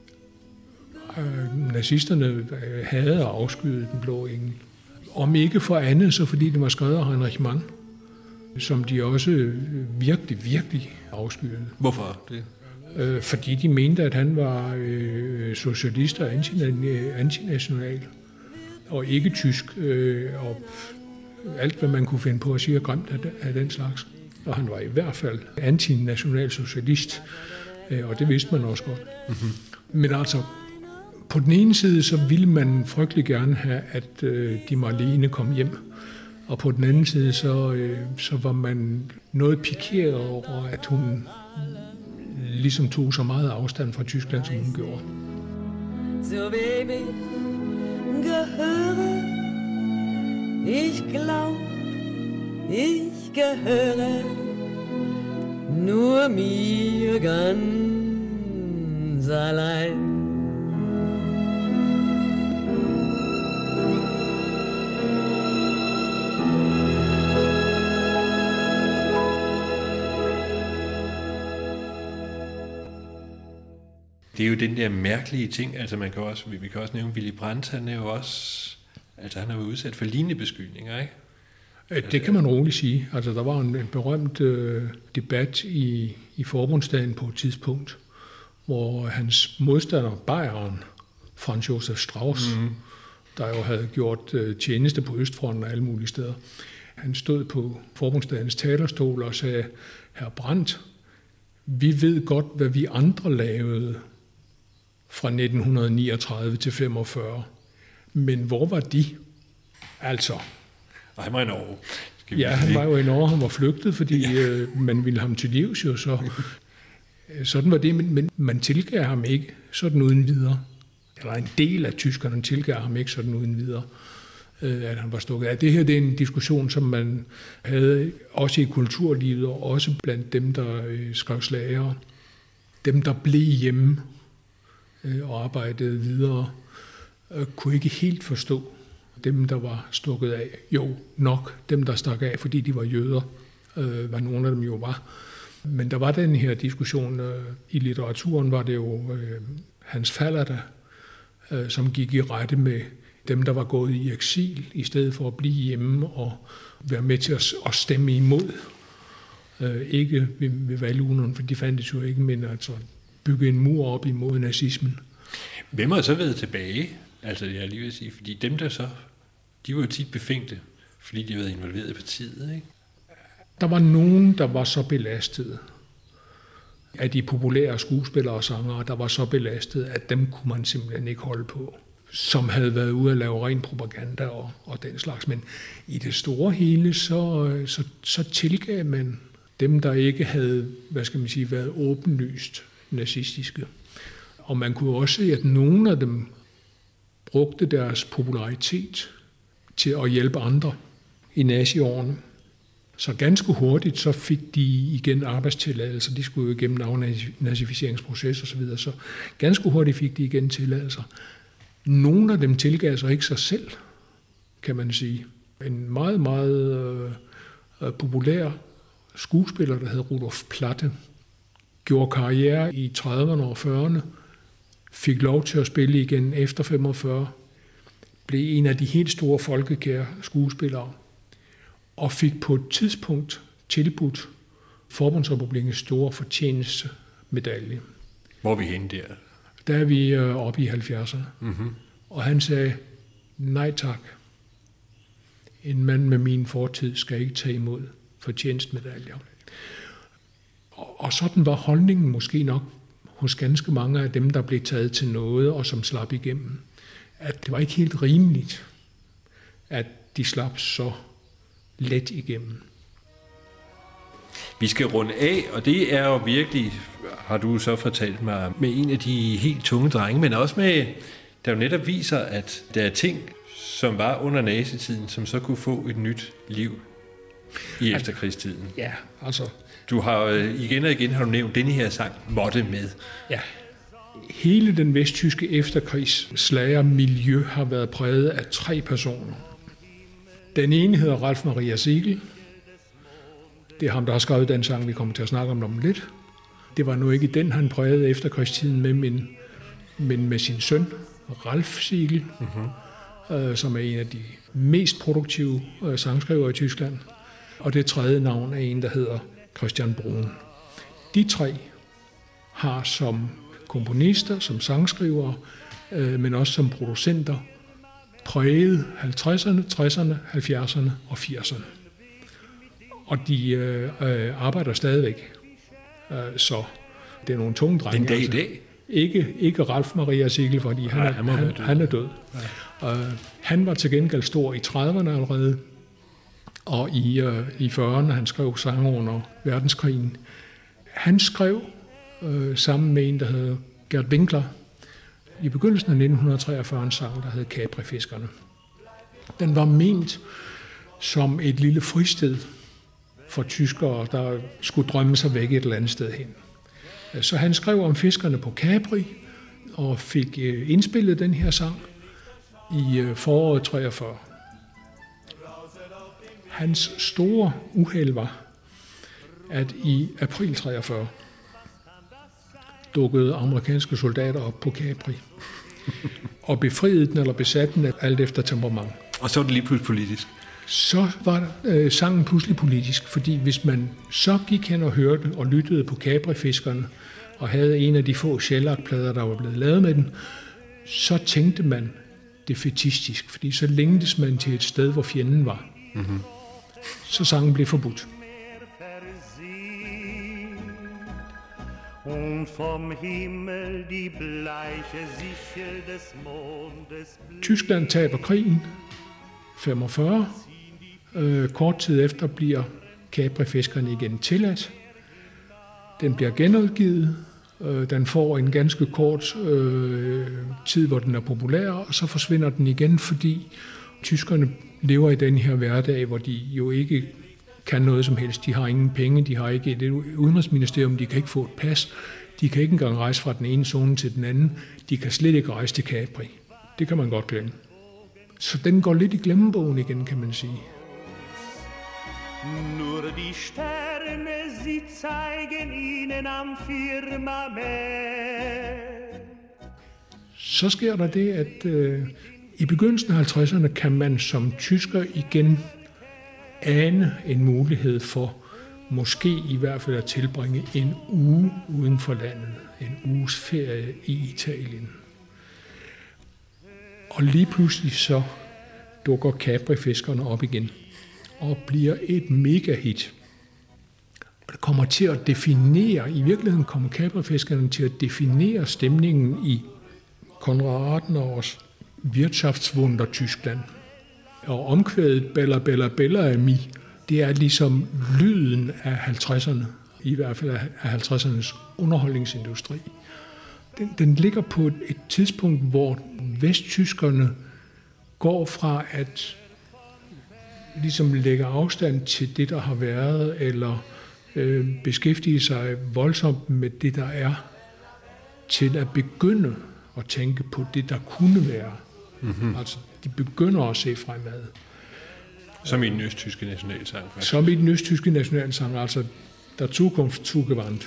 Nazisterne havde afskyet Den Blå Engel. Om ikke for andet, så fordi det var skrevet af Heinrich Mann, som de også virkelig afskyede. Hvorfor det? Fordi de mente, at han var socialist og antinational, og ikke tysk, og alt, hvad man kunne finde på at sige, er grimt af den slags. Og han var i hvert fald antinational socialist, og det vidste man også godt. Mm-hmm. Men altså, på den ene side, så ville man frygtelig gerne have, at de Marlene kom hjem. Og på den anden side, så var man noget pikeret over, at hun ligesom tog så meget afstand fra Tyskland, som hun gjorde. Zu wem ich gehöre, ich glaub, ich gehöre nur mir ganz allein. Det er jo den der mærkelige ting, altså vi kan også nævne Willy Brandt, han er jo også, altså han har været udsat for lignende beskyldninger, ikke? Det kan man roligt sige. Altså der var en berømt debat i forbundsdagen på et tidspunkt, hvor hans modstander, Bayern, Franz Josef Strauss, der jo havde gjort tjeneste på Østfronten og alle mulige steder, han stod på forbundsdagens talerstol og sagde, Herr Brandt, vi ved godt, hvad vi andre lavede fra 1939 til 45. Men hvor var de? Altså. Og han var i Norge. Han var jo i Norge, han var flygtet, fordi man ville ham til livs jo, så sådan var det, men man tilgav ham ikke sådan uden videre. Eller en del af tyskerne tilgav ham ikke sådan uden videre, at han var stukket af. Det her, det er en diskussion, som man havde også i kulturlivet, og også blandt dem, der skrev slager. Dem, der blev hjemme og arbejdede videre, kunne ikke helt forstå dem, der var stukket af. Jo, nok dem, der stak af, fordi de var jøder, hvad nogle af dem jo var. Men der var den her diskussion. I litteraturen var det jo Hans Fallada, som gik i rette med dem, der var gået i eksil, i stedet for at blive hjemme og være med til at stemme imod. Ikke ved valgurnerne, for de fandtes jo ikke, men altså bygge en mur op imod nazismen. Hvem har så været tilbage? Altså, jeg lige vil sige, fordi dem der så, de var jo tit befængte, fordi de havde været involveret i partiet, ikke? Der var nogen, der var så belastet af de populære skuespillere og sangere, der var så belastet, at dem kunne man simpelthen ikke holde på, som havde været ude at lave ren propaganda og den slags. Men i det store hele, så tilgav man dem, der ikke havde, været åbenlyst nazistiske. Og man kunne også se, at nogle af dem brugte deres popularitet til at hjælpe andre i naziårene. Så ganske hurtigt så fik de igen arbejdstilladelser. De skulle jo igennem afnazificeringsproces og så videre. Så ganske hurtigt fik de igen tilladelser. Nogle af dem tilgav sig ikke sig selv, kan man sige. En meget, meget populær skuespiller, der hed Rudolf Platte, gjorde karriere i 30'erne og 40'erne, fik lov til at spille igen efter 45, blev en af de helt store folkekære skuespillere, og fik på et tidspunkt tilbudt Forbundsrepublikkens store fortjenestemedalje. Hvor er vi henne der? Der er vi oppe i 70'erne. Mm-hmm. Og han sagde, nej tak. En mand med min fortid skal ikke tage imod fortjenestemedaljer. Og sådan var holdningen måske nok hos ganske mange af dem, der blev taget til noget og som slap igennem. At det var ikke helt rimeligt, at de slap så let igennem. Vi skal runde af, og det er jo virkelig, har du så fortalt mig, med en af de helt tunge drenge, men også med, der jo netop viser, at der er ting, som var under nazitiden, som så kunne få et nyt liv i efterkrigstiden. Ja, altså. Du har igen og igen har du nævnt denne her sang, Måtte med. Ja. Hele den vesttyske efterkrigsslagermiljø har været præget af 3 personer. Den ene hedder Ralf Maria Siegel. Det er ham, der har skrevet den sang, vi kommer til at snakke om lidt. Det var nu ikke den, han prægede efterkrigstiden med, men med sin søn, Ralf Siegel, som er en af de mest produktive sangskrivere i Tyskland. Og det tredje navn er en, der hedder Christian Brun. De 3 har som komponister, som sangskrivere, men også som producenter, præget 50'erne, 60'erne, 70'erne og 80'erne. Og de arbejder stadigvæk. Så det er nogle tunge drenge. Den dag i dag? Ikke Ralf Maria Siegel, fordi han er død. Ja. Han var til gengæld stor i 30'erne allerede, og i 40'erne, han skrev sange under verdenskrigen. Han skrev sammen med en, der hed Gert Winkler, i begyndelsen af 1943 en sang, der hed Capri-fiskerne. Den var ment som et lille fristed for tyskere, der skulle drømme sig væk et eller andet sted hen. Så han skrev om fiskerne på Capri og fik indspillet den her sang i foråret 43. Hans store uheld var, at i april 43 dukkede amerikanske soldater op på Capri og befriede den eller besatte den alt efter temperament. Og så var det lige pludselig politisk? Så var sangen pludselig politisk, fordi hvis man så gik hen og hørte og lyttede på Capri-fiskerne og havde en af de få Shellac-plader, der var blevet lavet med den, så tænkte man det fetistisk, fordi så længtes man til et sted, hvor fjenden var. Mm-hmm. Så sangen blev forbudt. Tyskland taber krigen 45. Kort tid efter bliver Capri-fiskerne igen tilladt. Den bliver genudgivet. Den får en ganske kort tid, hvor den er populær, og så forsvinder den igen, fordi tyskerne lever i den her hverdag, hvor de jo ikke kan noget som helst. De har ingen penge, de har ikke et udenrigsministerium, de kan ikke få et pas, de kan ikke engang rejse fra den ene zone til den anden, de kan slet ikke rejse til Capri. Det kan man godt glemme. Så den går lidt i glemmebogen igen, kan man sige. Nur die Sterne, sie zeigen ihnen am Firmament. Så sker der det, at i begyndelsen af 50'erne kan man som tysker igen ane en mulighed for måske i hvert fald at tilbringe en uge uden for landet, en uges ferie i Italien. Og lige pludselig så dukker Capri-fiskerne op igen og bliver et mega hit. Og det kommer til at definere, i virkeligheden kommer Capri-fiskerne til at definere stemningen i Konrad Adenauers Wirtschaftswunder Tyskland. Og omkvædet Bella Bella Bella Ami, det er ligesom lyden af 50'erne, i hvert fald af 50'ernes underholdningsindustri. Den ligger på et tidspunkt, hvor vesttyskerne går fra at ligesom lægge afstand til det, der har været, eller beskæftige sig voldsomt med det, der er, til at begynde at tænke på det, der kunne være. Mm-hmm. Altså, de begynder at se fremad. Som i den østtyske nationalsang. Faktisk. Som i den østtyske nationalsang, altså der Zukunft zugewandt.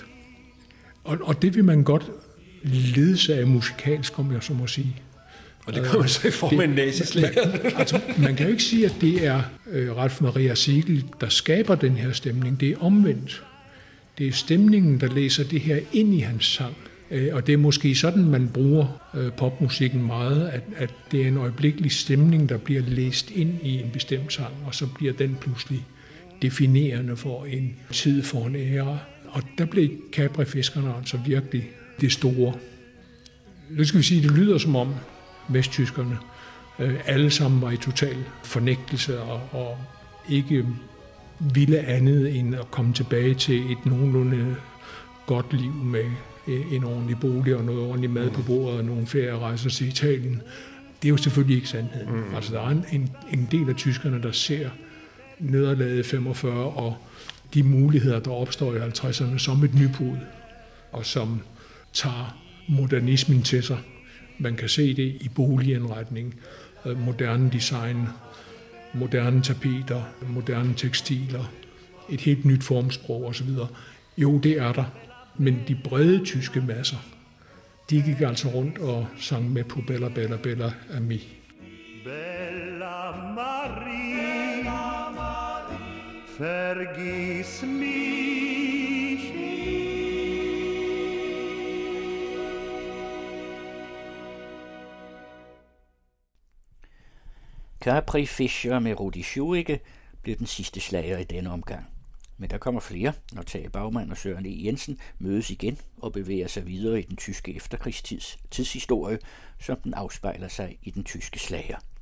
Og det vil man godt ledsage musikalsk, om jeg så må sige. Og det kommer så i form af en nazislager. Man kan jo ikke sige, at det er Ralf Maria Siegel, der skaber den her stemning. Det er omvendt. Det er stemningen, der læser det her ind i hans sang. Og det er måske sådan, man bruger popmusikken meget, at det er en øjeblikkelig stemning, der bliver læst ind i en bestemt sang, og så bliver den pludselig definerende for en tid, for en æra. Og der blev Capri-fiskerne altså virkelig det store. Nu skal vi sige, at det lyder som om vesttyskerne alle sammen var i total fornægtelse og ikke ville andet end at komme tilbage til et nogenlunde godt liv med en ordentlig bolig og noget ordentlig mad på bordet og nogle ferierejser til Italien. Det er jo selvfølgelig ikke sandheden. Altså, der er en del af tyskerne, der ser nederlaget 45 og de muligheder, der opstår i 50'erne som et nybrud, og som tager modernismen til sig. Man kan se det i boligindretning, moderne design, moderne tapeter, moderne tekstiler, et helt nyt formsprog osv. Jo, det er der. Men de brede tyske masser, de gik altså rundt og sang med på Bella Bella Bella Ami. Bella Marie, vergiss mich. Capri Fischer med Rudi Schurike blev den sidste slager i denne omgang. Men der kommer flere, når Tage Bagmann og Søren E. Jensen mødes igen og bevæger sig videre i den tyske efterkrigstids tidshistorie, som den afspejler sig i den tyske slager.